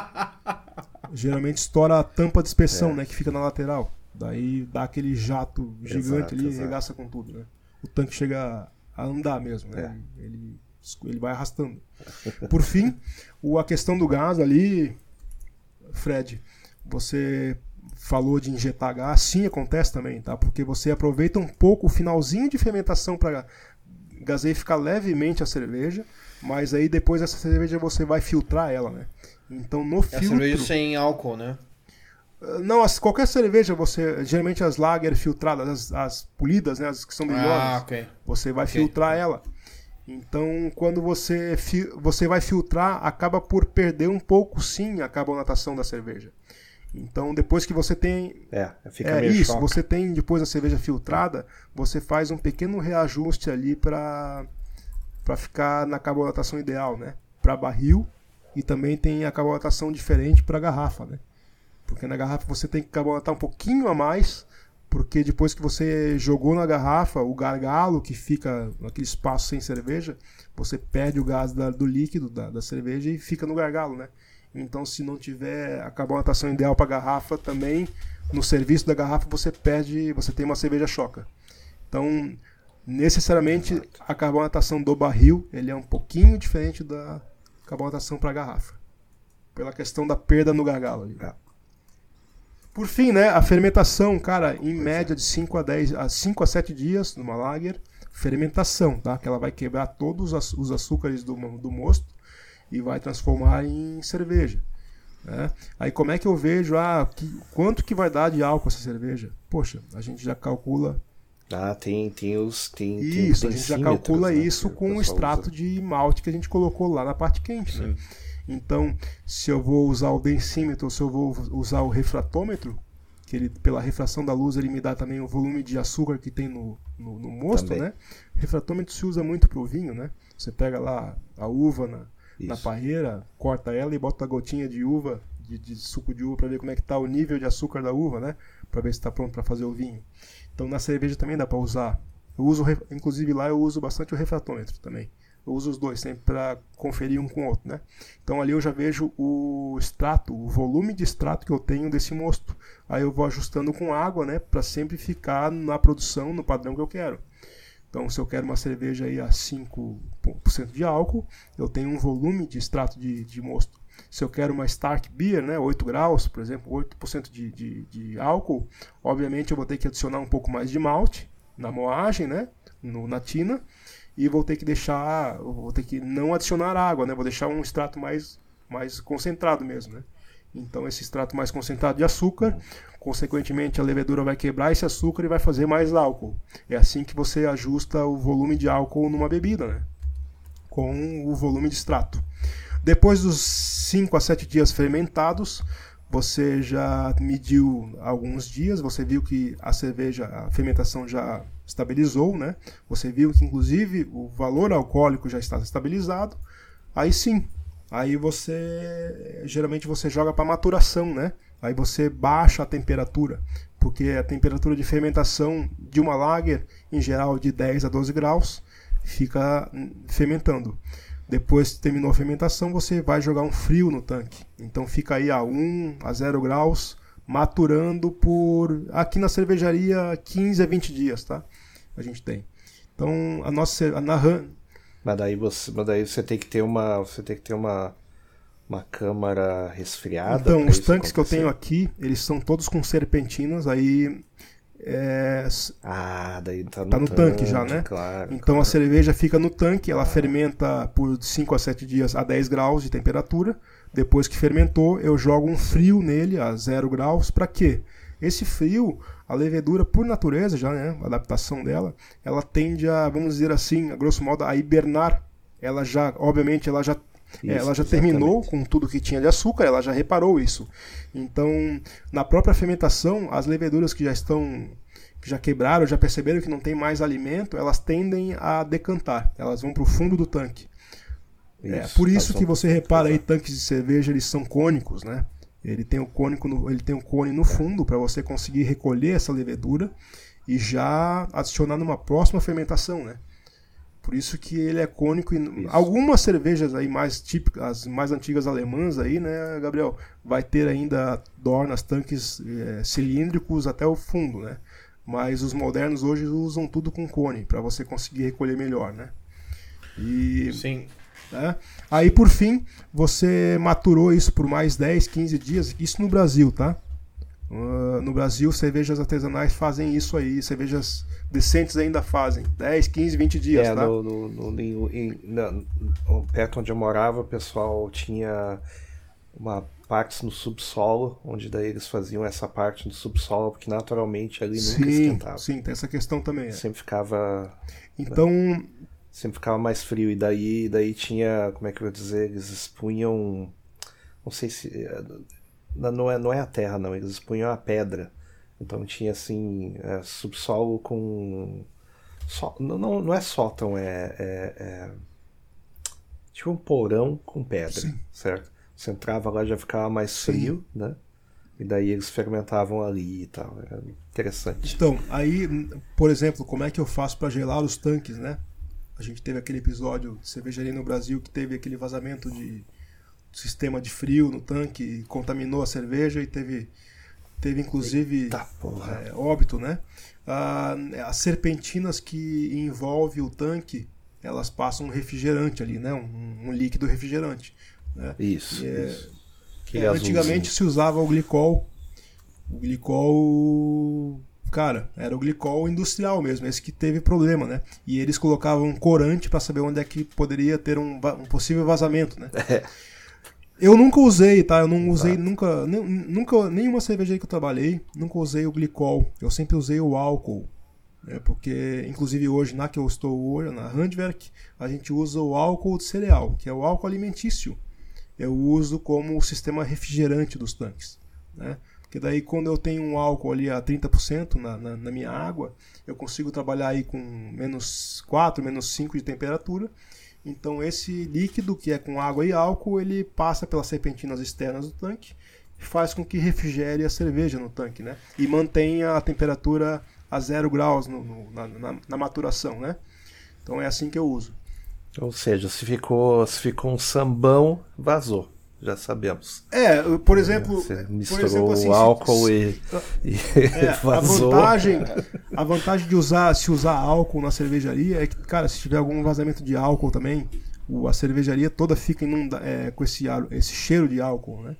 e geralmente estoura a tampa de dispersão, é. né? Que fica na lateral. Daí dá aquele jato gigante exato, ali e regaça com tudo, né? O tanque chega a andar mesmo, né? É. Ele... ele vai arrastando. Por fim, o, a questão do gás ali, Fred, você falou de injetar gás, sim, acontece também, tá? Porque você aproveita um pouco o finalzinho de fermentação para gaseificar levemente a cerveja, mas aí depois essa cerveja você vai filtrar ela, né? Então no filtro... É a cerveja sem álcool, né? Não, as, qualquer cerveja, você geralmente as lager filtradas, as, as polidas, né, as que são brilhosas, ah, okay. você vai okay. filtrar ela. Então, quando você, fi, você vai filtrar, acaba por perder um pouco, sim, a carbonatação da cerveja. Então, depois que você tem... É, fica é meio isso, choque. você tem depois a cerveja filtrada, você faz um pequeno reajuste ali para para ficar na carbonatação ideal, né? Para barril, e também tem a carbonatação diferente para garrafa, né? Porque na garrafa você tem que carbonatar um pouquinho a mais, porque depois que você jogou na garrafa, o gargalo que fica naquele espaço sem cerveja, você perde o gás da, do líquido da, da cerveja e fica no gargalo, né? Então, se não tiver a carbonatação ideal para a garrafa, também no serviço da garrafa você perde, você tem uma cerveja choca. Então, necessariamente a carbonatação do barril, ele é um pouquinho diferente da carbonatação para a garrafa, pela questão da perda no gargalo ali. É. Por fim, né, a fermentação, cara, em média de cinco a dez, a cinco a sete dias numa lager, fermentação, tá? Que ela vai quebrar todos os açúcares do, do mosto e vai transformar em cerveja, né? Aí como é que eu vejo, ah, que, quanto que vai dar de álcool essa cerveja? Poxa, a gente já calcula... Ah, tem, tem os... Tem, isso, tem a gente já calcula né, isso com o extrato usa. de malte que a gente colocou lá na parte quente, né? Então, se eu vou usar o densímetro, se eu vou usar o refratômetro, que ele, pela refração da luz ele me dá também o volume de açúcar que tem no, no, no mosto, também. Né? Refratômetro se usa muito para o vinho, né? Você pega lá a uva na, na parreira, corta ela e bota a gotinha de uva, de, de suco de uva, para ver como é que está o nível de açúcar da uva, né? Para ver se está pronto para fazer o vinho. Então na cerveja também dá para usar. Eu uso, inclusive lá eu uso bastante o refratômetro também. Eu uso os dois sempre para conferir um com o outro, né? Então ali eu já vejo o extrato, o volume de extrato que eu tenho desse mosto. Aí eu vou ajustando com água, né? Para sempre ficar na produção, no padrão que eu quero. Então se eu quero uma cerveja aí a cinco por cento de álcool, eu tenho um volume de extrato de, de mosto. Se eu quero uma Stark Beer, né, oito graus, por exemplo, oito por cento de, de, de álcool, obviamente eu vou ter que adicionar um pouco mais de malte na moagem, né? No, na tina. E vou ter que deixar, vou ter que não adicionar água, né? Vou deixar um extrato mais, mais concentrado mesmo, né? Então esse extrato mais concentrado de açúcar, consequentemente a levedura vai quebrar esse açúcar e vai fazer mais álcool. É assim que você ajusta o volume de álcool numa bebida, né? Com o volume de extrato. Depois dos cinco a sete dias fermentados, você já mediu alguns dias, você viu que a cerveja, a fermentação já estabilizou, né? Você viu que inclusive o valor alcoólico já está estabilizado. Aí sim, aí você geralmente você joga para maturação, né? Aí você baixa a temperatura, porque a temperatura de fermentação de uma lager, em geral de dez a doze graus, fica fermentando. Depois que terminou a fermentação, você vai jogar um frio no tanque. Então fica aí a um a zero graus, maturando por, aqui na cervejaria, quinze a vinte dias, tá? A gente tem. Então, a nossa... A Nahan... Mas daí você, mas daí você tem que ter uma, você tem que ter uma, uma câmara resfriada. Então, os tanques acontecer. que eu tenho aqui, eles são todos com serpentinas, aí... É, ah, daí tá no, tá no tanque, tanque já, né? Claro, então claro. A cerveja fica no tanque, ela ah. fermenta por cinco a sete dias a dez graus de temperatura. Depois que fermentou, eu jogo um frio nele a zero graus. Para quê? Esse frio, a levedura, por natureza já, né? A adaptação dela, ela tende a, vamos dizer assim, a grosso modo, a hibernar. Ela já, obviamente, ela já Isso, ela já exatamente. terminou com tudo que tinha de açúcar, ela já reparou isso. Então, na própria fermentação, as leveduras que já estão, que já quebraram, já perceberam que não tem mais alimento, elas tendem a decantar, elas vão para o fundo do tanque. Isso, é por isso que você repara aí, tanques de cerveja, eles são cônicos, né? Ele tem o cônico, no, ele tem o cone no fundo para você conseguir recolher essa levedura e já adicionar numa próxima fermentação, né? Por isso que ele é cônico. E isso. Algumas cervejas aí mais típicas, as mais antigas alemãs aí, né, Gabriel, vai ter ainda dornas, tanques é, cilíndricos até o fundo, né? Mas os modernos hoje usam tudo com cone para você conseguir recolher melhor, né? E sim. Né? Aí por fim, você maturou isso por mais dez, quinze dias, isso no Brasil, tá? Uh, no Brasil, cervejas artesanais fazem isso aí, cervejas decentes ainda fazem, dez, quinze, vinte dias, é, tá? No, no, no, em, na, no, perto onde eu morava, o pessoal tinha uma parte no subsolo, onde daí eles faziam essa parte no subsolo, porque naturalmente ali nunca sim, esquentava. Sim, tem essa questão também. É. Sempre ficava... Então... Né, sempre ficava mais frio, e daí, daí tinha, como é que eu vou dizer, eles expunham, não sei se... Não é, não é a terra, não. Eles punham a pedra. Então tinha, assim, é, subsolo com... Só, não, não é sótão, é, é, é... Tipo um porão com pedra, sim. Certo? Você entrava lá, já ficava mais sim. Frio, né? E daí eles fermentavam ali e tal. Era interessante. Então, aí, por exemplo, como é que eu faço para gelar os tanques, né? A gente teve aquele episódio de cervejaria no Brasil que teve aquele vazamento de... sistema de frio no tanque, contaminou a cerveja e teve, teve inclusive é, óbito, né? Ah, as serpentinas que envolvem o tanque, elas passam um refrigerante ali, né? Um, um líquido refrigerante. Né? Isso. É, isso. É, antigamente se usava o glicol. O glicol, cara, era o glicol industrial mesmo, esse que teve problema, né? E eles colocavam um corante para saber onde é que poderia ter um, um possível vazamento, né? É. Eu nunca usei, tá? Eu não usei nunca, nunca, nenhuma cervejaria que eu trabalhei, nunca usei o glicol. Eu sempre usei o álcool. Né? Porque, inclusive hoje, na que eu estou hoje, na Handwerk, a gente usa o álcool de cereal, que é o álcool alimentício. Eu uso como o sistema refrigerante dos tanques. Né? Porque daí quando eu tenho um álcool ali a trinta por cento na, na, na minha água, eu consigo trabalhar aí com menos quatro, menos cinco de temperatura. Então esse líquido, que é com água e álcool, ele passa pelas serpentinas externas do tanque e faz com que refrigere a cerveja no tanque, né? E mantenha a temperatura a zero graus no, no, na, na, na maturação, né? Então é assim que eu uso. Ou seja, se ficou, se ficou um sambão, vazou. Já sabemos. É, por exemplo... Você misturou por exemplo, assim, o álcool se, e, e é, vazou. A vantagem, a vantagem de usar, se usar álcool na cervejaria é que, cara, se tiver algum vazamento de álcool também, o, a cervejaria toda fica inunda, é, com esse, esse cheiro de álcool, né?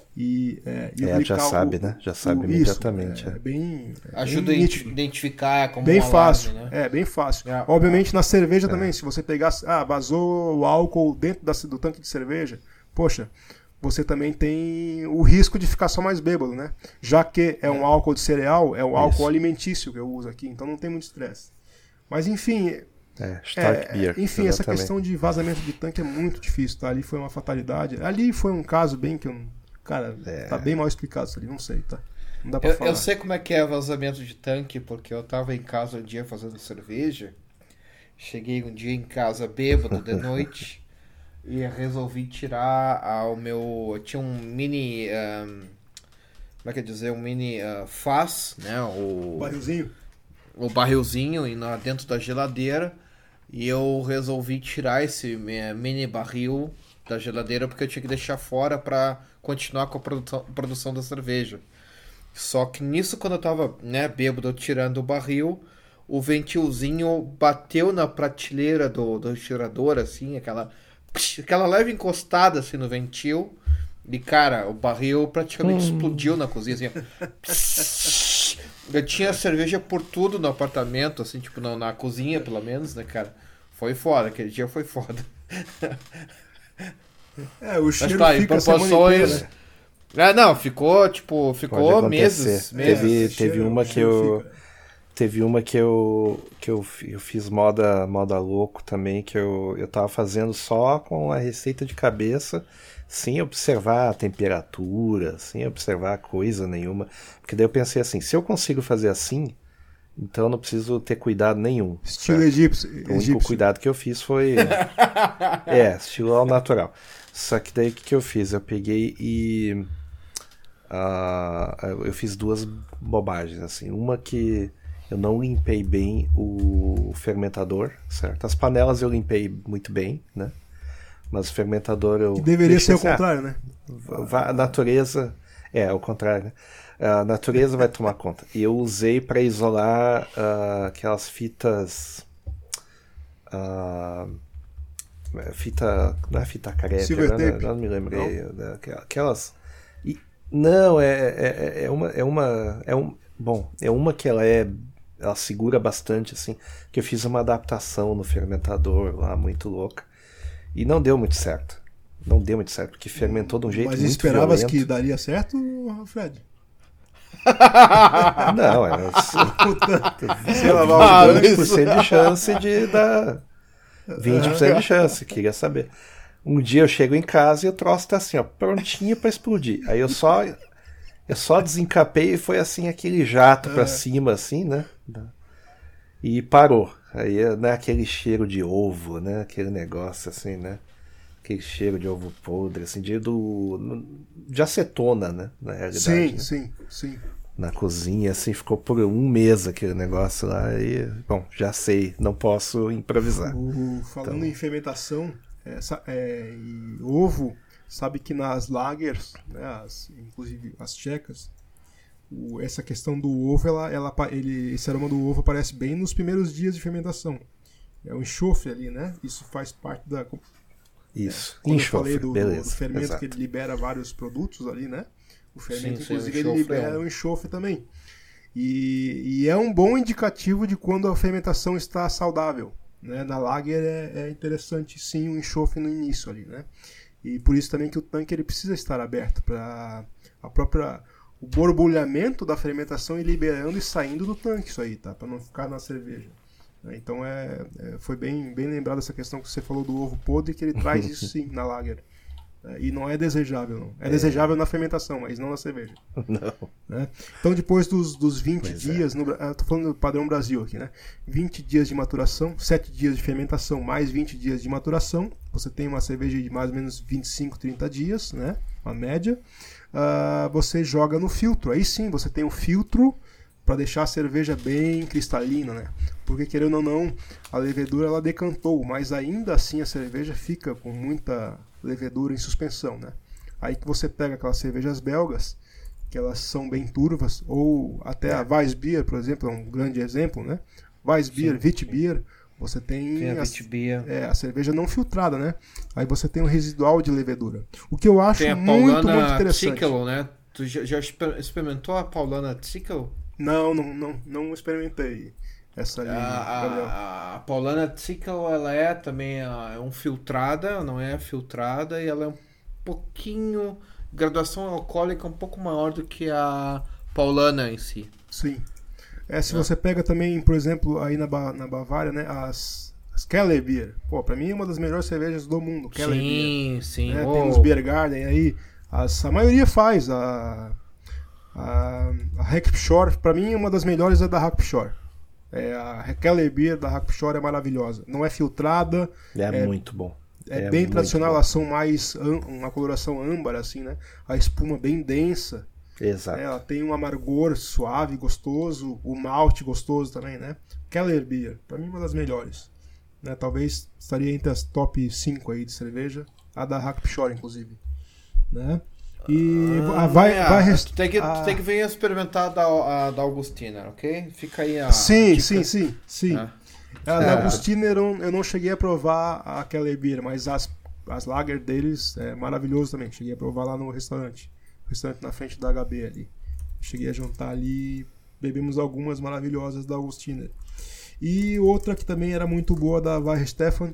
E, é, e é, já sabe, o, né? Já sabe o, imediatamente. Isso, é, é bem, ajuda bem a identificar como bem um fácil, alarme, né? É, bem fácil. É, Obviamente é. na cerveja é. também, se você pegar, ah, vazou o álcool dentro da, do tanque de cerveja, poxa, você também tem o risco de ficar só mais bêbado, né? Já que é um álcool de cereal, é o álcool Isso. alimentício que eu uso aqui, então não tem muito estresse. Mas enfim, é, Stark é, Beer, enfim, exatamente. Essa questão de vazamento de tanque é muito difícil, tá? Ali foi uma fatalidade. Ali foi um caso bem que eu, cara, é. tá bem mal explicado isso ali, não sei, tá? Não dá pra eu, falar. Eu sei como é que é vazamento de tanque, porque eu tava em casa um dia fazendo cerveja. Cheguei um dia em casa bêbado de noite. E resolvi tirar ah, o meu... Eu tinha um mini... Um, como é que é dizer? Um mini uh, faz, né? O barrilzinho. O barrilzinho na, dentro da geladeira. E eu resolvi tirar esse mini barril da geladeira porque eu tinha que deixar fora para continuar com a produção, produção da cerveja. Só que nisso, quando eu tava, né, bêbado, tirando o barril, o ventilzinho bateu na prateleira do, do tirador, assim, aquela... aquela leve encostada assim no ventil e, cara, o barril praticamente hum. explodiu na cozinha, assim. Eu tinha cerveja por tudo no apartamento, assim, tipo, na, na cozinha, pelo menos, né, cara? Foi foda, aquele dia foi foda. É, o cheiro Mas, tá, fica em proporções... Inteira, né? Ah, não, ficou, tipo, ficou meses, meses. Teve, teve uma que eu... Fica. Teve uma que eu que eu, eu fiz moda, moda louco também, que eu, eu tava fazendo só com a receita de cabeça, sem observar a temperatura, sem observar coisa nenhuma. Porque daí eu pensei assim, se eu consigo fazer assim, então eu não preciso ter cuidado nenhum. Estilo egípcio. O único cuidado que eu fiz foi... é, estilo ao natural. Só que daí o que, que eu fiz? Eu peguei e... Uh, eu fiz duas bobagens, assim. Uma que... eu não limpei bem o fermentador, certo? As panelas eu limpei muito bem, né? Mas o fermentador eu... Que deveria ser o contrário, né? A natureza... É, o contrário, né? A natureza vai tomar conta. E eu usei para isolar uh, aquelas fitas... Uh, fita... Não é fita careca, né? Não me lembrei. Não? Aquelas... E, Não, é, é, é uma. É uma é um, bom, é uma que ela é. Ela segura bastante, assim. Que eu fiz uma adaptação no fermentador lá, muito louca. E não deu muito certo. Não deu muito certo, porque fermentou de um jeito Mas muito esperavas violento. que daria certo, Fred? Não, é. Sei lá, vai Ah, mudando. vinte por cento de chance de dar. vinte por cento de chance, queria saber. Um dia eu chego em casa e o troço tá assim, ó, prontinho pra explodir. Aí eu só. Eu só desencapei e foi assim, aquele jato pra cima, assim, né? E parou. Aí, né, aquele cheiro de ovo, né? Aquele negócio assim, né? Aquele cheiro de ovo podre, assim, de, do, de acetona, né? Na realidade. Sim, né? sim, sim. Na cozinha, assim, ficou por um mês aquele negócio lá. E, bom, já sei, não posso improvisar. O, falando Então. em fermentação, essa, é, e ovo, sabe que nas lagers, né, as, inclusive as tchecas, o, essa questão do ovo, ela, ela, ele, esse aroma do ovo aparece bem nos primeiros dias de fermentação. É o enxofre ali, né? Isso faz parte da... Isso, Quando enxofre, eu falei do, beleza. do fermento exato. que ele libera vários produtos ali, né? O fermento, Sim, sim, inclusive, o ele enxofre libera é um- o enxofre também. E, e é um bom indicativo de quando a fermentação está saudável. Né? Na lager é, é interessante, sim, o enxofre no início ali, né? E por isso também que o tanque ele precisa estar aberto para a própria... o borbulhamento da fermentação ir liberando e saindo do tanque, isso aí, tá? Para não ficar na cerveja. Então é, é, foi bem, bem lembrado essa questão que você falou do ovo podre, que ele traz isso sim na lager. É, e não é desejável, não. É, é desejável na fermentação, mas não na cerveja. Não. Né? Então depois dos, dos vinte Pois dias, no, eu tô falando do padrão Brasil aqui, né? vinte dias de maturação, sete dias de fermentação mais vinte dias de maturação, você tem uma cerveja de mais ou menos vinte e cinco, trinta dias, né? Uma média. Uh, você joga no filtro, aí sim você tem um filtro para deixar a cerveja bem cristalina, né? Porque querendo ou não, a levedura ela decantou, mas ainda assim a cerveja fica com muita levedura em suspensão, né? Aí que você pega aquelas cervejas belgas, que elas são bem turvas, ou até a Weissbier, por exemplo, é um grande exemplo, né? Weissbier, Witbier, você tem, Tem a a, Witbier. é, a cerveja não filtrada, né? Aí você tem um residual de levedura. O que eu acho Tem a muito, muito Paulana interessante. Zickel, né? Tu já, já exper- experimentou a Paulana Zickel? Não, não, não, não experimentei essa ali, Gabriel. A, a, a Paulana Zickel, ela é também a, é um filtrada, não é filtrada, e ela é um pouquinho... graduação alcoólica um pouco maior do que a Paulana em si. Sim. É, se você pega também, por exemplo, aí na, ba na Bavária, né, as, as Keller Beer. Pô, pra mim é uma das melhores cervejas do mundo, Keller Beer. Sim, sim. Né, Oh. tem os Beer Garden aí, as, a maioria faz. A, a, a Hackpshore, pra mim, uma das melhores é da Hackpshore. É, a Keller Beer da Hackpshore é maravilhosa. Não é filtrada. É, É, muito bom. É, É bem muito tradicional, bom. elas são mais âm- uma coloração âmbar, assim, né? A espuma bem densa. Exato. Né? Ela tem um amargor suave, gostoso, o malte gostoso também, né? Keller Beer, pra mim uma das melhores. Né? Talvez estaria entre as top cinco aí de cerveja, a da Hackpshore, inclusive. Né? E Ah, a vai, é, vai rest... tu, tem que, a... tu tem que vir experimentar da, a, da Augustina, ok? Fica aí a. Sim, dica. sim, sim, sim. É. A da É. Agustina eu não, eu não cheguei a provar a Keller Beer, mas as, as lager deles é maravilhoso também. Cheguei a provar lá no restaurante. O restaurante na frente da H B ali. Cheguei a jantar ali, bebemos algumas maravilhosas da Augustina. E outra que também era muito boa da Weihenstephan,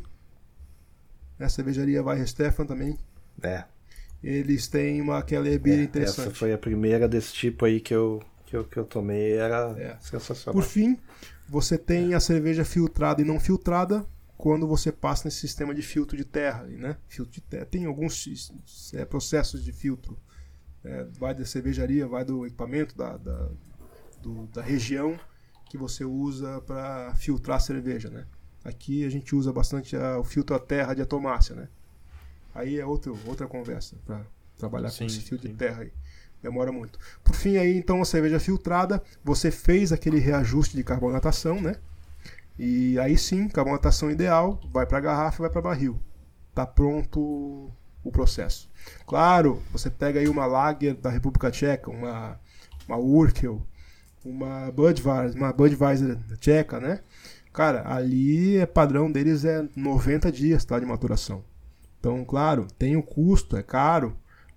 a cervejaria Weihenstephan também. É. Eles têm uma Keller Beer É, interessante. essa foi a primeira desse tipo aí que eu, que eu, que eu tomei, era É. sensacional. Por fim, você tem a cerveja filtrada e não filtrada quando você passa nesse sistema de filtro de terra, né? Filtro de terra. Tem alguns é, processos de filtro. É, vai da cervejaria, vai do equipamento, da, da, do- da região que você usa para filtrar a cerveja, né? Aqui a gente usa bastante a- o filtro a terra de atomácia, né? Aí é outro, outra conversa para trabalhar Sim, com esse filtro sim. de terra aí. Demora muito. Por fim, aí então a cerveja filtrada, você fez aquele reajuste de carbonatação, né? E aí sim, carbonatação ideal, vai para garrafa e vai para barril. Tá pronto o processo. Claro, você pega aí uma Lager da República Tcheca, uma, uma Urkel, uma Budweiser, uma Budweiser tcheca, né? Cara, ali é padrão deles é noventa dias, tá, de maturação. Então, claro, tem o custo, é caro,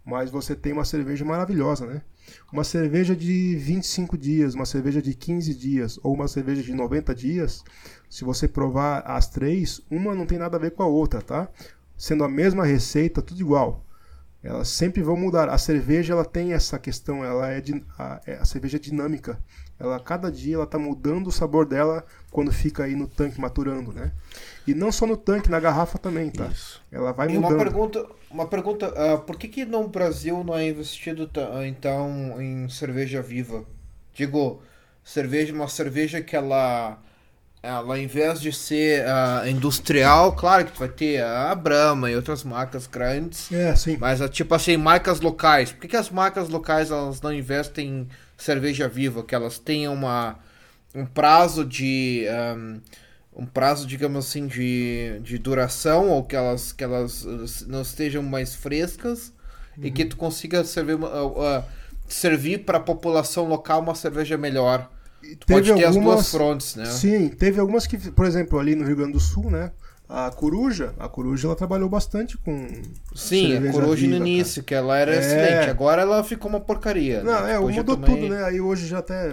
mas você tem uma cerveja maravilhosa, né? Uma cerveja de vinte e cinco dias, uma cerveja de quinze dias ou uma cerveja de noventa dias, se você provar as três, uma não tem nada a ver com a outra, tá? Sendo a mesma receita, tudo igual. Elas sempre vão mudar. A cerveja, ela tem essa questão, ela é de, a, a cerveja é dinâmica. Ela, cada dia ela está mudando o sabor dela quando fica aí no tanque maturando, né? E não só no tanque, na garrafa também, tá? Isso. Ela vai E mudando. uma pergunta, uma pergunta uh, por que que no Brasil não é investido então em cerveja viva? Digo, cerveja, uma cerveja que ela, ela em vez de ser uh, industrial, claro que tu vai ter a Brahma e outras marcas grandes, É, sim. mas uh, tipo assim, marcas locais. Por que que as marcas locais elas não investem em cerveja viva? Que elas tenham uma, um prazo de... Um, um prazo, digamos assim, de, de duração, ou que elas, que elas não estejam mais frescas, uhum. E que tu consiga servir, uh, uh, servir para a população local uma cerveja melhor. Tu pode ter algumas, as duas frontes, né? Sim, teve algumas que, por exemplo, ali no Rio Grande do Sul, né? A Coruja, a Coruja ela trabalhou bastante com Sim, a Coruja viva, no início, cara. Que ela era é... excelente. Agora ela ficou uma porcaria. Não, né? é, Depois mudou tomei... tudo, né? Aí hoje já até...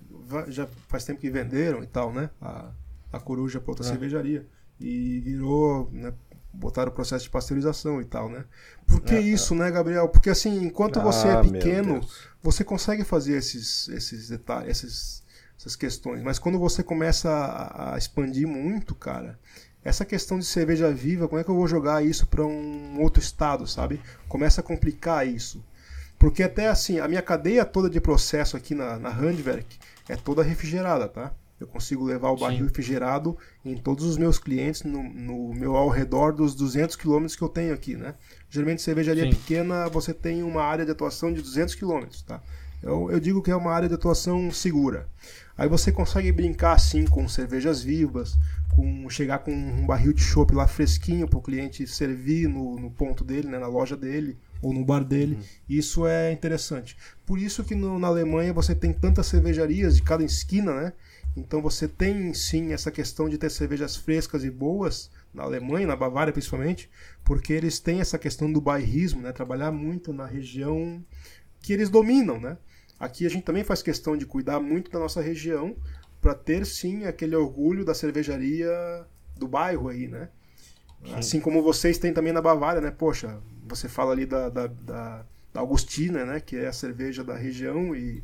É. Já faz tempo que venderam e tal, né? A, a Coruja para outra é. cervejaria. E virou, né? Botaram o processo de pasteurização e tal, né? Por que é, isso, é. né, Gabriel? Porque assim, enquanto ah, você é pequeno, você consegue fazer esses, esses detalhes, esses, essas questões. Mas quando você começa a, a expandir muito, cara... Essa questão de cerveja viva, como é que eu vou jogar isso para um outro estado, sabe? Começa a complicar isso. Porque até assim, a minha cadeia toda de processo aqui na, na Handwerk é toda refrigerada, tá? Eu consigo levar o barril Sim. refrigerado em todos os meus clientes no, no meu ao redor dos duzentos quilômetros que eu tenho aqui, né? Geralmente cervejaria Sim. pequena, você tem uma área de atuação de duzentos quilômetros, tá? Eu, eu digo que é uma área de atuação segura. Aí você consegue brincar assim com cervejas vivas, com, chegar com um barril de chopp lá fresquinho para o cliente servir no, no ponto dele, né, na loja dele ou no bar dele. Uhum. Isso é interessante. Por isso que no, na Alemanha você tem tantas cervejarias de cada esquina, né? Então você tem sim essa questão de ter cervejas frescas e boas na Alemanha, na Bavária principalmente, porque eles têm essa questão do bairrismo, né? Trabalhar muito na região que eles dominam, né? Aqui a gente também faz questão de cuidar muito da nossa região para ter sim aquele orgulho da cervejaria do bairro aí, né? Sim. Assim como vocês têm também na Bavária, né? Poxa, você fala ali da, da, da, da Augustina, né? Que é a cerveja da região e,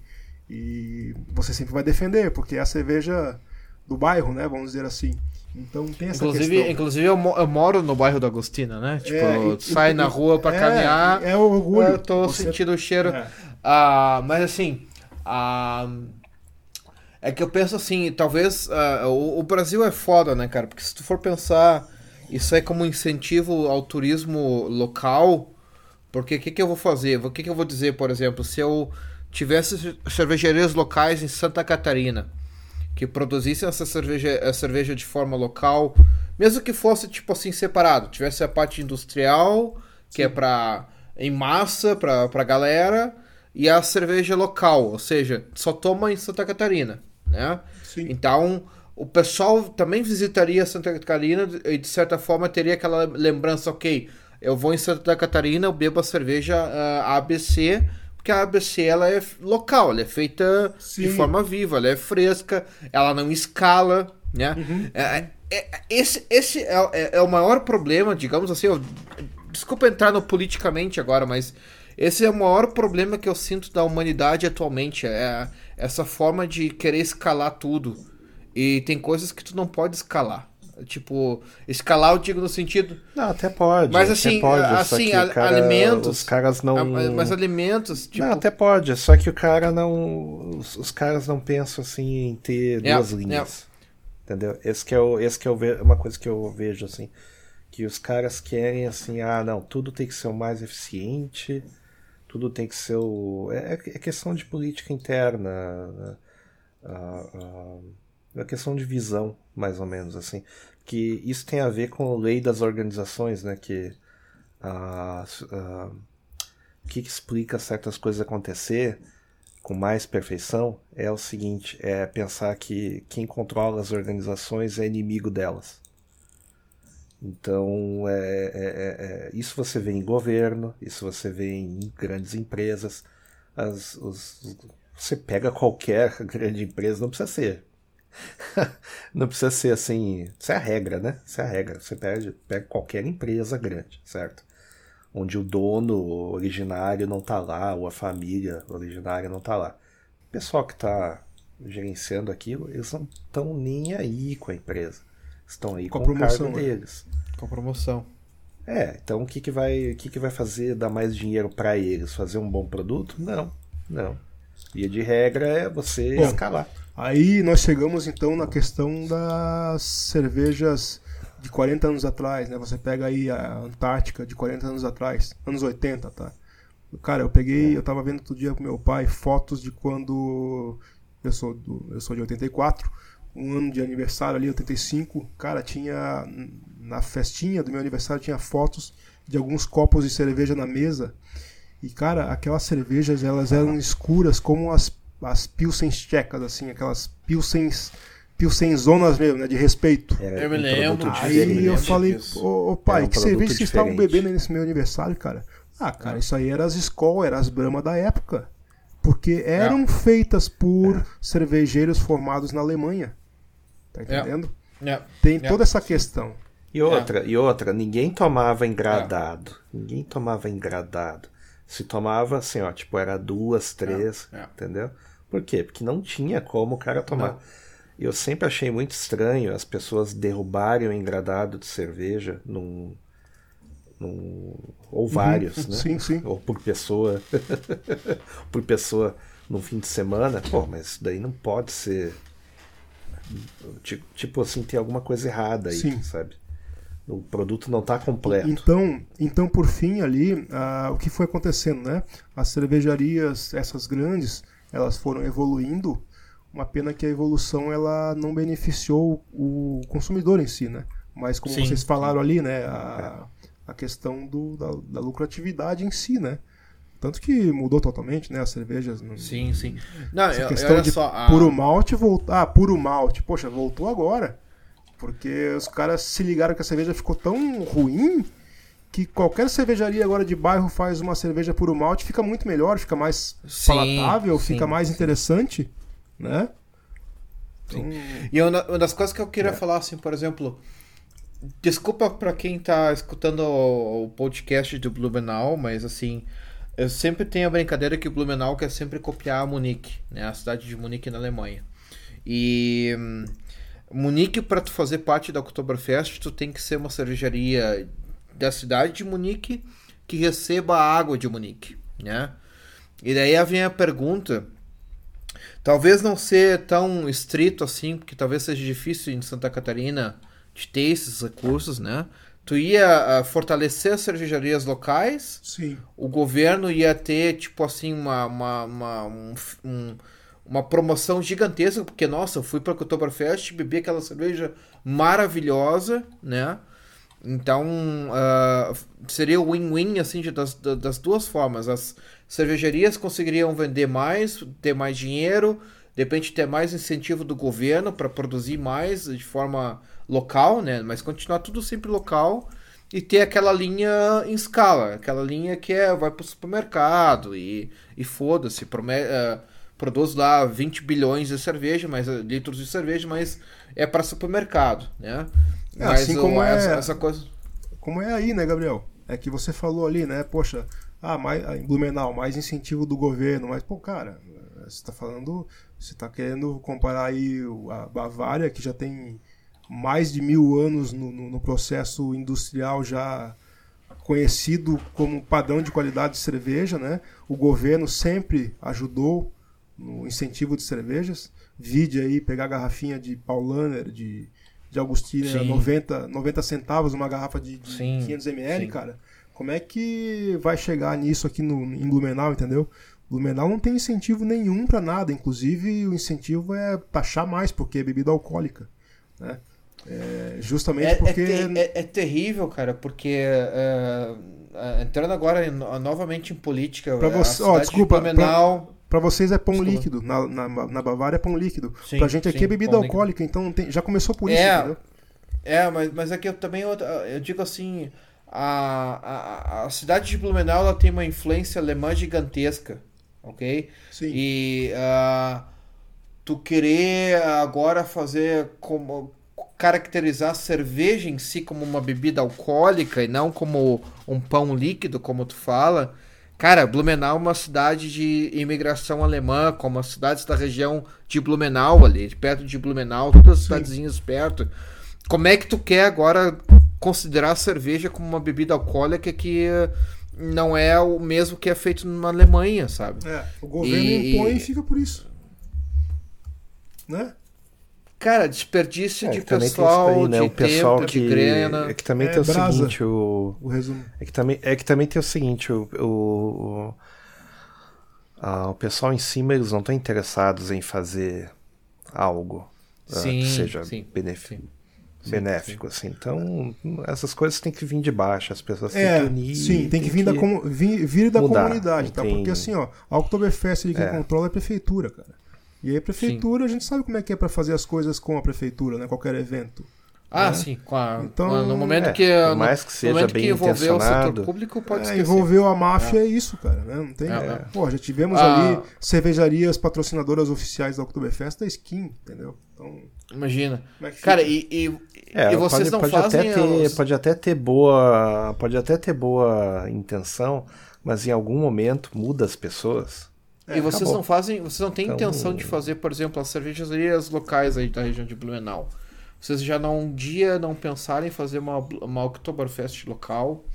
e você sempre vai defender, porque é a cerveja do bairro, né? Vamos dizer assim. Então tem essa inclusive, questão. Inclusive eu, mo- eu moro no bairro da Agostina, né? Tipo, é, e, sai e, na rua pra é, caminhar. É o orgulho. Eu tô você... sentindo o cheiro. É. Ah, mas assim, ah, é que eu penso assim, talvez ah, o, o Brasil é foda, né, cara? Porque se tu for pensar isso aí como incentivo ao turismo local, porque o que, que eu vou fazer? O que, que eu vou dizer, por exemplo, se eu tivesse cervejarias locais em Santa Catarina que produzissem essa cerveja, a cerveja de forma local, mesmo que fosse tipo assim separado, tivesse a parte industrial, que Sim. é pra, em massa pra, pra galera, e a cerveja local, ou seja, só toma em Santa Catarina, né? Sim. Então, o pessoal também visitaria Santa Catarina e de certa forma teria aquela lembrança, ok, eu vou em Santa Catarina, eu bebo a cerveja uh, A B C, porque a A B C ela é local, ela é feita Sim. de forma viva, ela é fresca, ela não escala, né? Uhum. É, é, esse esse é, é, é o maior problema, digamos assim, eu, desculpa entrar no politicamente agora, mas esse é o maior problema que eu sinto da humanidade atualmente, é essa forma de querer escalar tudo. E tem coisas que tu não pode escalar. Tipo, escalar eu digo no sentido... Não, até pode. Mas assim, até pode, assim só que, cara, alimentos... Os caras não... Mas alimentos, tipo... Não, até pode, só que o cara não... Os, os caras não pensam assim em ter yeah, duas linhas. Yeah. Entendeu? Esse que é, o, esse que é o, uma coisa que eu vejo, assim, que os caras querem assim, ah, não, tudo tem que ser o mais eficiente... Tudo tem que ser o... É, é questão de política interna, né? uh, uh, é questão de visão, mais ou menos, assim. Que isso tem a ver com a lei das organizações, né? Que uh, uh, o que, que explica certas coisas acontecer com mais perfeição é o seguinte, é pensar que quem controla as organizações é inimigo delas. Então, é, é, é, isso você vê em governo, isso você vê em grandes empresas. As, os, você pega qualquer grande empresa, não precisa ser. Não precisa ser assim. Isso é a regra, né? Isso é a regra. Você pega, pega qualquer empresa grande, certo? Onde o dono originário não tá lá, ou a família originária não tá lá. O pessoal que tá gerenciando aquilo, eles não estão nem aí com a empresa. Estão aí com, com a promoção, o cargo deles. Com a promoção. É, então o que, que, vai, o que, que vai fazer dar mais dinheiro para eles? Fazer um bom produto? Não, não. Via de regra é você bom, escalar. Aí nós chegamos então na questão das cervejas de quarenta anos atrás, né? Você pega aí a Antártica de quarenta anos atrás, anos oitenta, tá? Cara, eu peguei, eu tava vendo outro dia com meu pai fotos de quando eu sou, do, eu sou de oitenta e quatro, um ano de aniversário ali, oitenta e cinco, cara, tinha na festinha do meu aniversário tinha fotos de alguns copos de cerveja na mesa. E, cara, aquelas cervejas, elas eram escuras como as, as pilsens tchecas, assim, aquelas pilsens, pilsenzonas mesmo, né, de respeito. Eu me lembro. Aí eu falei, ô, ô pai, um que cerveja vocês estavam bebendo nesse meu aniversário, cara? Ah, cara, é. isso aí era as Skol, era as Brahma da época. Porque eram é. feitas por é. cervejeiros formados na Alemanha. Tá entendendo? É. É. Tem é. toda essa questão. E outra, é. e outra, ninguém tomava engradado. É. Ninguém tomava engradado. Se tomava assim, ó, tipo, era duas, três, é. É. entendeu? Por quê? Porque não tinha como o cara tomar. E eu sempre achei muito estranho as pessoas derrubarem o engradado de cerveja num... num ou vários, uhum. né? Sim, sim. Ou por pessoa. por pessoa no fim de semana. Pô, mas isso daí não pode ser... Tipo assim, tem alguma coisa errada aí, sim. sabe? O produto não está completo. Então, então, por fim, ali, ah, o que foi acontecendo, né? As cervejarias, essas grandes, elas foram evoluindo. Uma pena que a evolução ela não beneficiou o consumidor em si, né? Mas como sim, vocês falaram sim. ali, né? A, a questão do, da, da lucratividade em si, né? Tanto que mudou totalmente, né? As cervejas. Não, sim, sim. Não, essa eu, questão olha de só, a... puro malte voltar. Ah, puro malte. Poxa, voltou agora. Porque os caras se ligaram que a cerveja ficou tão ruim que qualquer cervejaria agora de bairro faz uma cerveja puro malte, fica muito melhor, fica mais sim, palatável, sim, fica mais sim. interessante, né? Sim. Então... E uma, uma das coisas que eu queria é. falar, assim, por exemplo, desculpa para quem tá escutando o, o podcast do Blumenau, mas assim, eu sempre tenho a brincadeira que o Blumenau quer sempre copiar a Munique, né? A cidade de Munique na Alemanha. E... Munique, para tu fazer parte da Oktoberfest, tu tem que ser uma cervejaria da cidade de Munique que receba a água de Munique, né? E daí vem a pergunta, talvez não ser tão estrito assim, porque talvez seja difícil em Santa Catarina de ter esses recursos, né? Tu ia uh, fortalecer as cervejarias locais, sim. O governo ia ter, tipo assim, uma... uma, uma um, um uma promoção gigantesca, porque, nossa, eu fui para o Oktoberfest, bebi aquela cerveja maravilhosa, né? Então, uh, seria o win-win, assim, de, das, das duas formas. As cervejarias conseguiriam vender mais, ter mais dinheiro, de repente ter mais incentivo do governo para produzir mais de forma local, né? Mas continuar tudo sempre local e ter aquela linha em escala, aquela linha que é, vai para o supermercado e, e foda-se, promete... Uh, produz lá vinte bilhões de cerveja, mas, litros de cerveja, mas é para supermercado, né? É, mas assim como é, essa, essa coisa... Como é aí, né, Gabriel? É que você falou ali, né? Poxa, ah, mais, em Blumenau, mais incentivo do governo, mas, pô, cara, você está falando, você está querendo comparar aí a Bavária, que já tem mais de mil anos no, no, no processo industrial já conhecido como padrão de qualidade de cerveja, né? O governo sempre ajudou no incentivo de cervejas, vide aí pegar a garrafinha de Paulaner, de, de Augustina, noventa, noventa centavos uma garrafa de, de quinhentos mililitros, cara. Como é que vai chegar nisso aqui no, em Blumenau, entendeu? Blumenau não tem incentivo nenhum para nada, inclusive o incentivo é taxar mais, porque é bebida alcoólica, né? É, justamente é, porque... É, ter, é, é terrível, cara, porque é, entrando agora em, novamente em política, pra você, ó, desculpa, de Blumenau... Pra... Para vocês é pão Desculpa. líquido, na, na, na Bavária é pão líquido. Sim, pra gente aqui sim, é bebida alcoólica, líquido. Então tem, já começou por isso, é, entendeu? É, mas, mas é que eu também eu, eu digo assim, a, a, a cidade de Blumenau ela tem uma influência alemã gigantesca, ok? Sim. E uh, tu querer agora fazer como caracterizar a cerveja em si como uma bebida alcoólica e não como um pão líquido, como tu fala. Cara, Blumenau é uma cidade de imigração alemã, como as cidades da região de Blumenau ali, perto de Blumenau, todas as cidadezinhas perto. Como é que tu quer agora considerar a cerveja como uma bebida alcoólica que não é o mesmo que é feito na Alemanha, sabe? É, o governo E- impõe e fica por isso. Né? Cara, desperdício É, de que também tem isso pessoal, daí, né? de O pessoal tempo, que de grana. é que também É, tem o brasa. seguinte, o O resumo. é que também é que também tem o seguinte, o, o, o, ah, o pessoal em cima eles não estão interessados em fazer algo ah, Sim, que seja sim, benef- sim. benéfico, assim. Então essas coisas têm que vir de baixo, as pessoas têm É, que unir, sim, tem que vir, da, comu- vir, vir da mudar, comunidade, tá? tem- Porque assim, ó, a Oktoberfest ali quem É. controla é a prefeitura, cara. E aí a prefeitura, a gente sabe como é que é pra fazer as coisas com a prefeitura, né? Qualquer evento. Ah, né? sim, com a, Então, com a- no momento é, que por no, mais que no seja momento bem que envolveu o setor intencionado, público, pode É, esquecer. envolveu a máfia, é isso, cara, né? Não tem. É, é. Pô, já tivemos Ah. ali cervejarias patrocinadoras oficiais da Oktoberfest da Skin, entendeu? Então, Imagina. como é que fica? Cara, e, e, É, e vocês pode, não pode fazem até ter, os- pode até ter boa, pode até ter boa intenção, mas em algum momento muda as pessoas. E vocês acabou. não fazem, vocês não têm Então- intenção de fazer, por exemplo, as cervejarias locais aí da região de Blumenau. Vocês já não um dia não pensaram em fazer uma, uma Oktoberfest local?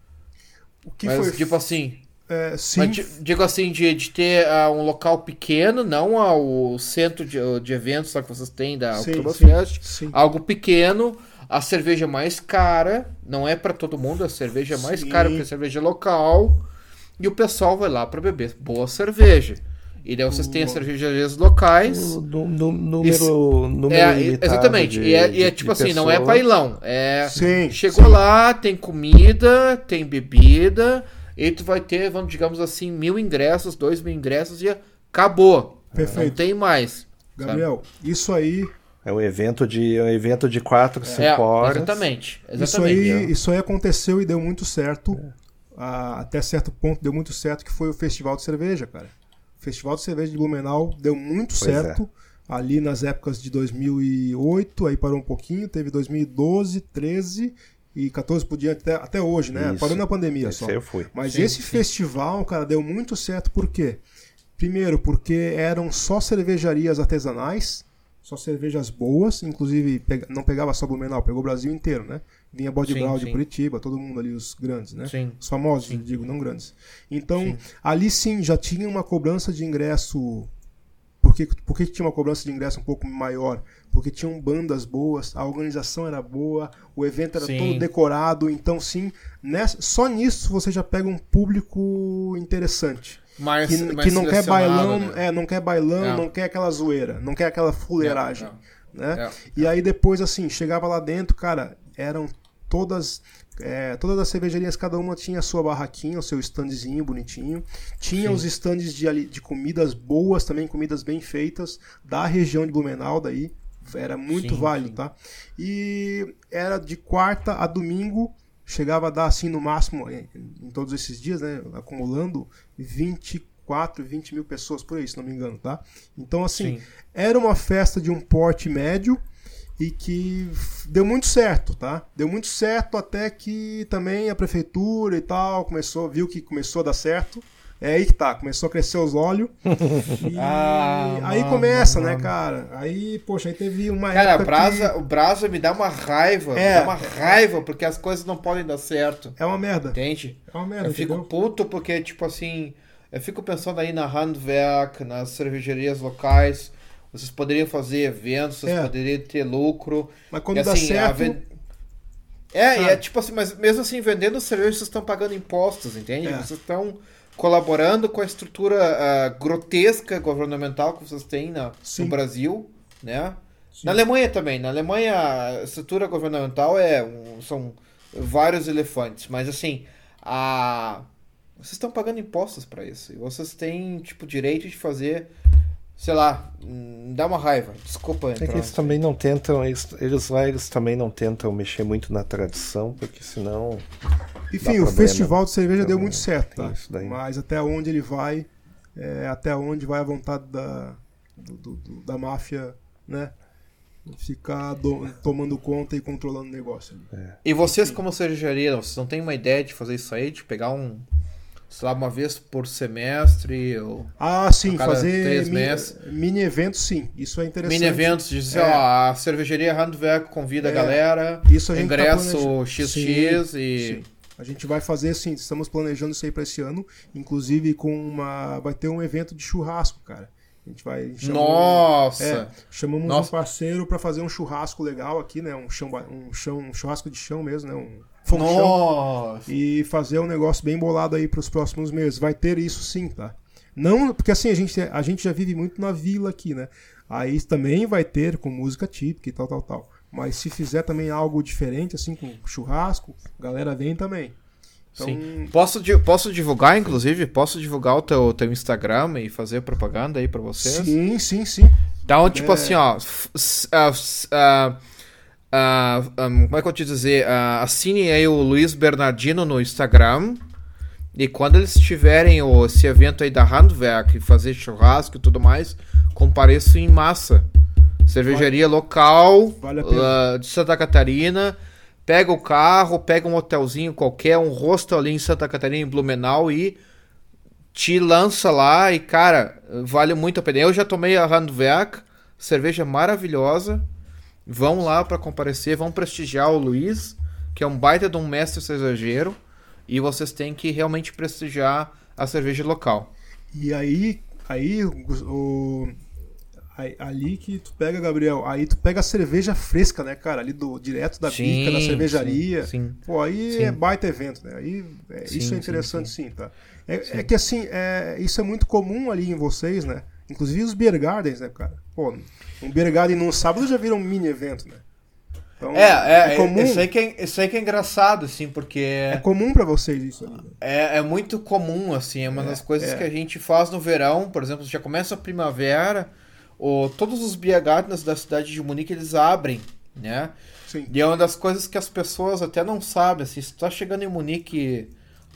O que Mas foi. tipo assim, é, sim, mas, di- digo assim, de, de ter ah, um local pequeno, não ao centro de, de eventos lá que vocês têm da sim, Oktoberfest, sim, sim. algo pequeno, a cerveja mais cara, não é pra todo mundo, a cerveja mais Sim. cara porque é cerveja local, e o pessoal vai lá pra beber boa cerveja. E daí vocês têm as cervejarias locais. O nu- nu- número, Isso- número É, limitado exatamente. de- e é, e é de- tipo de assim, não é pessoas. bailão. É, Sim, chegou sim. lá, tem comida, tem bebida, e tu vai ter, vamos, digamos assim, mil ingressos, dois mil ingressos e acabou. Perfeito. Não tem mais. sabe? Gabriel, isso aí, É um evento de, é um evento de quatro, cinco É, horas. exatamente. isso Exatamente. aí, isso aí aconteceu e deu muito certo. Ah, até certo ponto deu muito certo, que foi o Festival de Cerveja, cara. O Festival de Cerveja de Blumenau deu muito Pois é. certo. Ali nas épocas de dois mil e oito, aí parou um pouquinho, teve dois mil e doze, treze e quatorze por diante até, até hoje, né? Isso. Parou na pandemia Esse só. aí eu fui. Mas Sim, esse sim. festival, cara, deu muito certo por quê? Primeiro, porque eram só cervejarias artesanais, só cervejas boas, inclusive pega- não pegava só Blumenau, pegou o Brasil inteiro, né? Vinha Bode Sim, Brau de sim. Curitiba, todo mundo ali, os grandes, né? Sim. Os famosos, Sim. digo, não grandes. Então, Sim. ali sim já tinha uma cobrança de ingresso. Por que, por que tinha uma cobrança de ingresso um pouco maior? Porque tinham bandas boas, a organização era boa, o evento era Sim. todo decorado. Então, sim, nessa, só nisso você já pega um público interessante. Mais, Que, mais que não quer selecionado, bailão, né? é, não quer bailão, É. não quer aquela zoeira, não quer aquela fuleiragem. Não, Né? É. E aí depois, assim, chegava lá dentro, cara, eram todas. é, todas as cervejarias, cada uma tinha a sua barraquinha, o seu standzinho bonitinho. Tinha Sim. os stands de, ali- de comidas boas também, comidas bem feitas, da região de Blumenau, daí. Era muito Sim, válido, sim. tá? E era de quarta a domingo, chegava a dar assim no máximo, em, em todos esses dias, né? Acumulando vinte e quatro, vinte mil pessoas por aí, se não me engano, tá? Então, assim, Sim. era uma festa de um porte médio e que f- deu muito certo, tá? Deu muito certo até que também a prefeitura e tal começou, viu que começou a dar certo. É aí que tá, começou a crescer os olhos. E Ah, aí mano, começa, né, mano. cara? Aí, poxa, aí teve uma Cara, época brasa, que o Brasa me dá uma raiva. É. Me dá uma raiva porque as coisas não podem dar certo. é uma merda. Entende? É uma merda, Eu fico entendeu? puto porque, tipo assim, eu fico pensando aí na Handwerk, nas cervejarias locais. Vocês poderiam fazer eventos, vocês É. poderiam ter lucro. Mas quando E, dá assim, a certo, ven- É, e é sabe? tipo assim, mas mesmo assim, vendendo cerveja, vocês estão pagando impostos, entende? É. Vocês estão colaborando com a estrutura ah, grotesca governamental que vocês têm na, Sim. no Brasil, né? Sim. Na Alemanha também. Na Alemanha, a estrutura governamental é um- são vários elefantes, mas assim, a... vocês estão pagando impostos para isso. E vocês têm, tipo, direito de fazer sei lá, me dá uma raiva. Desculpa. É que eles também não tentam, eles, eles lá eles também não tentam mexer muito na tradição, porque senão... Enfim, o festival de cerveja deu muito certo, tá? Daí. Mas até onde ele vai, é, até onde vai a vontade da, do, do, do, da máfia, né? Ficar do, tomando conta e controlando o negócio. Ali. É. E vocês, como cervejaria, vocês não têm uma ideia de fazer isso aí? De pegar um, sei lá, uma vez por semestre? Ou ah, sim, fazer três mini, meses. mini eventos, sim. Isso é interessante. Mini eventos, de dizer, é. ó, a cervejaria Handwerk convida é. a galera, isso a gente ingresso tá X X sim, e... Sim. A gente vai fazer assim, estamos planejando isso aí para esse ano, inclusive com uma... vai ter um evento de churrasco, cara. A gente vai... Chamamos, Nossa! É, chamamos Nossa. um parceiro para fazer um churrasco legal aqui, né? Um, chão, um, chão, um churrasco de chão mesmo, né? Um fonchão. Nossa! E fazer um negócio bem bolado aí para os próximos meses. Vai ter isso sim, tá? Não, porque assim, a gente, a gente já vive muito na vila aqui, né? Aí também vai ter com música típica e tal, tal, tal. Mas se fizer também algo diferente, assim, com churrasco, a galera vem também. Então... Sim. Posso, posso divulgar, inclusive? Posso divulgar o teu, teu Instagram e fazer propaganda aí pra vocês? Sim, sim, sim. Então, tipo é... assim, ó... Uh, uh, uh, um, como é que eu te dizer? Uh, assine aí o Luiz Bernardino no Instagram. E quando eles tiverem o, esse evento aí da Handwerk, fazer churrasco e tudo mais, compareço em massa. Cervejaria vale. local vale uh, de Santa Catarina... Pega o carro, pega um hotelzinho qualquer, um hostel ali em Santa Catarina, em Blumenau, e te lança lá. E, cara, vale muito a pena. Eu já tomei a Handwerk, cerveja maravilhosa. Vão lá para comparecer, vão prestigiar o Luiz, que é um baita de um mestre cervejeiro. E vocês têm que realmente prestigiar a cerveja local. E aí, aí o... o... ali que tu pega, Gabriel, aí tu pega a cerveja fresca, né, cara, ali do, direto da sim, bica, da cervejaria, sim, sim. Pô, aí sim. é baita evento, né, aí é, sim, isso é interessante sim, sim, sim tá. É, é que assim, é, isso é muito comum ali em vocês, né, inclusive os beer gardens, né, cara, pô, um beer garden num sábado já vira um mini evento, né. Então, é, é, é comum. Isso aí, que é, isso aí que é engraçado, assim, porque... É comum pra vocês isso ali. Né? É, é muito comum, assim, é uma é, das coisas é. que a gente faz no verão, por exemplo, já começa a primavera... O, todos os beer gardens da cidade de Munique, eles abrem, né? Sim. E é uma das coisas que as pessoas até não sabem, assim, se tu tá chegando em Munique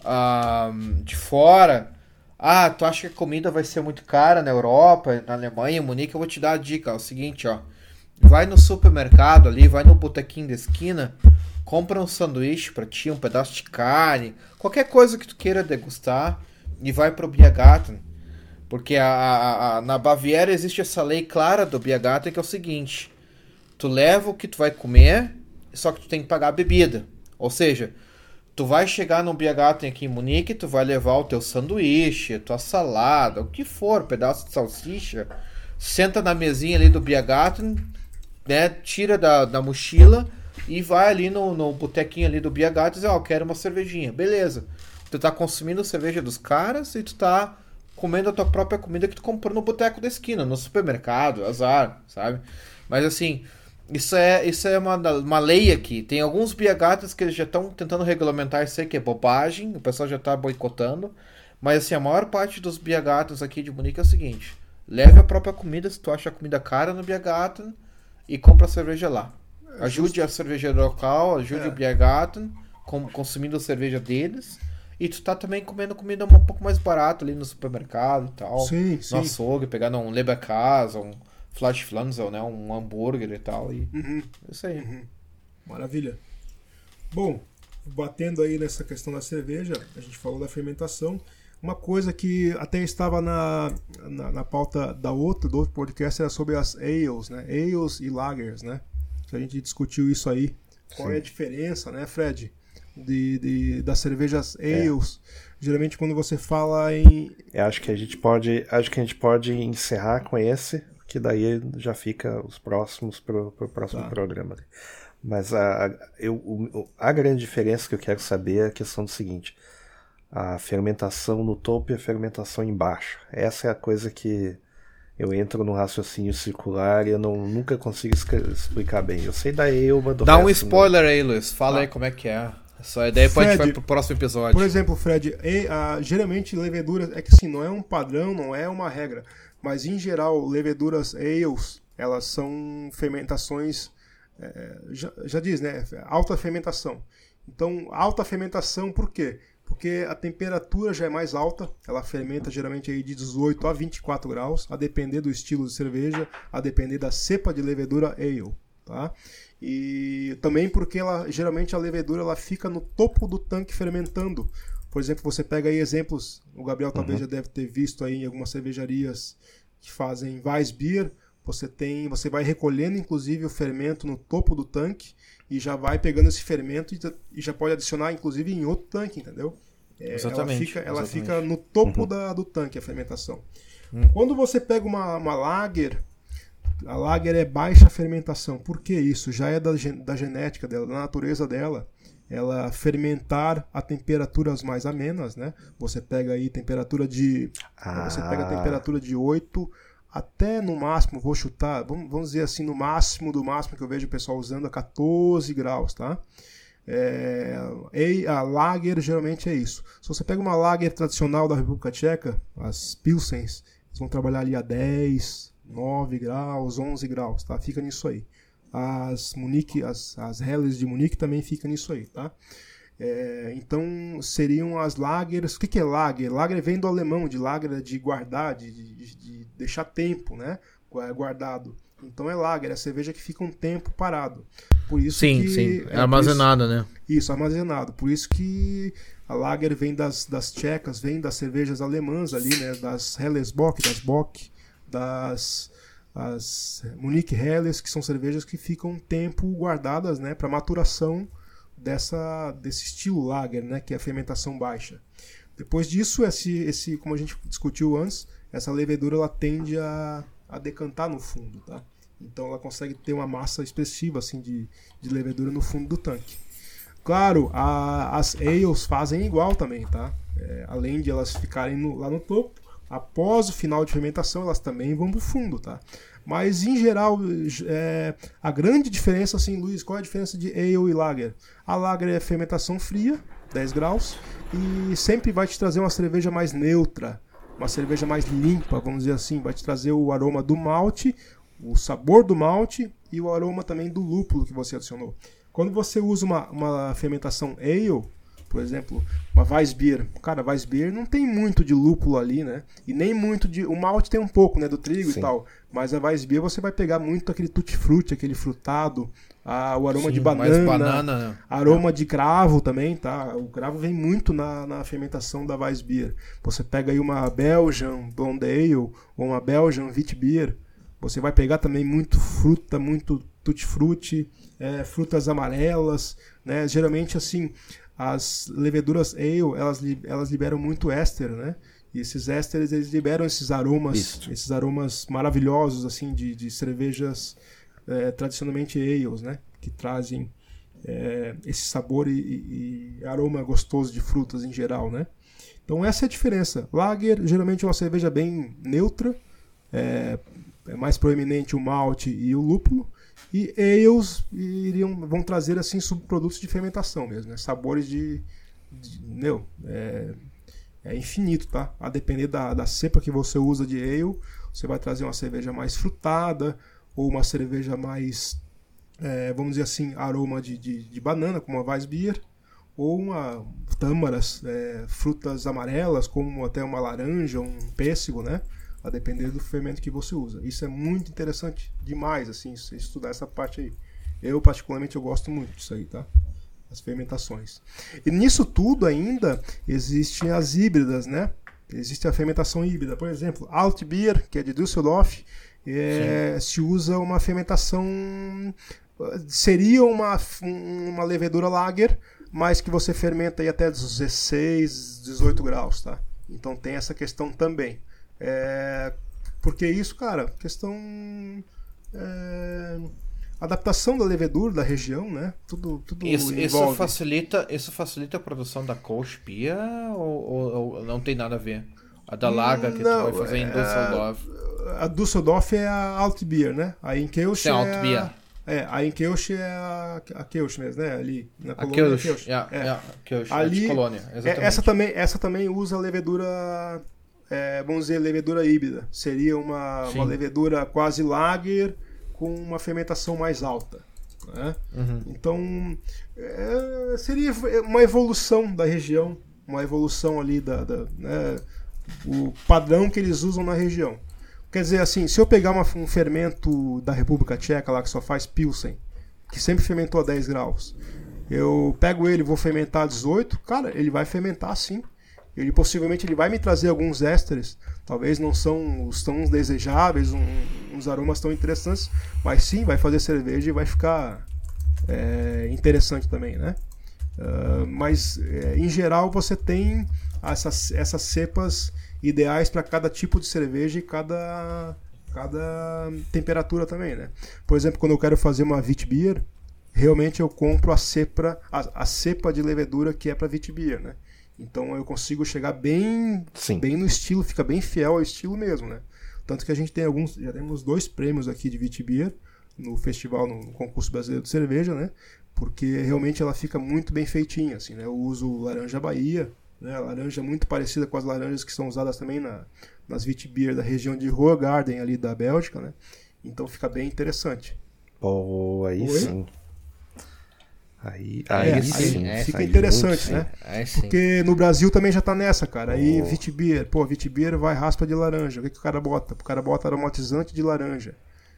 uh, de fora, ah, tu acha que a comida vai ser muito cara na Europa, na Alemanha, em Munique, eu vou te dar a dica, ó, é o seguinte, ó, vai no supermercado ali, vai no botequinho da esquina, compra um sanduíche pra ti, um pedaço de carne, qualquer coisa que tu queira degustar, e vai pro beer garden. Porque a, a, a, na Baviera existe essa lei clara do beer garden, que é o seguinte: tu leva o que tu vai comer, só que tu tem que pagar a bebida. Ou seja, tu vai chegar no beer garden aqui em Munique, tu vai levar o teu sanduíche, tua salada, o que for, pedaço de salsicha, senta na mesinha ali do beer garden, né, tira da, da mochila e vai ali no, no botequinho ali do beer garden e diz, ó, oh, quero uma cervejinha. Beleza. Tu tá consumindo cerveja dos caras e tu tá comendo a tua própria comida que tu comprou no boteco da esquina, no supermercado, azar, sabe? Mas assim, isso é, isso é uma, uma lei aqui. Tem alguns beer gardens que eles já estão tentando regulamentar isso aí, que é bobagem, o pessoal já tá boicotando. Mas assim, a maior parte dos beer gardens aqui de Munique é o seguinte: leve a própria comida, se tu acha a comida cara no beer garden, e compra a cerveja lá. É, ajude justo. a cervejaria local, ajude é. o beer garden, com, consumindo a cerveja deles. E tu tá também comendo comida um pouco mais barata ali no supermercado e tal. Sim, no sim. açougue, pegando um Leberkäse, um Fleisch Flansel, né? Um hambúrguer e tal. E uhum. isso aí. Uhum. Maravilha. Bom, batendo aí nessa questão da cerveja, a gente falou da fermentação. Uma coisa que até estava na, na, na pauta da outra, do outro podcast era sobre as ales, né? Ales e lagers, né? A gente discutiu isso aí. Qual sim. é a diferença, né, Fred? De, de, das cervejas ales, é. geralmente quando você fala em... Eu acho que a gente pode, acho que a gente pode encerrar com esse, que daí já fica os próximos pro, pro próximo tá. programa. Mas a, eu, a grande diferença que eu quero saber é a questão do seguinte: a fermentação no topo e a fermentação embaixo. Essa é a coisa que eu entro no raciocínio circular e eu não, nunca consigo explicar bem. Eu sei da Elba, do Dá resto, um spoiler não... aí, Luiz. Fala ah. aí como é que é. Só daí depois a gente vai pro próximo episódio. Por exemplo, Fred, e, a, geralmente levedura é que assim, não é um padrão, não é uma regra, mas em geral, leveduras ales, elas são fermentações, é, já, já diz, né? Alta fermentação. Então, alta fermentação por quê? Porque a temperatura já é mais alta, ela fermenta geralmente aí de dezoito a vinte e quatro graus, a depender do estilo de cerveja, a depender da cepa de levedura ale, tá? E também porque ela, geralmente a levedura ela fica no topo do tanque fermentando. Por exemplo, você pega aí exemplos, o Gabriel talvez uhum. já deve ter visto aí em algumas cervejarias que fazem Weissbier, você tem, você vai recolhendo inclusive o fermento no topo do tanque e já vai pegando esse fermento e, e já pode adicionar inclusive em outro tanque, entendeu? É, exatamente. Ela fica, ela exatamente. fica no topo uhum. da, do tanque a fermentação. Uhum. Quando você pega uma, uma lager, a lager é baixa fermentação. Por que isso? Já é da, da genética dela, da natureza dela. Ela fermentar a temperaturas mais amenas, né? Você pega aí temperatura de ah. você pega a temperatura de oito até no máximo, vou chutar, vamos, vamos dizer assim, no máximo do máximo que eu vejo o pessoal usando a quatorze graus, tá? É, a lager geralmente é isso. Se você pega uma lager tradicional da República Tcheca, as Pilsens, eles vão trabalhar ali a dez, nove graus, onze graus, tá? Fica nisso aí. As Munique, as, as Helles de Munique também ficam nisso aí, tá? É, então seriam as lagers. O que, que é lager? Lager vem do alemão, de lager, de guardar, de, de, de deixar tempo, né? Guardado. Então é lager, é a cerveja que fica um tempo parado. Por isso sim, que, sim, é é armazenada, isso, né? Isso, armazenado. Por isso que a lager vem das, das tchecas, vem das cervejas alemãs ali, né? Das Helles Bock, das Bock, das as Munique Helles, que são cervejas que ficam um tempo guardadas, né? Para maturação dessa, desse estilo lager, né? Que é a fermentação baixa. Depois disso, esse, esse, como a gente discutiu antes, essa levedura ela tende a, a decantar no fundo, tá? Então ela consegue ter uma massa expressiva assim, de, de levedura no fundo do tanque. Claro, a, as ales fazem igual também, tá? É, além de elas ficarem no, lá no topo, após o final de fermentação elas também vão pro fundo, tá? Mas em geral, é, a grande diferença, assim, Luiz, qual é a diferença de ale e lager? A lager é fermentação fria, dez graus, e sempre vai te trazer uma cerveja mais neutra, uma cerveja mais limpa, vamos dizer assim, vai te trazer o aroma do malte, o sabor do malte e o aroma também do lúpulo que você adicionou. Quando você usa uma, uma fermentação ale, por exemplo, uma Weissbier, cara, Weissbier não tem muito de lúpulo ali, né? E nem muito de... O malte tem um pouco, né, do trigo Sim. e tal, mas a Weissbier você vai pegar muito aquele tutti-frutti, aquele frutado, a, o aroma Sim, de banana, banana né? aroma é. de cravo também, tá? O cravo vem muito na, na fermentação da Weissbier. Você pega aí uma Belgian Blonde Ale ou uma Belgian Witbier, você vai pegar também muito fruta, muito tutti-frutti, é, frutas amarelas, né? Geralmente, assim, as leveduras ale, elas, elas liberam muito éster, né? E esses ésteres, eles liberam esses aromas, Isso. esses aromas maravilhosos, assim, de, de cervejas é, tradicionalmente ales, né? Que trazem é, esse sabor e, e, e aroma gostoso de frutas em geral, né? Então essa é a diferença. Lager, geralmente é uma cerveja bem neutra, é, é mais proeminente o malte e o lúpulo, e ales iriam, vão trazer assim subprodutos de fermentação mesmo, né? Sabores de, de meu, é, é infinito, tá? A depender da, da cepa que você usa de ale, você vai trazer uma cerveja mais frutada ou uma cerveja mais, é, vamos dizer assim, aroma de, de, de banana, como a Weissbier, ou uma tâmaras, é, frutas amarelas, como até uma laranja, um pêssego, né? A depender do fermento que você usa. Isso é muito interessante demais, assim, estudar essa parte aí. Eu, particularmente, eu gosto muito disso aí, tá? As fermentações. E nisso tudo ainda existem as híbridas, né? Existe a fermentação híbrida. Por exemplo, Altbier, que é de Düsseldorf, é, se usa uma fermentação... Seria uma, uma levedura lager, mas que você fermenta aí até dezesseis, dezoito graus, tá? Então tem essa questão também. É, porque isso, cara, questão é, adaptação da levedura da região, né? Tudo, tudo isso, envolve. Isso facilita, isso facilita a produção da Kolschbier ou, ou, ou não tem nada a ver? A da Lager que não, tu vai fazer em Düsseldorf. A, a Düsseldorf é a Altbier, né? A Inkelsch é a... É, a Inkelsch é a, a Kelsch mesmo, né? Ali na a colônia. Kelsch, é, é. É, Kelsch, ali, é de colônia, exatamente. Essa também, essa também usa a levedura é, vamos dizer, levedura híbrida. Seria uma, uma levedura quase lager com uma fermentação mais alta. Né? Uhum. Então, é, seria uma evolução da região, uma evolução ali da, da né, o padrão que eles usam na região. Quer dizer, assim, se eu pegar uma, um fermento da República Tcheca lá que só faz Pilsen, que sempre fermentou a dez graus, eu pego ele e vou fermentar a dezoito, cara, ele vai fermentar sim. Ele possivelmente ele vai me trazer alguns ésteres, talvez não são os tão desejáveis, um, uns aromas tão interessantes, mas sim, vai fazer cerveja e vai ficar é, interessante também, né? Uh, mas, é, em geral, você tem essas, essas cepas ideais para cada tipo de cerveja e cada, cada temperatura também, né? Por exemplo, quando eu quero fazer uma Witbier, realmente eu compro a cepa, a, a cepa de levedura que é para Witbier, né? Então eu consigo chegar bem, bem no estilo, fica bem fiel ao estilo mesmo, né? Tanto que a gente tem alguns, já temos dois prêmios aqui de Witbier no festival, no concurso brasileiro de cerveja, né? Porque realmente ela fica muito bem feitinha, assim, né? Eu uso laranja Bahia, né? Laranja muito parecida com as laranjas que são usadas também na, nas Witbier da região de Hoegaarden, ali da Bélgica, né? Então fica bem interessante. Pô, aí Oi? sim. Aí, aí, é, sim, aí fica aí interessante, muito, né? Aí sim. Porque no Brasil também já tá nessa, cara. Aí Oh. Witbier, pô, Witbier vai raspa de laranja. O que, que o cara bota? O cara bota aromatizante de laranja.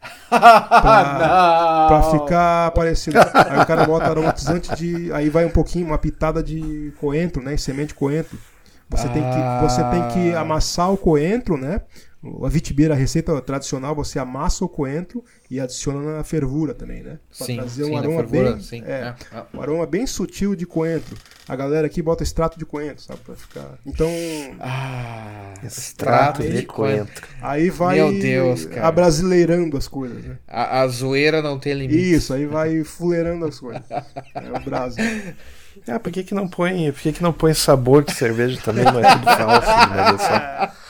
Pra, pra ficar parecido. Aí o cara bota aromatizante de. Aí vai um pouquinho, uma pitada de coentro, né? Semente de coentro. Você, ah. tem que, você tem que amassar o coentro, né? A Witbier, a receita tradicional, você amassa o coentro e adiciona na fervura também, né? Pra sim, trazer um sim, aroma fervura, bem, sim. é, É, é. um aroma bem sutil de coentro. A galera aqui bota extrato de coentro, sabe? Pra ficar. Então. Ah, extrato aí, de coentro. Aí vai Meu Deus, cara. abrasileirando as coisas, né? A, a zoeira não tem limite. Isso, aí vai fuleirando as coisas. É o Brasil. Ah, por que que não põe, por que que não põe sabor de cerveja também? Não é tudo falso, né? Só...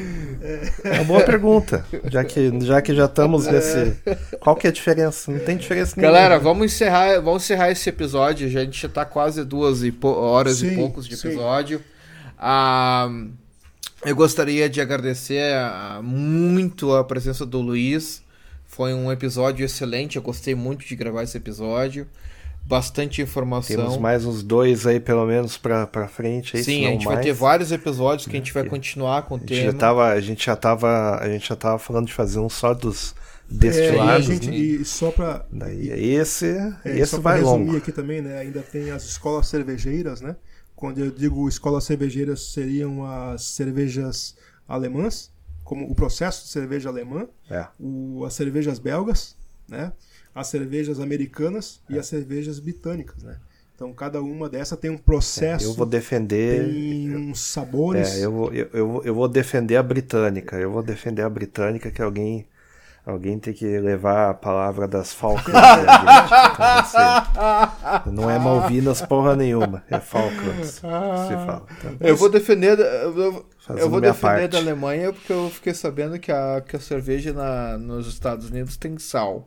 É uma boa pergunta, já que já, que já estamos nesse... Qual que é a diferença? Não tem diferença nenhuma. Galera, vamos encerrar, vamos encerrar esse episódio. A gente já tá quase duas e po- horas sim, e poucos de sim. episódio. Ah, eu gostaria de agradecer ah, muito a presença do Luiz. Foi um episódio excelente, eu gostei muito de gravar esse episódio. Bastante informação. Temos mais uns dois aí, pelo menos, pra, pra frente. Aí, Sim, a gente mais. vai ter vários episódios que a gente vai continuar com o a gente tema. Já tava, a, gente já tava, a gente já tava falando de fazer um só dos destilados. É, e, a gente, né? e só pra... Daí, esse É, esse só pra vai resumir longo. aqui também, né? Ainda tem as escolas cervejeiras, né? Quando eu digo escolas cervejeiras, seriam as cervejas alemãs, como o processo de cerveja alemã, É. o, as cervejas belgas, né? As cervejas americanas É. e as cervejas britânicas, né? Então cada uma dessas tem um processo, É, eu vou defender. tem uns sabores. É, eu, vou, eu, eu, eu vou defender a britânica. Eu vou defender a britânica, que alguém, alguém tem que levar a palavra das Falklands. Né, gente? Então, não é Malvinas porra nenhuma, é Falklands. Se fala. Então, Eu vou defender, eu, eu, Fazendo eu vou minha defender parte. da Alemanha porque eu fiquei sabendo que a, que a cerveja na, nos Estados Unidos tem sal.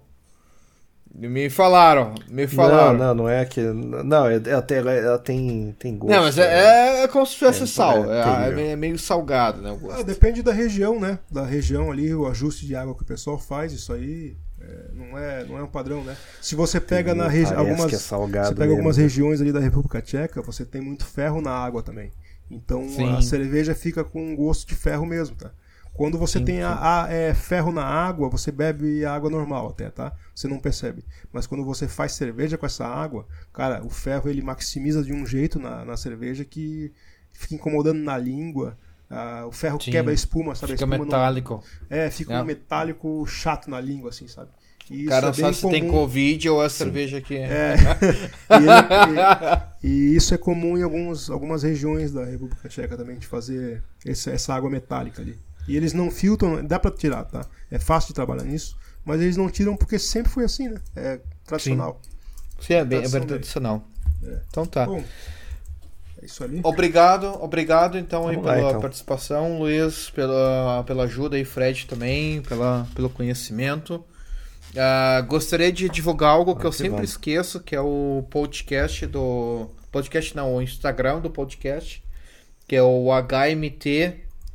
Me falaram, me falaram. Não, não, não é que. Não, ela tem, ela tem, tem gosto. Não, mas é, é como se tivesse É, sal. é, É, tem, é né? meio- é meio salgado, né? O gosto. Ah, depende da região, né? Da região ali, o ajuste de água que o pessoal faz, isso aí é, não, é, não é um padrão, né? Se você pega Tem- na região parece algumas, que é salgado você pega mesmo, algumas né? regiões ali da República Tcheca, você tem muito ferro na água também. Então Sim. a cerveja fica com um gosto de ferro mesmo, tá? Quando você Sim, tem sim. a, a- é, ferro na água, você bebe água normal até, tá? Você não percebe. Mas quando você faz cerveja com essa água, cara, o ferro ele maximiza de um jeito na, na cerveja que fica incomodando na língua. Ah, o ferro Sim. quebra a espuma, sabe? Fica a espuma não- metálico. É, fica É. um metálico chato na língua, assim, sabe? E O isso cara é não bem sabe se tem comum. Covid ou a cerveja que é. É. e, ele- e- e isso é comum em alguns, algumas regiões da República Tcheca também, de fazer esse- essa água metálica ali. E eles não filtram, dá pra tirar, tá? É fácil de trabalhar nisso, mas eles não tiram porque sempre foi assim, né? É tradicional. Sim, é bem, é bem Tradição tradicional. É. Então tá. Bom, é isso ali. Obrigado, obrigado então aí Vamos lá, pela então. participação, Luiz, pela, pela ajuda aí, Fred também, pela, pelo conhecimento. Ah, gostaria de divulgar algo que eu que sempre vamos. esqueço, que é o podcast do... Podcast não, o Instagram do podcast, que é o H M T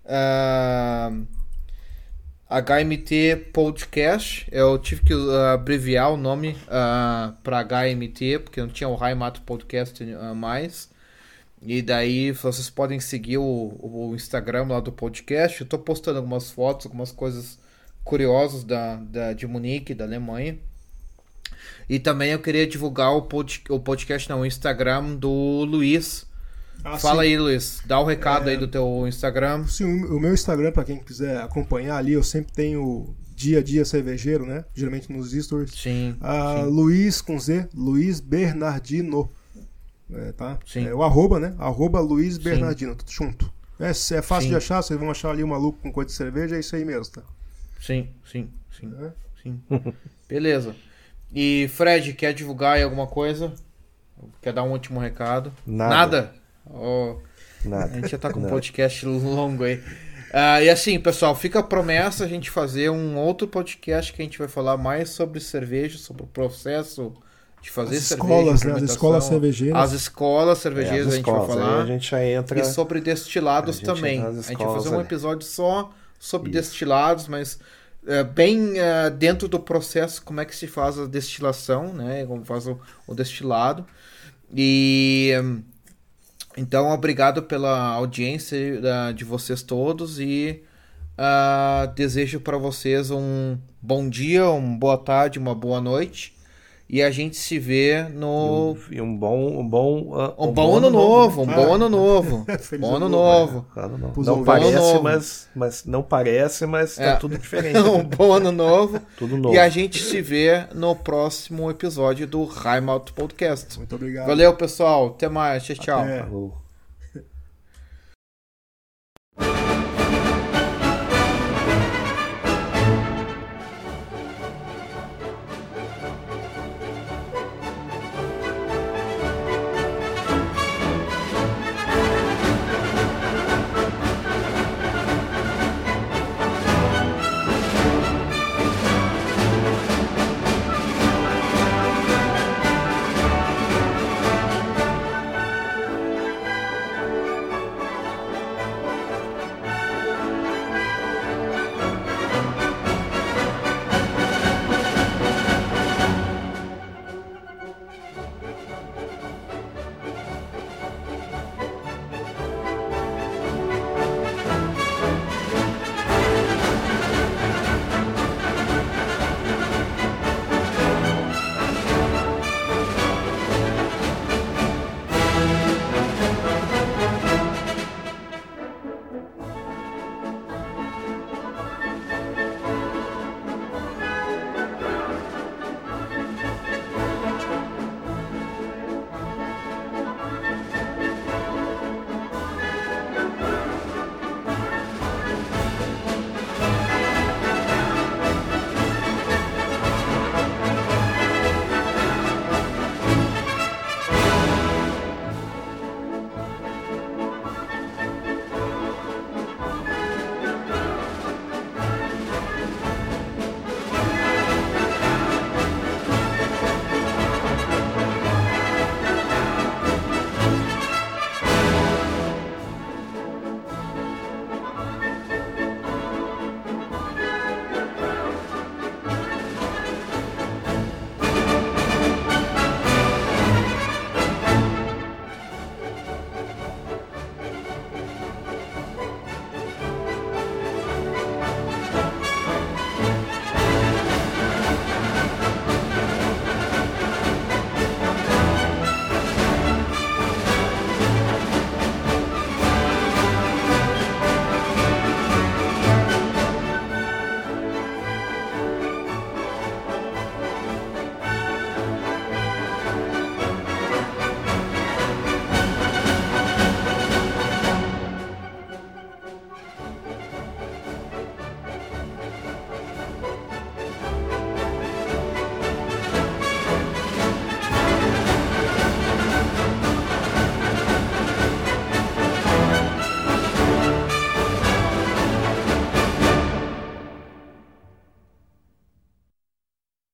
Uh, H M T Podcast. Eu tive que uh, abreviar o nome uh, para H M T, porque não tinha o Heimat Podcast uh, mais. E daí vocês podem seguir o, o Instagram lá do podcast. Eu tô postando algumas fotos, algumas coisas curiosas da, da, de Munique, da Alemanha. E também eu queria divulgar o, pod, o podcast no Instagram do Luiz. Ah, Fala sim. aí, Luiz. Dá o um recado é... aí do teu Instagram. Sim, o meu Instagram, para quem quiser acompanhar ali, eu sempre tenho dia a dia cervejeiro, né? Geralmente nos stories. Sim. Ah, sim. Luiz com Z, Luiz Bernardino. É, tá? Sim. É o arroba, né? Arroba Luiz Bernardino, tudo junto. É, é fácil sim. de achar, vocês vão achar ali um maluco com coisa de cerveja, é isso aí mesmo, tá? Sim, sim, sim. É? sim. Beleza. E Fred, quer divulgar aí alguma coisa? Quer dar um último recado? Nada? Nada? Oh, Nada. A gente já tá com um podcast longo aí. Uh, e assim, pessoal, fica a promessa a gente fazer um outro podcast que a gente vai falar mais sobre cerveja, sobre o processo de fazer as cerveja. Escolas, né? As escolas cervejeiras. As escolas cervejeiras é, as a gente escolas, vai falar. A gente já entra... E sobre destilados a também. A gente vai fazer um ali. episódio só sobre Isso. destilados, mas uh, bem uh, dentro do processo, como é que se faz a destilação, né? Como faz o, o destilado. E... Um, então, obrigado pela audiência uh, de vocês todos e uh, desejo para vocês um bom dia, uma boa tarde, uma boa noite. E a gente se vê no... E um, e um bom... Um bom, uh, um um bom, bom ano novo, um ah, bom ano novo. Bom ano novo. É, ano novo. Não Não parece, novo. Mas, mas... Não parece, mas é. tá tudo diferente. Um bom ano novo. Tudo novo. E a gente se vê no próximo episódio do Heimat Podcast. Muito obrigado. Valeu, pessoal. Até mais. Tchau, tchau. Até. Falou.